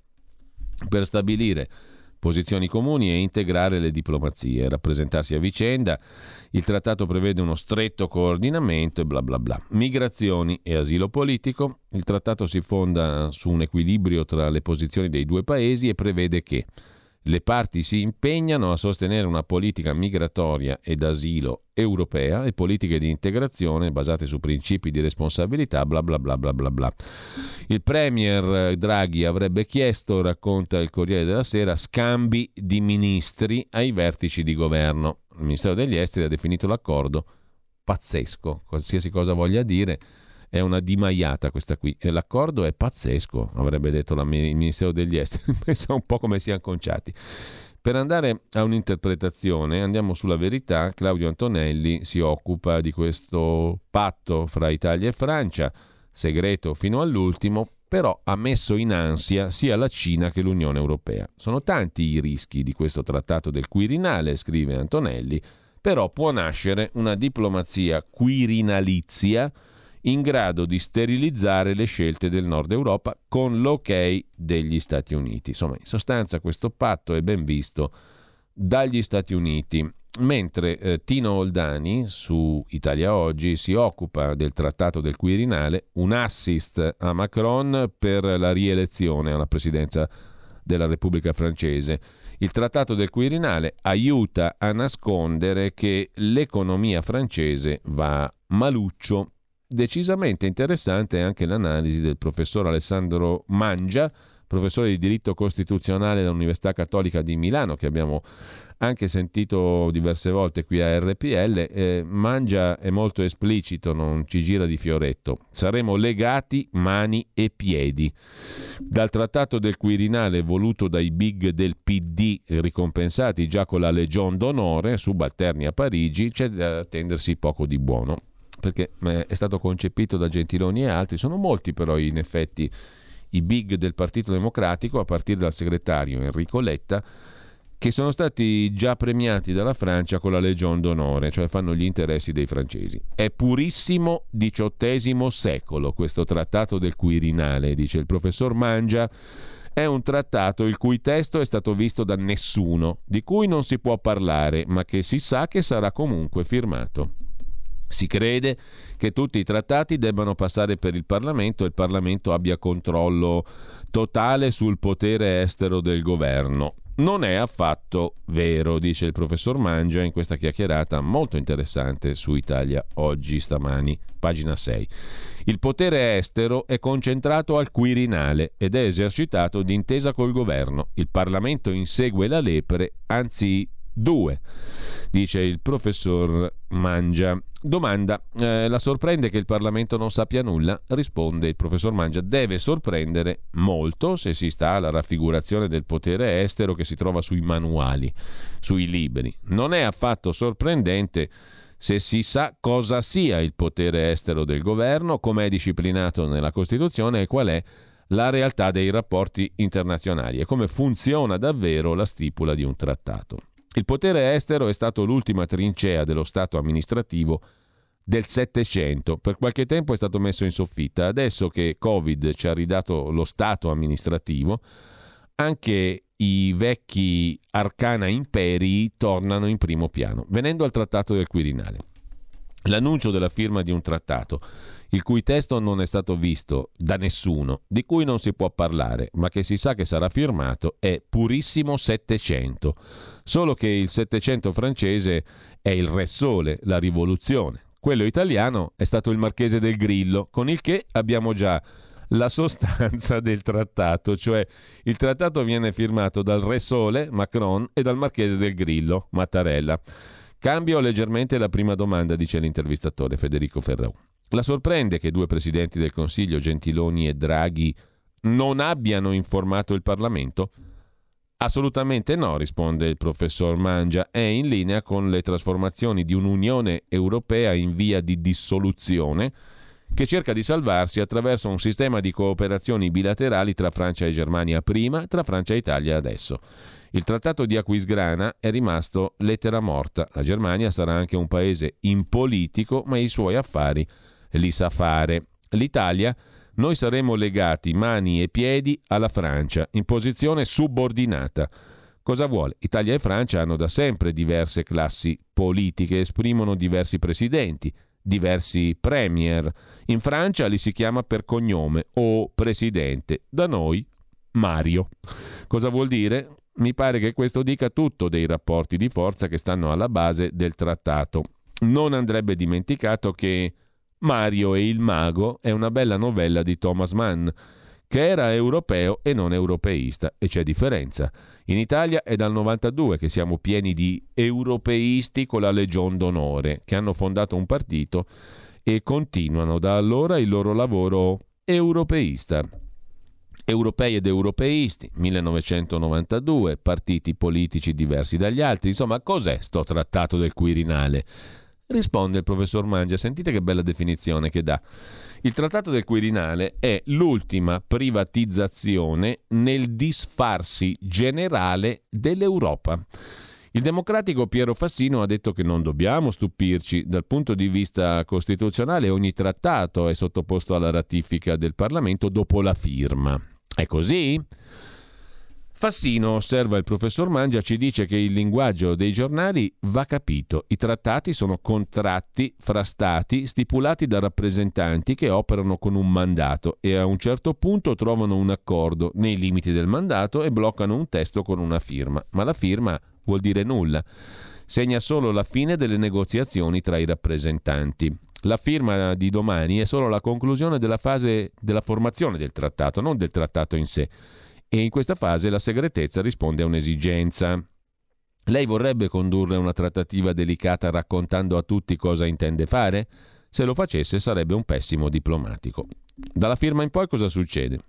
per stabilire posizioni comuni e integrare le diplomazie, rappresentarsi a vicenda. Il trattato prevede uno stretto coordinamento e bla bla bla. Migrazioni e asilo politico. Il trattato si fonda su un equilibrio tra le posizioni dei due paesi e prevede che le parti si impegnano a sostenere una politica migratoria ed asilo europea e politiche di integrazione basate su principi di responsabilità, bla bla bla bla bla bla. Il premier Draghi avrebbe chiesto, racconta il Corriere della Sera, scambi di ministri ai vertici di governo. Il Ministero degli Esteri ha definito l'accordo pazzesco, qualsiasi cosa voglia dire. È una dimaiata questa qui, e l'accordo è pazzesco, avrebbe detto la, il Ministero degli Esteri. Pensa un po' come siano conciati. Per andare a un'interpretazione, andiamo sulla Verità. Claudio Antonelli si occupa di questo patto fra Italia e Francia, segreto fino all'ultimo, però ha messo in ansia sia la Cina che l'Unione Europea. Sono tanti i rischi di questo trattato del Quirinale, scrive Antonelli, però può nascere una diplomazia quirinalizia in grado di sterilizzare le scelte del Nord Europa con l'ok degli Stati Uniti. Insomma, in sostanza questo patto è ben visto dagli Stati Uniti, mentre eh, Tino Oldani su Italia Oggi si occupa del trattato del Quirinale, un assist a Macron per la rielezione alla presidenza della Repubblica Francese. Il trattato del Quirinale aiuta a nascondere che l'economia francese va maluccio. Decisamente interessante è anche l'analisi del professor Alessandro Mangia, professore di diritto costituzionale dell'Università Cattolica di Milano, che abbiamo anche sentito diverse volte qui a R P L. Eh, Mangia è molto esplicito, non ci gira di fioretto. Saremo legati mani e piedi. Dal trattato del Quirinale voluto dai big del P D, ricompensati già con la Legion d'onore, subalterni a Parigi, c'è da attendersi poco di buono, perché è stato concepito da Gentiloni e altri. Sono molti però in effetti i big del Partito Democratico, a partire dal segretario Enrico Letta, che sono stati già premiati dalla Francia con la Legion d'onore, cioè fanno gli interessi dei francesi. È purissimo diciottesimo secolo questo trattato del Quirinale, dice il professor Mangia. È un trattato il cui testo è stato visto da nessuno, di cui non si può parlare, ma che si sa che sarà comunque firmato. Si crede che tutti i trattati debbano passare per il Parlamento e il Parlamento abbia controllo totale sul potere estero del governo. Non è affatto vero, dice il professor Mangia in questa chiacchierata molto interessante su Italia Oggi stamani, pagina sei. Il potere estero è concentrato al Quirinale ed è esercitato d'intesa col governo. Il Parlamento insegue la lepre, anzi due, dice il professor Mangia. Domanda, eh, la sorprende che il Parlamento non sappia nulla? Risponde il professor Mangia, deve sorprendere molto se si sta alla raffigurazione del potere estero che si trova sui manuali, sui libri. Non è affatto sorprendente se si sa cosa sia il potere estero del governo, come è disciplinato nella Costituzione e qual è la realtà dei rapporti internazionali e come funziona davvero la stipula di un trattato. Il potere estero è stato l'ultima trincea dello Stato amministrativo del Settecento. Per qualche tempo è stato messo in soffitta. Adesso che Covid ci ha ridato lo Stato amministrativo, anche i vecchi arcana imperi tornano in primo piano. Venendo al Trattato del Quirinale. L'annuncio della firma di un trattato, il cui testo non è stato visto da nessuno, di cui non si può parlare, ma che si sa che sarà firmato, è purissimo Settecento. Solo che il Settecento francese è il Re Sole, la rivoluzione. Quello italiano è stato il Marchese del Grillo, con il che abbiamo già la sostanza del trattato, cioè il trattato viene firmato dal Re Sole, Macron, e dal Marchese del Grillo, Mattarella. Cambio leggermente la prima domanda, dice l'intervistatore Federico Ferraù. La sorprende che due presidenti del Consiglio, Gentiloni e Draghi, non abbiano informato il Parlamento? Assolutamente no, risponde il professor Mangia. È in linea con le trasformazioni di un'Unione Europea in via di dissoluzione che cerca di salvarsi attraverso un sistema di cooperazioni bilaterali tra Francia e Germania prima, tra Francia e Italia adesso. Il trattato di Aquisgrana è rimasto lettera morta. La Germania sarà anche un paese impolitico, ma i suoi affari li sa fare. L'Italia, noi saremo legati mani e piedi alla Francia, in posizione subordinata. Cosa vuole? Italia e Francia hanno da sempre diverse classi politiche, esprimono diversi presidenti, diversi premier. In Francia li si chiama per cognome o presidente, da noi Mario. Cosa vuol dire? Mi pare che questo dica tutto dei rapporti di forza che stanno alla base del trattato. Non andrebbe dimenticato che Mario e il Mago è una bella novella di Thomas Mann, che era europeo e non europeista, e c'è differenza. In Italia è dal novantadue che siamo pieni di europeisti con la Legion d'Onore, che hanno fondato un partito e continuano da allora il loro lavoro europeista. Europei ed europeisti, millenovecentonovantadue, partiti politici diversi dagli altri. Insomma, cos'è sto trattato del Quirinale? Risponde il professor Mangia, sentite che bella definizione che dà. Il trattato del Quirinale è l'ultima privatizzazione nel disfarsi generale dell'Europa. Il democratico Piero Fassino ha detto che non dobbiamo stupirci. Dal punto di vista costituzionale ogni trattato è sottoposto alla ratifica del Parlamento dopo la firma. È così? Fassino, osserva il professor Mangia, ci dice che il linguaggio dei giornali va capito. I trattati sono contratti fra stati stipulati da rappresentanti che operano con un mandato e a un certo punto trovano un accordo nei limiti del mandato e bloccano un testo con una firma. Ma la firma vuol dire nulla. Segna solo la fine delle negoziazioni tra i rappresentanti. La firma di domani è solo la conclusione della fase della formazione del trattato, non del trattato in sé. E in questa fase la segretezza risponde a un'esigenza. Lei vorrebbe condurre una trattativa delicata raccontando a tutti cosa intende fare? Se lo facesse sarebbe un pessimo diplomatico. Dalla firma in poi cosa succede?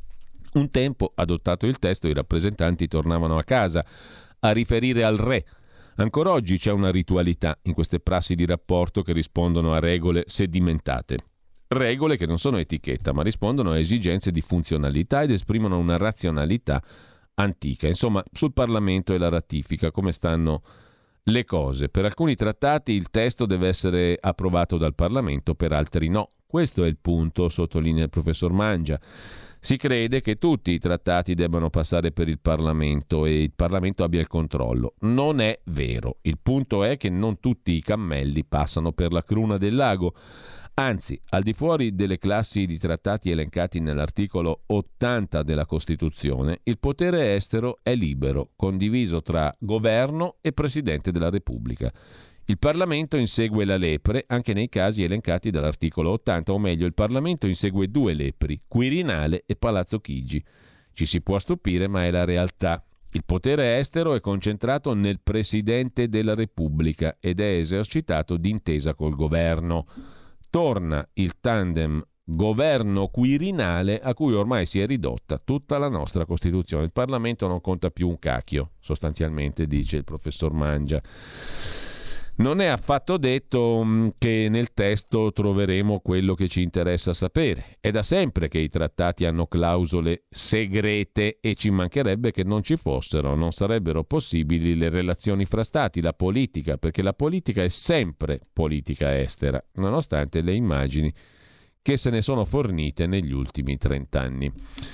Un tempo, adottato il testo, i rappresentanti tornavano a casa a riferire al re. Ancora oggi c'è una ritualità in queste prassi di rapporto che rispondono a regole sedimentate. Regole che non sono etichetta, ma rispondono a esigenze di funzionalità ed esprimono una razionalità antica. Insomma, sul Parlamento e la ratifica, come stanno le cose. Per alcuni trattati il testo deve essere approvato dal Parlamento, per altri no. Questo è il punto, sottolinea il professor Mangia. Si crede che tutti i trattati debbano passare per il Parlamento e il Parlamento abbia il controllo. Non è vero. Il punto è che non tutti i cammelli passano per la cruna del lago. Anzi, al di fuori delle classi di trattati elencati nell'articolo ottanta della Costituzione, il potere estero è libero, condiviso tra governo e Presidente della Repubblica. Il Parlamento insegue la lepre anche nei casi elencati dall'articolo ottanta, o meglio, il Parlamento insegue due lepri, Quirinale e Palazzo Chigi. Ci si può stupire, ma è la realtà. Il potere estero è concentrato nel Presidente della Repubblica ed è esercitato d'intesa col governo. Torna il tandem governo-Quirinale a cui ormai si è ridotta tutta la nostra Costituzione. Il Parlamento non conta più un cacchio, sostanzialmente, dice il professor Mangia. Non è affatto detto mh, che nel testo troveremo quello che ci interessa sapere. È da sempre che i trattati hanno clausole segrete e ci mancherebbe che non ci fossero. Non sarebbero possibili le relazioni fra stati, la politica, perché la politica è sempre politica estera, nonostante le immagini che se ne sono fornite negli ultimi trent'anni.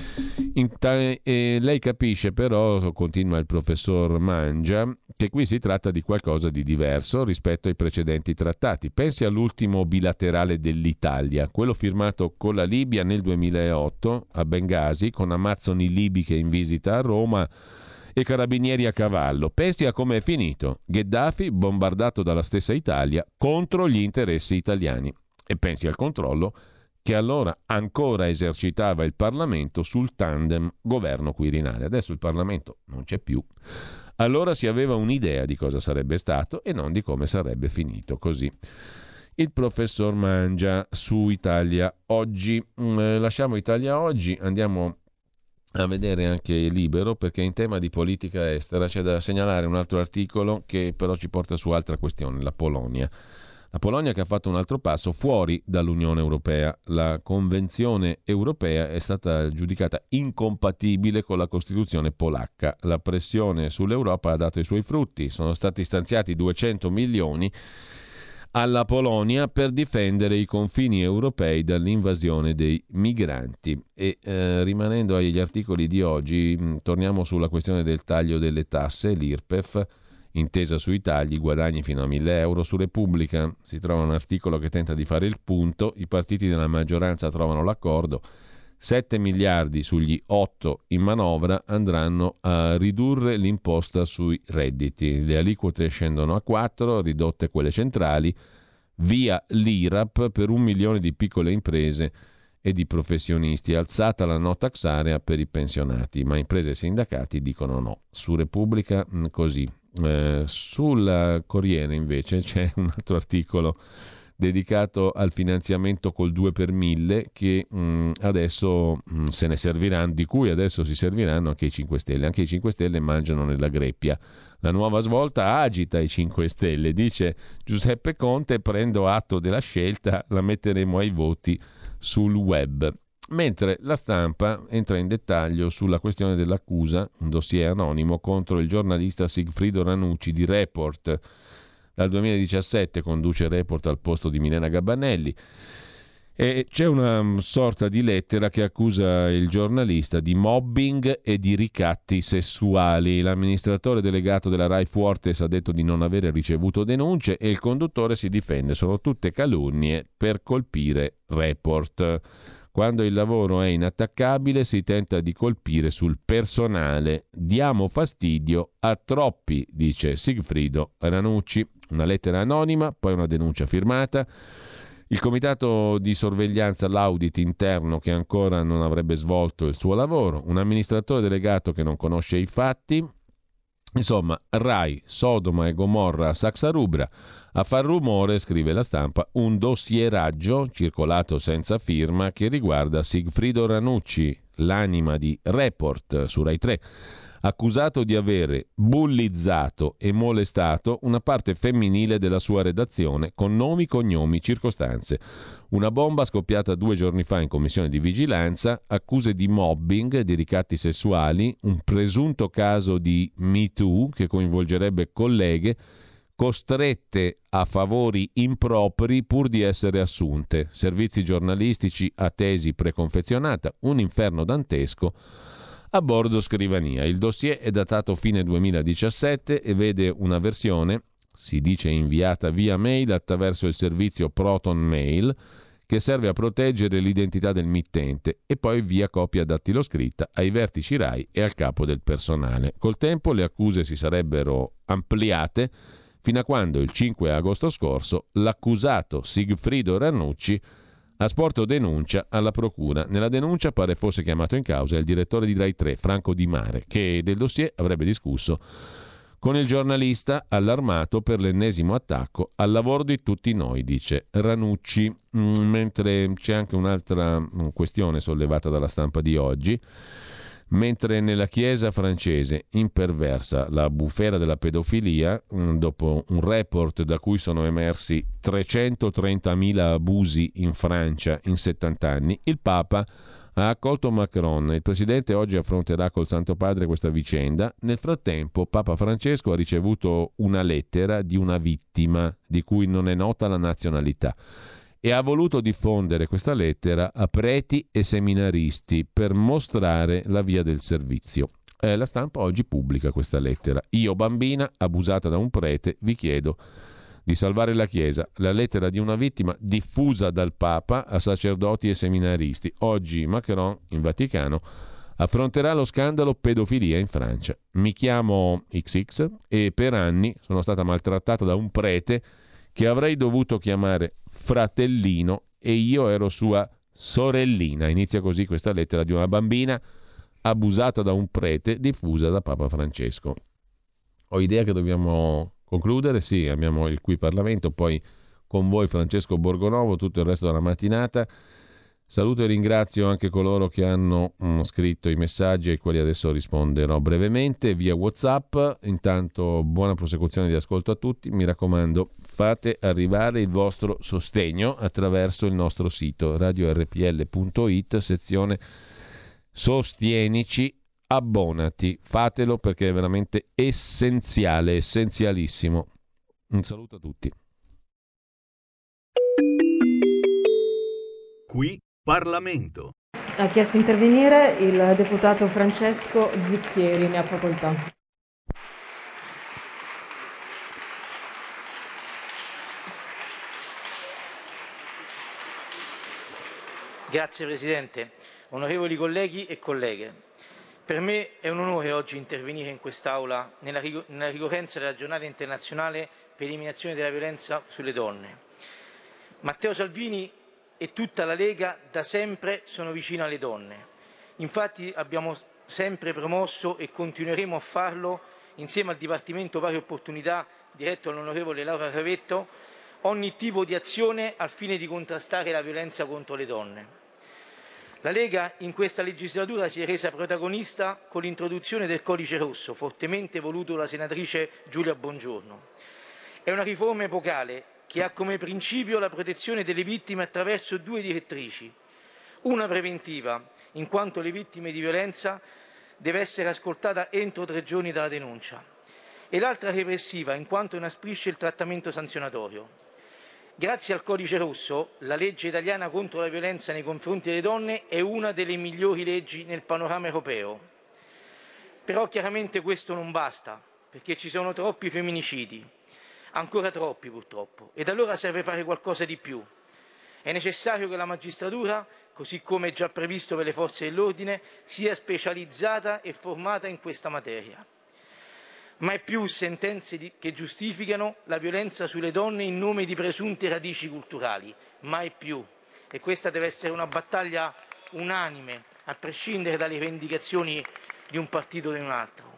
Ta- eh, lei capisce però, continua il professor Mangia, che qui si tratta di qualcosa di diverso rispetto ai precedenti trattati. Pensi all'ultimo bilaterale dell'Italia, quello firmato con la Libia nel duemilaotto a Bengasi, con amazzoni libiche in visita a Roma e carabinieri a cavallo. Pensi a come è finito. Gheddafi bombardato dalla stessa Italia contro gli interessi italiani. E pensi al controllo che allora ancora esercitava il Parlamento sul tandem governo-Quirinale. Adesso il Parlamento non c'è più. Allora si aveva un'idea di cosa sarebbe stato e non di come sarebbe finito. Così il professor Mangia su Italia Oggi. Mm, lasciamo Italia Oggi, andiamo a vedere anche Libero, perché in tema di politica estera c'è da segnalare un altro articolo che però ci porta su altra questione, la Polonia. La Polonia che ha fatto un altro passo fuori dall'Unione Europea. La Convenzione Europea è stata giudicata incompatibile con la Costituzione polacca. La pressione sull'Europa ha dato i suoi frutti. Sono stati stanziati duecento milioni alla Polonia per difendere i confini europei dall'invasione dei migranti. E eh, rimanendo agli articoli di oggi, mh, torniamo sulla questione del taglio delle tasse, l'I R P E F. Intesa sui tagli, guadagni fino a mille euro. Su Repubblica si trova un articolo che tenta di fare il punto. I partiti della maggioranza trovano l'accordo. sette miliardi sugli otto in manovra andranno a ridurre l'imposta sui redditi. Le aliquote scendono a quattro, ridotte quelle centrali. Via l'I R A P per un milione di piccole imprese e di professionisti, alzata la no tax area per i pensionati, ma imprese e sindacati dicono no. Su Repubblica mh, così. Eh, sul Corriere invece c'è un altro articolo dedicato al finanziamento col due per mille che mh, adesso mh, se ne serviranno, di cui adesso si serviranno anche i cinque Stelle. Anche i cinque Stelle mangiano nella greppia. La nuova svolta agita i cinque Stelle, dice Giuseppe Conte, prendo atto della scelta, la metteremo ai voti sul web. Mentre La Stampa entra in dettaglio sulla questione dell'accusa, un dossier anonimo contro il giornalista Sigfrido Ranucci di Report. Dal duemiladiciassette conduce Report al posto di Milena Gabanelli e c'è una sorta di lettera che accusa il giornalista di mobbing e di ricatti sessuali. L'amministratore delegato della Rai Fuortes ha detto di non avere ricevuto denunce e il conduttore si difende. Sono tutte calunnie per colpire Report. Quando il lavoro è inattaccabile si tenta di colpire sul personale. Diamo fastidio a troppi, dice Sigfrido Ranucci. Una lettera anonima, poi una denuncia firmata. Il comitato di sorveglianza, l'audit interno che ancora non avrebbe svolto il suo lavoro, un amministratore delegato che non conosce i fatti. Insomma, Rai, Sodoma e Gomorra a Saxa Rubra. A far rumore, scrive La Stampa, un dossieraggio circolato senza firma che riguarda Sigfrido Ranucci, l'anima di Report su Rai tre, accusato di avere bullizzato e molestato una parte femminile della sua redazione con nomi, cognomi, circostanze. Una bomba scoppiata due giorni fa in commissione di vigilanza, accuse di mobbing, di ricatti sessuali, un presunto caso di Me Too che coinvolgerebbe colleghe costrette a favori impropri pur di essere assunte, servizi giornalistici a tesi preconfezionata, un inferno dantesco a bordo scrivania. Il dossier è datato fine duemiladiciassette e vede una versione, si dice inviata via mail attraverso il servizio Proton Mail, che serve a proteggere l'identità del mittente, e poi via copia dattiloscritta ai vertici Rai e al capo del personale. Col tempo le accuse si sarebbero ampliate fino a quando il cinque agosto scorso l'accusato Sigfrido Ranucci ha sporto denuncia alla procura. Nella denuncia pare fosse chiamato in causa il direttore di Rai tre, Franco Di Mare, che del dossier avrebbe discusso con il giornalista allarmato per l'ennesimo attacco al lavoro di tutti noi, dice Ranucci. Mm, mentre c'è anche un'altra mm, questione sollevata dalla Stampa di oggi. Mentre nella Chiesa francese imperversa la bufera della pedofilia, dopo un report da cui sono emersi trecentotrentamila abusi in Francia in settanta anni, il Papa ha accolto Macron. Il presidente oggi affronterà col Santo Padre questa vicenda. Nel frattempo Papa Francesco ha ricevuto una lettera di una vittima di cui non è nota la nazionalità e ha voluto diffondere questa lettera a preti e seminaristi per mostrare la via del servizio. Eh, la Stampa oggi pubblica questa lettera. Io, bambina, abusata da un prete, vi chiedo di salvare la Chiesa. La lettera di una vittima diffusa dal Papa a sacerdoti e seminaristi. Oggi Macron, in Vaticano, affronterà lo scandalo pedofilia in Francia. Mi chiamo X X e per anni sono stata maltrattata da un prete che avrei dovuto chiamare fratellino e io ero sua sorellina. Inizia così questa lettera di una bambina abusata da un prete diffusa da Papa Francesco. Ho idea che dobbiamo concludere, sì, abbiamo il Qui Parlamento, poi con voi Francesco Borgonovo tutto il resto della mattinata. Saluto e ringrazio anche coloro che hanno mh, scritto i messaggi ai quali adesso risponderò brevemente via WhatsApp. Intanto buona prosecuzione di ascolto a tutti. Mi raccomando, fate arrivare il vostro sostegno attraverso il nostro sito radio erre pi elle punto it, sezione Sostienici, abbonati. Fatelo perché è veramente essenziale, essenzialissimo. Un saluto a tutti. Qui Parlamento. Ha chiesto di intervenire il deputato Francesco Zicchieri, ne ha facoltà. Grazie Presidente, onorevoli colleghi e colleghe. Per me è un onore oggi intervenire in quest'Aula nella, nella ricorrenza della giornata internazionale per l'eliminazione della violenza sulle donne. Matteo Salvini e tutta la Lega da sempre sono vicino alle donne. Infatti abbiamo sempre promosso e continueremo a farlo insieme al Dipartimento Pari Opportunità diretto dall'onorevole Laura Ravetto ogni tipo di azione al fine di contrastare la violenza contro le donne. La Lega in questa legislatura si è resa protagonista con l'introduzione del Codice Rosso, fortemente voluto dalla senatrice Giulia Bongiorno. È una riforma epocale che ha come principio la protezione delle vittime attraverso due direttrici. Una preventiva, in quanto le vittime di violenza deve essere ascoltata entro tre giorni dalla denuncia, e l'altra repressiva, in quanto inasprisce il trattamento sanzionatorio. Grazie al Codice Rosso, la legge italiana contro la violenza nei confronti delle donne è una delle migliori leggi nel panorama europeo. Però chiaramente questo non basta, perché ci sono troppi femminicidi, ancora troppi purtroppo, ed allora serve fare qualcosa di più. È necessario che la magistratura, così come già previsto per le forze dell'ordine, sia specializzata e formata in questa materia. Mai più sentenze di, che giustificano la violenza sulle donne in nome di presunte radici culturali, mai più. E questa deve essere una battaglia unanime, a prescindere dalle rivendicazioni di un partito o di un altro.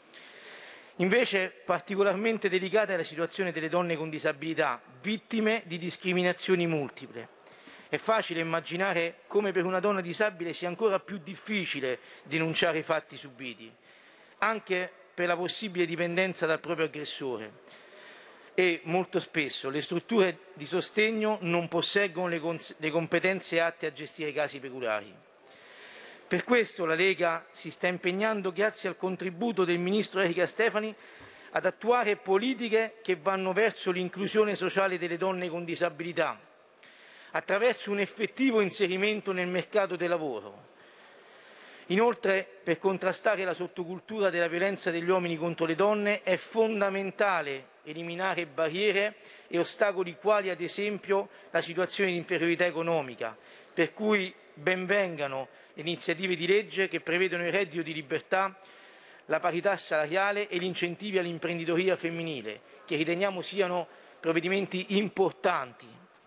Invece particolarmente delicata è la situazione delle donne con disabilità, vittime di discriminazioni multiple. È facile immaginare come per una donna disabile sia ancora più difficile denunciare i fatti subiti, anche per la possibile dipendenza dal proprio aggressore, e molto spesso le strutture di sostegno non posseggono le, le competenze atte a gestire i casi peculiari. Per questo la Lega si sta impegnando, grazie al contributo del Ministro Erika Stefani, ad attuare politiche che vanno verso l'inclusione sociale delle donne con disabilità, attraverso un effettivo inserimento nel mercato del lavoro. Inoltre, per contrastare la sottocultura della violenza degli uomini contro le donne è fondamentale eliminare barriere e ostacoli quali, ad esempio, la situazione di inferiorità economica, per cui ben vengano le iniziative di legge che prevedono il reddito di libertà, la parità salariale e gli incentivi all'imprenditoria femminile, che riteniamo siano provvedimenti importanti.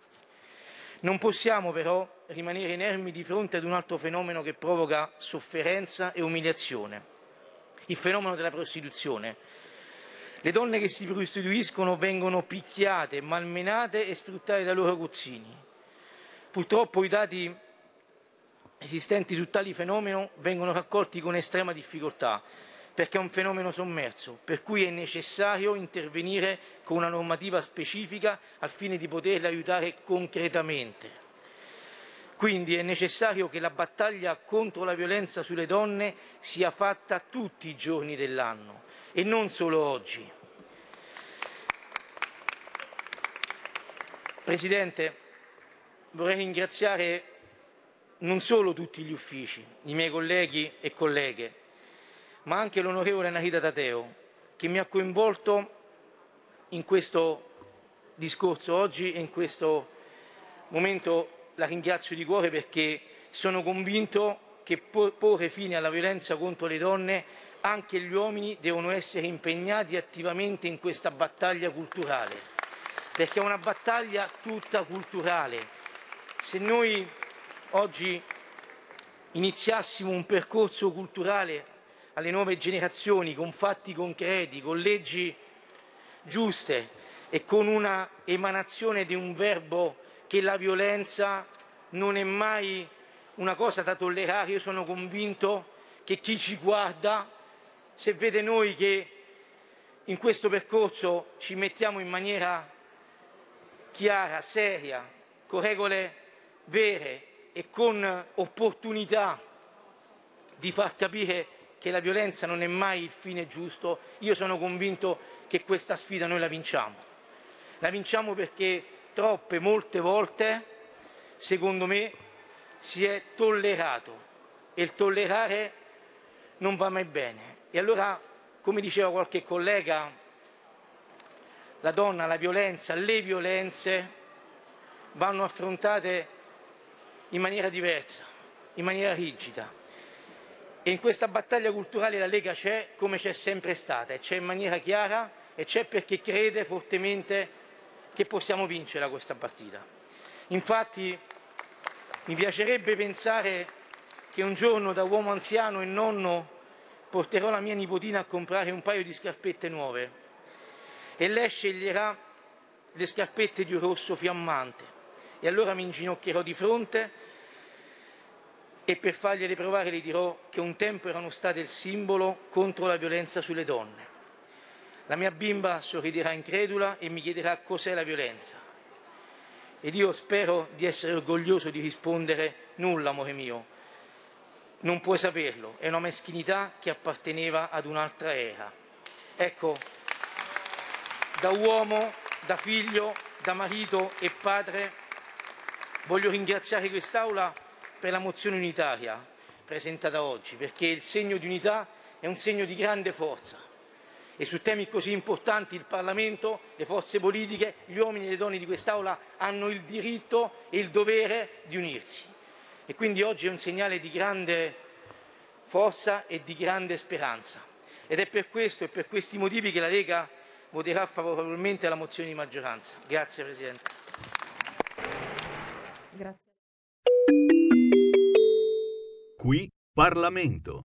Non possiamo però rimanere inermi di fronte ad un altro fenomeno che provoca sofferenza e umiliazione, il fenomeno della prostituzione. Le donne che si prostituiscono vengono picchiate, malmenate e sfruttate dai loro aguzzini. Purtroppo i dati esistenti su tali fenomeni vengono raccolti con estrema difficoltà, perché è un fenomeno sommerso, per cui è necessario intervenire con una normativa specifica al fine di poterle aiutare concretamente. Quindi è necessario che la battaglia contro la violenza sulle donne sia fatta tutti i giorni dell'anno e non solo oggi. Presidente, vorrei ringraziare non solo tutti gli uffici, i miei colleghi e colleghe, ma anche l'onorevole Annarita Tateo, che mi ha coinvolto in questo discorso oggi e in questo momento. La ringrazio di cuore perché sono convinto che per porre fine alla violenza contro le donne anche gli uomini devono essere impegnati attivamente in questa battaglia culturale, perché è una battaglia tutta culturale. Se noi oggi iniziassimo un percorso culturale alle nuove generazioni con fatti concreti, con leggi giuste e con una emanazione di un verbo che la violenza non è mai una cosa da tollerare, io sono convinto che chi ci guarda, se vede noi che in questo percorso ci mettiamo in maniera chiara, seria, con regole vere e con opportunità di far capire che la violenza non è mai il fine giusto, io sono convinto che questa sfida noi la vinciamo. La vinciamo perché troppe, molte volte, secondo me, si è tollerato e il tollerare non va mai bene. E allora, come diceva qualche collega, la donna, la violenza, le violenze vanno affrontate in maniera diversa, in maniera rigida. E in questa battaglia culturale la Lega c'è come c'è sempre stata, e c'è in maniera chiara e c'è perché crede fortemente che possiamo vincere questa partita. Infatti Mi piacerebbe pensare che un giorno da uomo anziano e nonno porterò la mia nipotina a comprare un paio di scarpette nuove e lei sceglierà le scarpette di un rosso fiammante e allora mi inginocchierò di fronte e per fargliele provare le dirò che un tempo erano state il simbolo contro la violenza sulle donne. La mia bimba sorriderà incredula e mi chiederà cos'è la violenza. Ed io spero di essere orgoglioso di rispondere: nulla, amore mio. Non puoi saperlo, è una meschinità che apparteneva ad un'altra era. Ecco, da uomo, da figlio, da marito e padre, voglio ringraziare quest'Aula per la mozione unitaria presentata oggi, perché il segno di unità è un segno di grande forza. E su temi così importanti il Parlamento, le forze politiche, gli uomini e le donne di quest'Aula hanno il diritto e il dovere di unirsi. E quindi oggi è un segnale di grande forza e di grande speranza. Ed è per questo e per questi motivi che la Lega voterà favorevolmente alla mozione di maggioranza. Grazie Presidente. Grazie. Qui Parlamento.